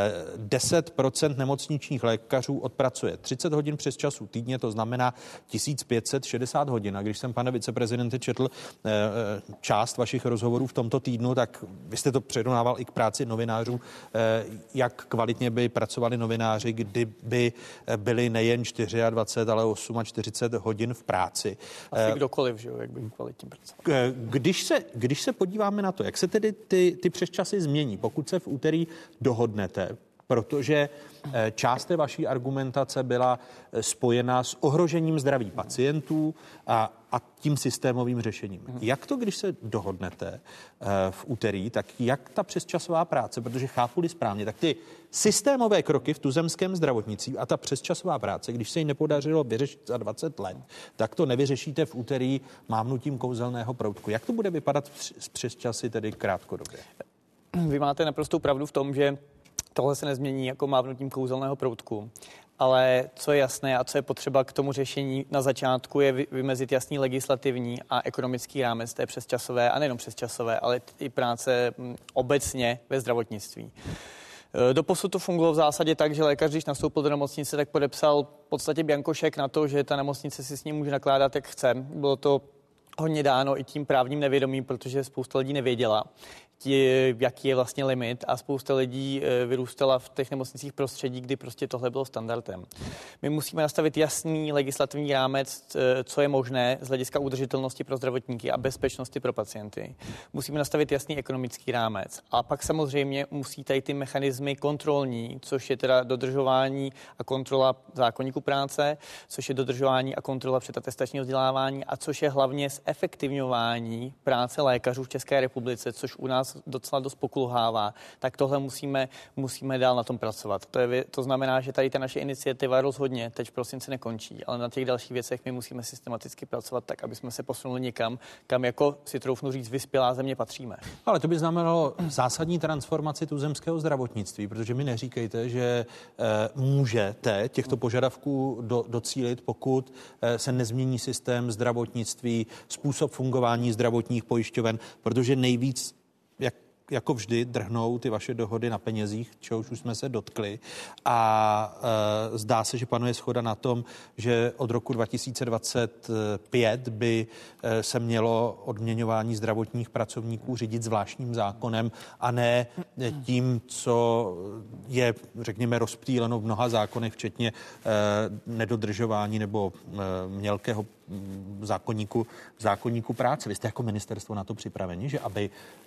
10% nemocničních lékařů odpracuje 30 hodin přes časů týdně, to znamená 1560 hodin. A když jsem, pane viceprezidente, četl část vašich rozhovorů v tomto týdnu, tak vy jste to přirovnával i k práci novinářů, jak kvalitně by pracovali novináři, kdyby byli nejen 24, ale 48 hodin v práci. Asi kdokoliv, že jo, jak by kvalitně pracoval. Když se podíváme na to, jak se tedy ty přesčasy změní, pokud se v úterý dohodnete, protože část té vaší argumentace byla spojena s ohrožením zdraví pacientů a tím systémovým řešením. Jak to, když se dohodnete v úterý, tak jak ta přesčasová práce, protože chápu-li správně, tak ty systémové kroky v tuzemském zdravotnictví a ta přesčasová práce, když se jí nepodařilo vyřešit za 20 let, tak to nevyřešíte v úterý mávnutím kouzelného proutku. Jak to bude vypadat s přesčasy tedy krátkodobě? Vy máte naprostou pravdu v tom, že tohle se nezmění jako mávnutím kouzelného proutku. Ale co je jasné a co je potřeba k tomu řešení na začátku, je vymezit jasný legislativní a ekonomický rámec té přesčasové, a nejenom přesčasové, ale i práce obecně ve zdravotnictví. Doposud to fungovalo v zásadě tak, že lékař, když nastoupil do nemocnice, tak podepsal v podstatě bianko šek na to, že ta nemocnice si s ním může nakládat, jak chce. Bylo to hodně dáno i tím právním nevědomím, protože spousta lidí nevěděla, jaký je vlastně limit a spousta lidí vyrůstala v těch nemocnicích prostředí, kdy prostě tohle bylo standardem. My musíme nastavit jasný legislativní rámec, co je možné z hlediska udržitelnosti pro zdravotníky a bezpečnosti pro pacienty. Musíme nastavit jasný ekonomický rámec. A pak samozřejmě musí tady ty mechanismy kontrolní, což je teda dodržování a kontrola zákoníku práce, což je dodržování a kontrola předatestačního vzdělávání a což je hlavně zefektivňování práce lékařů v České republice, což u nás docela dost pokulhává, tak tohle musíme dál na tom pracovat. To znamená, že tady ta naše iniciativa rozhodně teď v prosinci nekončí, ale na těch dalších věcech my musíme systematicky pracovat tak, aby jsme se posunuli někam, kam jako si troufnu říct vyspělá země patříme. Ale to by znamenalo zásadní transformaci tuzemského zdravotnictví, protože mi neříkejte, že můžete těchto požadavků docílit, pokud se nezmění systém zdravotnictví, způsob fungování zdravotních pojišťoven, protože nejvíc jako vždy drhnou ty vaše dohody na penězích, čehož už jsme se dotkli. A zdá se, že panuje shoda na tom, že od roku 2025 by se mělo odměňování zdravotních pracovníků řídit zvláštním zákonem a ne tím, co je, řekněme, rozptýleno v mnoha zákonech, včetně nedodržování nebo mělkého zákoníku práce. Vy jste jako ministerstvo na to připraveni, že aby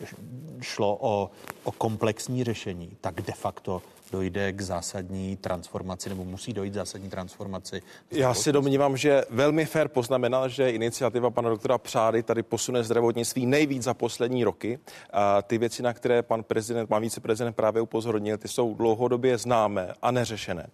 šlo o komplexní řešení, tak de facto dojde k zásadní transformaci, nebo musí dojít zásadní transformaci? Já si domnívám, že velmi fér poznamenal, že iniciativa pana doktora Přády tady posune zdravotnictví nejvíc za poslední roky. A ty věci, na které pan viceprezident právě upozornil, ty jsou dlouhodobě známé a neřešené.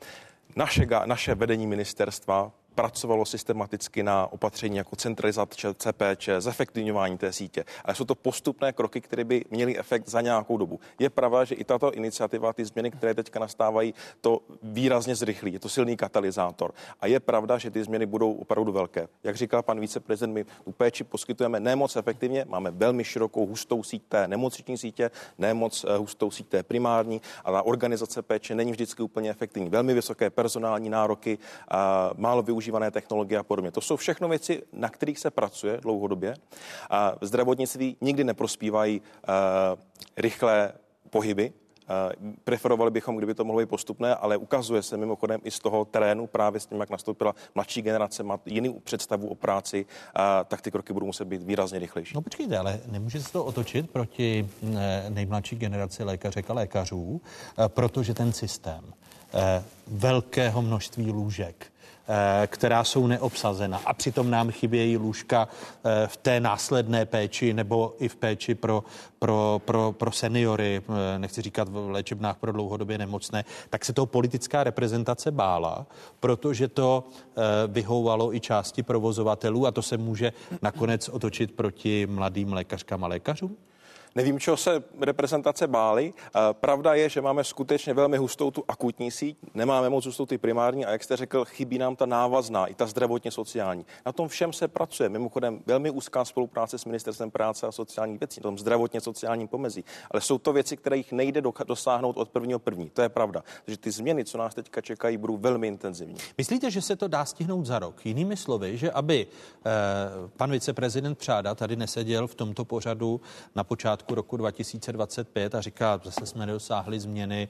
Naše vedení ministerstva pracovalo systematicky na opatření jako centralizace CPČ, zefektivňování té sítě. Ale jsou to postupné kroky, které by měly efekt za nějakou dobu. Je pravda, že i tato iniciativa, ty změny, které teďka nastávají, to výrazně zrychlí. Je to silný katalyzátor. A je pravda, že ty změny budou opravdu velké. Jak říkal pan viceprezident, my tu péči poskytujeme nemoc efektivně, máme velmi širokou hustou síť té nemocniční sítě, nemoc hustou síť té primární, ale organizace péče není vždycky úplně efektivní. Velmi vysoké personální nároky, málo využívané technologie a podobně. To jsou všechno věci, na kterých se pracuje dlouhodobě. A v zdravotnictví nikdy neprospívají rychlé pohyby. Preferovali bychom, kdyby to mohlo být postupné, ale ukazuje se mimochodem i z toho terénu, právě s tím, jak nastoupila mladší generace, má jinou představu o práci, tak ty kroky budou muset být výrazně rychlejší. No počkejte, ale nemůže se to otočit proti nejmladší generaci lékařek a lékařů, protože ten systém velkého množství lůžek, která jsou neobsazena a přitom nám chybějí lůžka v té následné péči nebo i v péči pro seniory, nechci říkat v léčebnách pro dlouhodobě nemocné, tak se toho politická reprezentace bála, protože to vyhouvalo i části provozovatelů a to se může nakonec otočit proti mladým lékařkám a lékařům? Nevím, čeho se reprezentace bály. Pravda je, že máme skutečně velmi hustou tu akutní síť, nemáme moc hustou ty primární a jak jste řekl, chybí nám ta návazná, i ta zdravotně sociální. Na tom všem se pracuje. Mimochodem velmi úzká spolupráce s Ministerstvem práce a sociálních věcí, na tom zdravotně sociálním pomezí. Ale jsou to věci, které jich nejde dosáhnout od 1.1. To je pravda. Takže ty změny, co nás teďka čekají, budou velmi intenzivní. Myslíte, že se to dá stihnout za rok? Jinými slovy, že aby pan viceprezident Přáda tady neseděl v tomto pořadu na počátku roku 2025 a říká, zase jsme nedosáhli změny,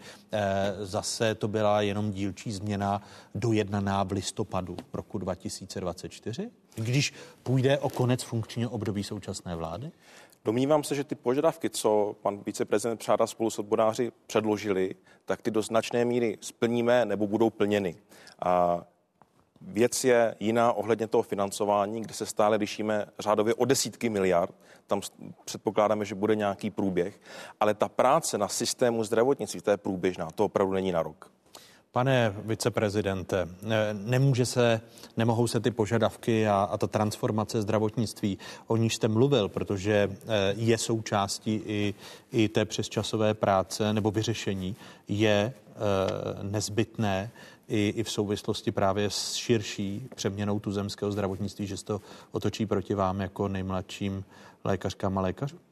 zase to byla jenom dílčí změna dojednaná v listopadu roku 2024, když půjde o konec funkčního období současné vlády? Domnívám se, že ty požadavky, co pan viceprezident Přáda spolu s odboráři předložili, tak ty do značné míry splníme nebo budou plněny. A věc je jiná ohledně toho financování, kde se stále lišíme řádově o desítky miliard. Tam předpokládáme, že bude nějaký průběh. Ale ta práce na systému zdravotnictví, to je průběžná, to opravdu není na rok. Pane viceprezidente, nemohou se ty požadavky a ta transformace zdravotnictví, o níž jste mluvil, protože je součástí i té přesčasové práce nebo vyřešení, je nezbytné i v souvislosti právě s širší přeměnou tuzemského zdravotnictví, že se to otočí proti vám jako nejmladším lékařkám a lékařům?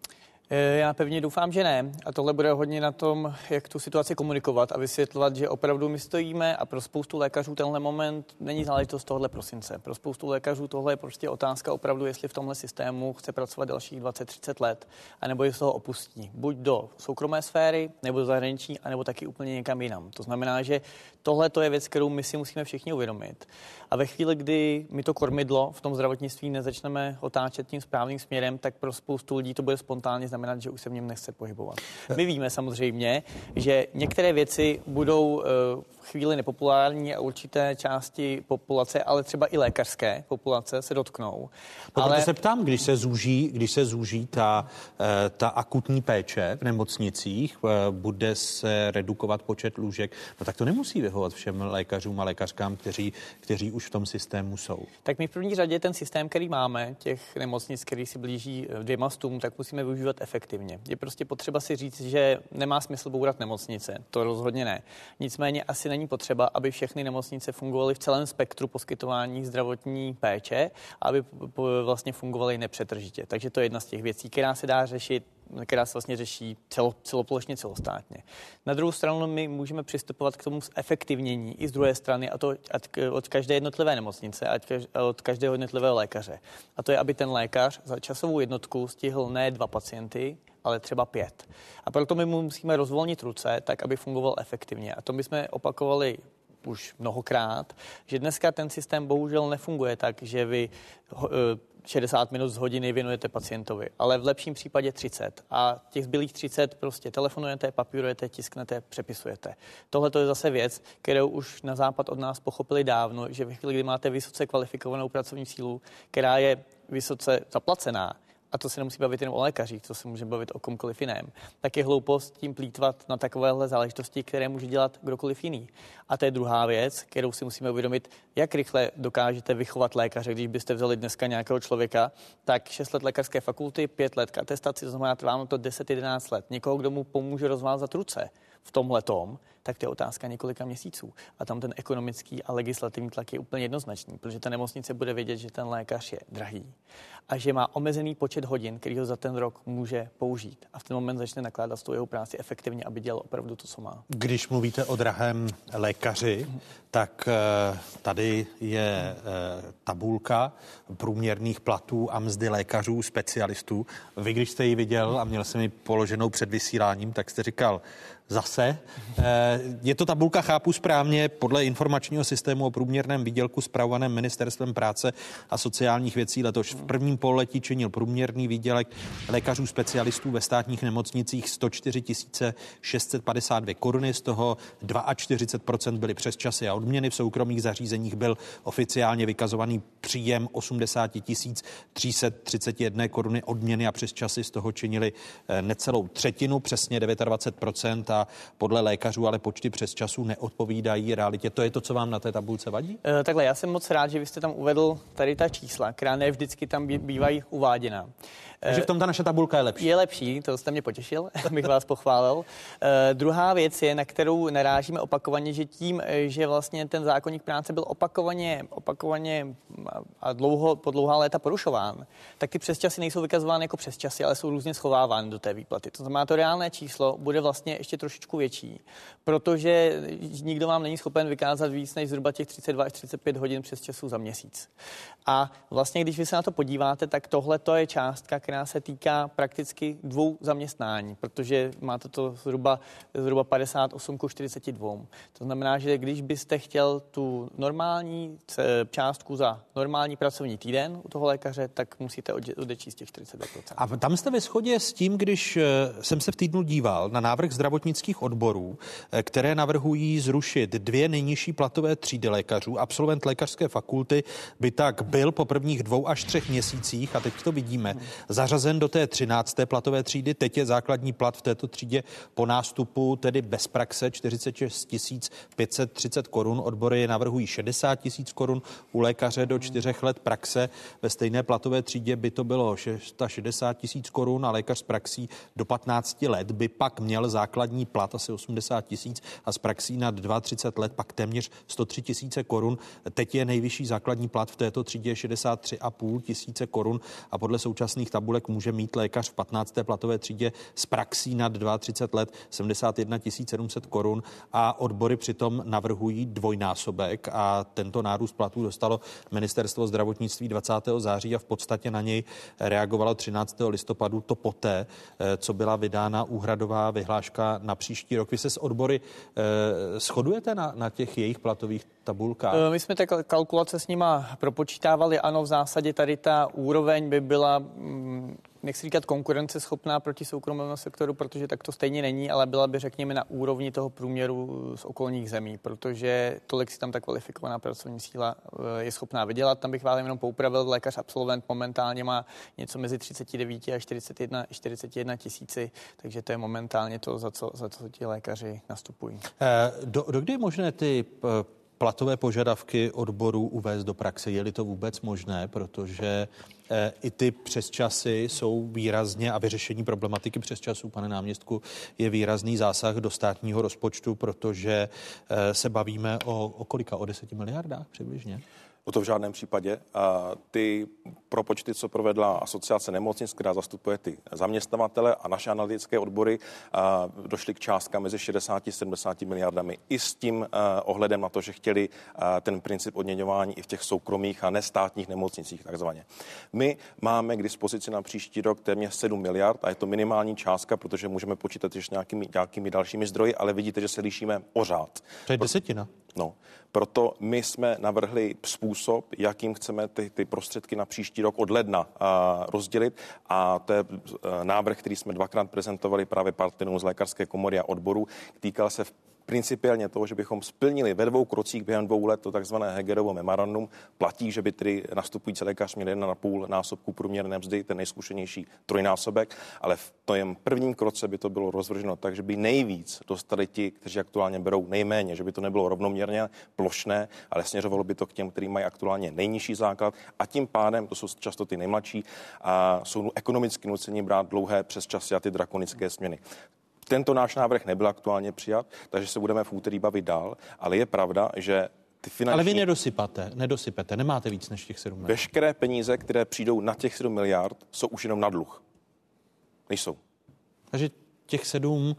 Já pevně doufám, že ne. A tohle bude hodně na tom, jak tu situaci komunikovat a vysvětlovat, že opravdu my stojíme a pro spoustu lékařů tenhle moment není záležitost tohle prosince. Pro spoustu lékařů tohle je prostě otázka opravdu, jestli v tomhle systému chce pracovat dalších 20-30 let, anebo jestli ho opustí. Buď do soukromé sféry, nebo do zahraničí, anebo taky úplně někam jinam. To znamená, že tohle to je věc, kterou my si musíme všichni uvědomit. A ve chvíli, kdy my to kormidlo v tom zdravotnictví nezačneme otáčet tím správným směrem, tak pro spoustu lidí to bude spontánně znamenat, že už se v něm nechce pohybovat. My víme samozřejmě, že některé věci budou v chvíli nepopulární a určité části populace, ale třeba i lékařské populace se dotknou. No, ale se ptám, když se zúží ta akutní péče v nemocnicích, bude se redukovat počet lůžek, no tak to nemusí vyhovovat všem lékařům a lékařkám, kteří už v tom systému jsou. Tak my v první řadě ten systém, který máme, těch nemocnic, který si blíží 200, tak musíme využívat efektivně. Je prostě potřeba si říct, že nemá smysl bourat nemocnice, to rozhodně ne. Nicméně asi není potřeba, aby všechny nemocnice fungovaly v celém spektru poskytování zdravotní péče, aby vlastně fungovaly nepřetržitě. Takže to je jedna z těch věcí, která se dá řešit, která se vlastně řeší celoplošně, celostátně. Na druhou stranu my můžeme přistupovat k tomu zefektivnění i z druhé strany, a to od každé jednotlivé nemocnice a od každého jednotlivého lékaře. A to je, aby ten lékař za časovou jednotku stihl ne 2 pacienty, ale třeba 5. A proto my musíme rozvolnit ruce tak, aby fungoval efektivně. A to my jsme opakovali už mnohokrát, že dneska ten systém bohužel nefunguje tak, že vy 60 minut z hodiny věnujete pacientovi, ale v lepším případě 30. A těch zbylých 30 prostě telefonujete, papírujete, tisknete, přepisujete. Tohle to je zase věc, kterou už na západ od nás pochopili dávno, že ve chvíli, kdy máte vysoce kvalifikovanou pracovní sílu, která je vysoce zaplacená, a to se nemusí bavit jenom o lékařích, to se může bavit o komkoliv jiném, tak je hloupost tím plýtvat na takovéhle záležitosti, které může dělat kdokoliv jiný. A to je druhá věc, kterou si musíme uvědomit, jak rychle dokážete vychovat lékaře. Když byste vzali dneska nějakého člověka, tak 6 let lékařské fakulty, 5 let k atestaci, to znamená, trvá to 10-11 let. Někoho, kdo mu pomůže rozvázat ruce v tomhletom, tak to je otázka několika měsíců. A tam ten ekonomický a legislativní tlak je úplně jednoznačný, protože ta nemocnice bude vědět, že ten lékař je drahý a že má omezený počet hodin, který ho za ten rok může použít. A v ten moment začne nakládat s tou jeho práci efektivně, aby dělal opravdu to, co má. Když mluvíte o drahém lékaři, tak tady je tabulka průměrných platů a mzdy lékařů, specialistů. Vy, když jste ji viděl a měl jsem ji položenou před vysíláním, tak jste říkal, zase. Je to tabulka, chápu správně, podle informačního systému o průměrném výdělku spravovaném Ministerstvem práce a sociálních věcí letos v prvním pololetí činil průměrný výdělek lékařů specialistů ve státních nemocnicích 104 652 koruny, z toho 42% byly přesčasy a odměny. V soukromých zařízeních byl oficiálně vykazovaný příjem 80 331 koruny odměny a přesčasy z toho činili necelou třetinu, přesně 29%, a podle lékařů ale počty přesčasů neodpovídají realitě. To je to, co vám na té tabulce vadí? Takhle, já jsem moc rád, že vy jste tam uvedl tady ta čísla, která ne vždycky tam bývají uváděna. Takže v tom ta naše tabulka je lepší. Je lepší, to jste mě potěšil, bych vás pochválil. Druhá věc je, na kterou narážíme opakovaně, že tím, že vlastně ten zákoník práce byl opakovaně a po dlouhá léta porušován, tak ty přesčasy nejsou vykazovány jako přesčasy, ale jsou různě schovávány do té výplaty. To znamená, to reálné číslo bude vlastně ještě trošičku větší, protože nikdo vám není schopen vykázat víc než zhruba těch 32 až 35 hodin přesčasů za měsíc. A vlastně, když vy se na to podíváte, tak tohle to je částka, která se týká prakticky 2 zaměstnání, protože máte to zhruba 58 ku 42. To znamená, že když byste chtěl tu normální částku za normální pracovní týden u toho lékaře, tak musíte odečíst těch 42%. A tam jste ve shodě s tím, když jsem se v týdnu díval na návrh zdravotnických odborů, které navrhují zrušit 2 nejnižší platové třídy lékařů. Absolvent lékařské fakulty by tak byl po prvních 2 až 3 měsících, a teď to vidíme, zařazen do té 13. platové třídy. Teď je základní plat v této třídě po nástupu, tedy bez praxe, 46 530 korun. Odbory navrhují 60 000 korun, u lékaře do 4 let praxe. Ve stejné platové třídě by to bylo 660 000 korun a lékař s praxí do 15 let by pak měl základní plat asi 80 000 tisíc a s praxí nad 32 let pak téměř 103 000 korun. Teď je nejvyšší základní plat v této třídě 63,5 tisíce korun a podle současných tabulek může mít lékař v 15. platové třídě s praxí nad 32 let 71 700 korun a odbory přitom navrhují dvojnásobek a tento nárůst platů dostalo Ministerstvo zdravotnictví 20. září a v podstatě na něj reagovalo 13. listopadu, to poté, co byla vydána úhradová vyhláška na příští rok. Vy se s odbory shodujete na těch jejich platových tabulkách? My jsme tak kalkulace s nima propočítávali. Ano, v zásadě tady ta úroveň by byla, nechci říkat konkurenceschopná proti soukromému sektoru, protože tak to stejně není, ale byla by, řekněme, na úrovni toho průměru z okolních zemí, protože tolik si tam ta kvalifikovaná pracovní síla je schopná vydělat. Tam bych vás jenom poupravil, lékař absolvent momentálně má něco mezi 39 a 41 tisíci, takže to je momentálně to, za co ti lékaři nastupují. Dokdy je možné ty platové požadavky odborů uvést do praxe? Je-li to vůbec možné, protože i ty přesčasy jsou výrazně a vyřešení problematiky přesčasů, pane náměstku, je výrazný zásah do státního rozpočtu, protože se bavíme o kolika? O 10 miliardách přibližně? No to v žádném případě. Ty propočty, co provedla Asociace nemocnic, která zastupuje ty zaměstnavatele a naše analytické odbory, došly k částkám mezi 60 a 70 miliardami. I s tím ohledem na to, že chtěli ten princip odměňování i v těch soukromých a nestátních nemocnicích takzvaně. My máme k dispozici na příští rok téměř 7 miliard a je to minimální částka, protože můžeme počítat ještě nějakými dalšími zdroji, ale vidíte, že se lišíme o řád. To je desetina. No, proto my jsme navrhli způsob, jakým chceme ty prostředky na příští rok od ledna rozdělit a to je návrh, který jsme dvakrát prezentovali právě partnerům z lékařské komory a odboru. Týkal se principiálně toho, že bychom splnili ve 2 krocích během 2 let to takzvané Hegerovo memorandum. Platí, že by tedy nastupující lékař měl 1,5 násobku průměrné mzdy, ten nejzkušenější 3násobek, ale v tom prvním kroce by to bylo rozvrženo tak, že by nejvíc dostali ti, kteří aktuálně berou nejméně, že by to nebylo rovnoměrně plošné, ale směřovalo by to k těm, kteří mají aktuálně nejnižší základ a tím pádem, to jsou často ty nejmladší, a jsou ekonomicky nuceni brát dlouhé přesčasy a ty drakonické směny. Tento náš návrh nebyl aktuálně přijat, takže se budeme v úterý bavit dál, ale je pravda, že ty finanční... Ale vy nedosypete, nemáte víc než těch 7 miliard. Veškeré peníze, které přijdou na těch 7 miliard, jsou už jenom na dluh. Nejsou. Takže těch 7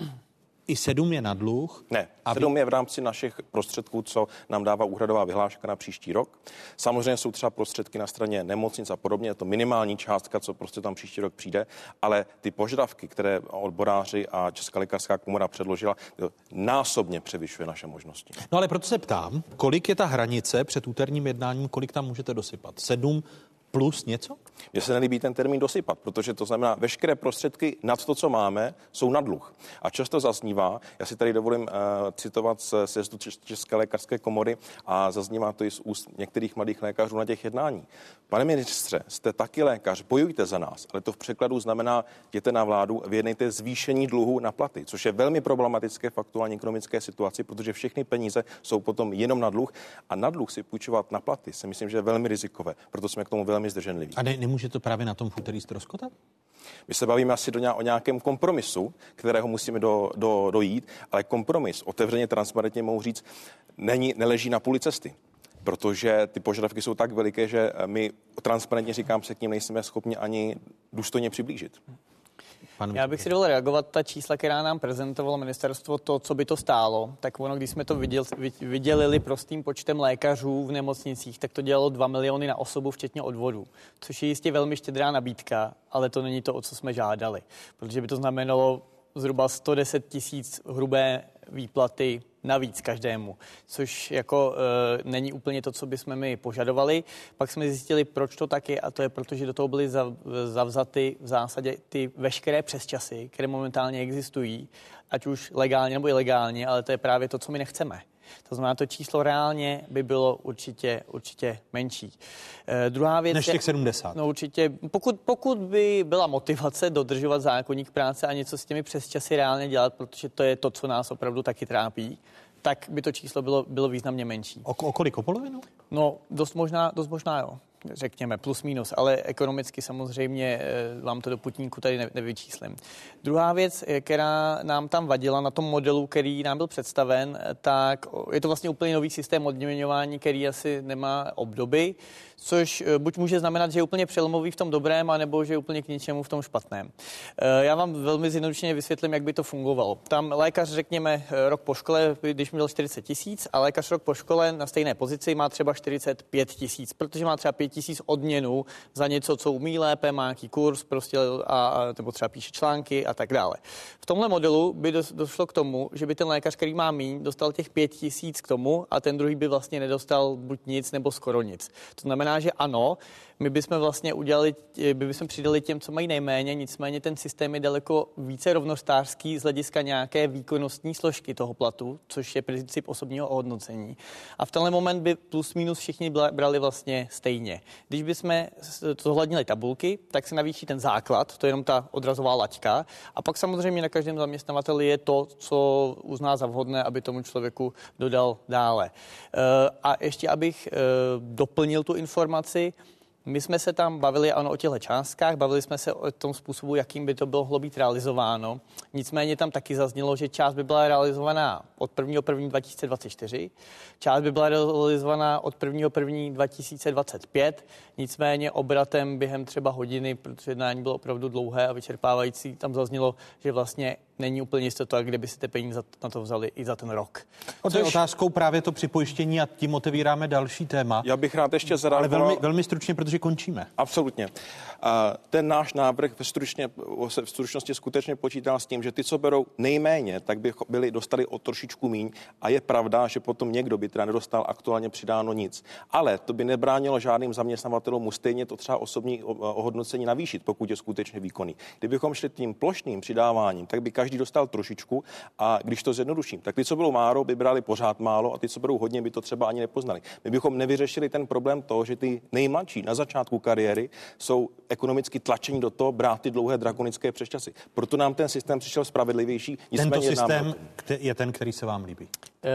je na dluh? Ne, 7 je v rámci našich prostředků, co nám dává úhradová vyhláška na příští rok. Samozřejmě jsou třeba prostředky na straně nemocnic a podobně, je to minimální částka, co prostě tam příští rok přijde, ale ty požadavky, které odboráři a Česká lékařská komora předložila, násobně převyšuje naše možnosti. No ale proto se ptám, kolik je ta hranice před úterním jednáním, kolik tam můžete dosypat? 7 plus něco? Mně se nelíbí ten termín dosypat, protože to znamená, veškeré prostředky nad to, co máme, jsou na dluh. A často zaznívá, já si tady dovolím citovat z sjezdu České lékařské komory a zaznívá to i z úst některých mladých lékařů na těch jednání. Pane ministře, jste taky lékař, bojujte za nás, ale to v překladu znamená, jděte na vládu, vyjednejte zvýšení dluhu na platy, což je velmi problematické v aktuální ekonomické situaci, protože všechny peníze jsou potom jenom na dluh a na dluh si půjčovat na platy si myslím, že je velmi rizikové, proto jsme k tomu velmi zdrženliví. A nemůže to právě na tom v úterý ztroskotat? My se bavíme asi o nějakém kompromisu, kterého musíme dojít, ale kompromis, otevřeně, transparentně mohu říct, neleží na půli cesty. Protože ty požadavky jsou tak veliké, že my transparentně říkám, se k ním nejsme schopni ani důstojně přiblížit. Já bych si dovolil reagovat, ta čísla, která nám prezentovalo ministerstvo, to, co by to stálo, tak ono, když jsme to vydělili prostým počtem lékařů v nemocnicích, tak to dělalo 2 miliony na osobu, včetně odvodů, což je jistě velmi štědrá nabídka, ale to není to, o co jsme žádali, protože by to znamenalo zhruba 110 000 hrubé výplaty navíc každému, což jako není úplně to, co bychom my požadovali. Pak jsme zjistili, proč to tak je, a to je proto, že do toho byly zavzaty v zásadě ty veškeré přesčasy, které momentálně existují, ať už legálně nebo ilegálně, ale to je právě to, co my nechceme. To znamená, to číslo reálně by bylo určitě menší. Druhá věc než těch 70. No určitě, pokud by byla motivace dodržovat zákoník práce a něco s těmi přesčasy reálně dělat, protože to je to, co nás opravdu taky trápí, tak by to číslo bylo významně menší. O kolik? O polovinu? No, dost možná, jo. řekněme, plus minus, ale ekonomicky samozřejmě vám to do putníku tady nevyčíslím. Druhá věc, která nám tam vadila na tom modelu, který nám byl představen, tak je to vlastně úplně nový systém odměňování, který asi nemá obdoby, což buď může znamenat, že je úplně přelomový v tom dobrém, anebo že je úplně k ničemu v tom špatném. Já vám velmi zjednodušeně vysvětlím, jak by to fungovalo. Tam lékař, řekněme, rok po škole, když měl 40 000 a lékař rok po škole na stejné pozici má třeba 45 000, protože má třeba 5 000 odměnu za něco, co umí lépe, má nějaký kurz, prostě nebo třeba píše články a tak dále. V tomhle modelu by došlo k tomu, že by ten lékař, který má míň, dostal těch 5 000 k tomu a ten druhý by vlastně nedostal buď nic nebo skoro nic. To znamená, že ano, my bychom vlastně přidali těm, co mají nejméně, nicméně ten systém je daleko více rovnostářský z hlediska nějaké výkonnostní složky toho platu, což je princip osobního ohodnocení. A v tenhle moment by plus minus všichni brali vlastně stejně. Když bychom zohlednili tabulky, tak se navýší ten základ, to je jenom ta odrazová laťka, a pak samozřejmě na každém zaměstnavateli je to, co uzná za vhodné, aby tomu člověku dodal dále. A ještě abych doplnil tu informaci, my jsme se tam bavili o těchto částkách, bavili jsme se o tom způsobu, jakým by to mohlo být realizováno. Nicméně tam taky zaznělo, že část by byla realizovaná od 1.1.2024, část by byla realizovaná od 1.1.2025, nicméně obratem během třeba hodiny, protože jednání bylo opravdu dlouhé a vyčerpávající, tam zaznělo, že vlastně není úplně jistota, kde by si ty peníze na to vzali i za ten rok. To je otázkou právě to připojištění a tím otevíráme další téma. Já bych rád ještě zareagoval. Ale velmi stručně, protože končíme. Absolutně. Ten náš návrh v stručnosti skutečně počítal s tím, že ty, co berou nejméně, tak by dostali o trošičku míň a je pravda, že potom někdo by teda nedostal aktuálně přidáno nic. Ale to by nebránilo žádným zaměstnavatelům mu stejně to třeba osobní ohodnocení navýšit, pokud je skutečně výkonný. Kdybychom šli tím plošným přidáváním, tak by každý dostal trošičku a když to zjednoduším, tak ty, co berou málo, by brali pořád málo a ty, co berou hodně, by to třeba ani nepoznali. My bychom nevyřešili ten problém toho, že ty nejmladší na začátku kariéry jsou ekonomicky tlačení do toho brát ty dlouhé drakonické přesčasy. Proto nám ten systém přišel spravedlivější. Tento systém je ten, který se vám líbí?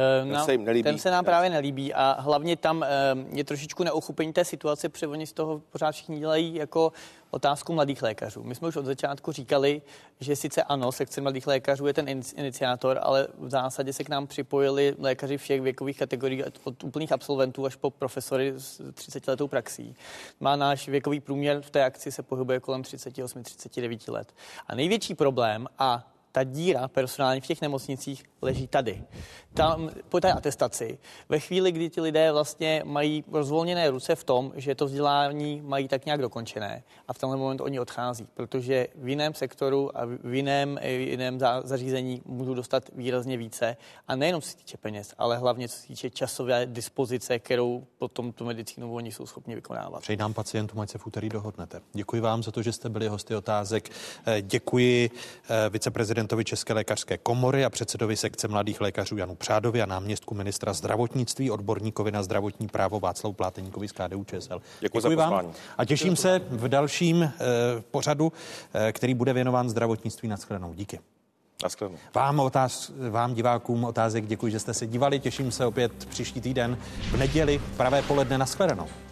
Ten se nám právě nelíbí a hlavně tam je trošičku neuchopení té situace, protože oni z toho pořád všichni dělají jako otázku mladých lékařů. My jsme už od začátku říkali, že sice ano, sekce mladých lékařů je ten iniciátor, ale v zásadě se k nám připojili lékaři všech věkových kategorií, od úplných absolventů až po profesory s 30letou praxí. Má náš věkový průměr v té akci se pohybuje kolem 38-39 let. A největší problém a ta díra personální v těch nemocnicích leží tady. Tam po té atestaci, ve chvíli, kdy ti lidé vlastně mají rozvolněné ruce v tom, že to vzdělání mají tak nějak dokončené a v tenhle moment oni odchází, protože v jiném sektoru a v jiném zařízení můžou dostat výrazně více a nejenom co se týče peněz, ale hlavně co se týče časové dispozice, kterou potom tu medicínu oni jsou schopni vykonávat. Přeji nám pacientům, ať se v úterý dohodnete. Děkuji vám za to, že jste byli hosty otázek. Děkuji viceprezidentovi České lékařské komory a předsedovi sekce mladých lékařů Janu Přádovi a náměstku ministra zdravotnictví, odborníkovi na zdravotní právo Václavu Pláteníkovi z KDU-ČSL. Děkuji vám a těším se v dalším pořadu, který bude věnován zdravotnictví. Nashledanou. Díky. Nashledanou. Vám divákům otázek děkuji, že jste se dívali. Těším se opět příští týden v neděli v pravé poledne. Nashledanou.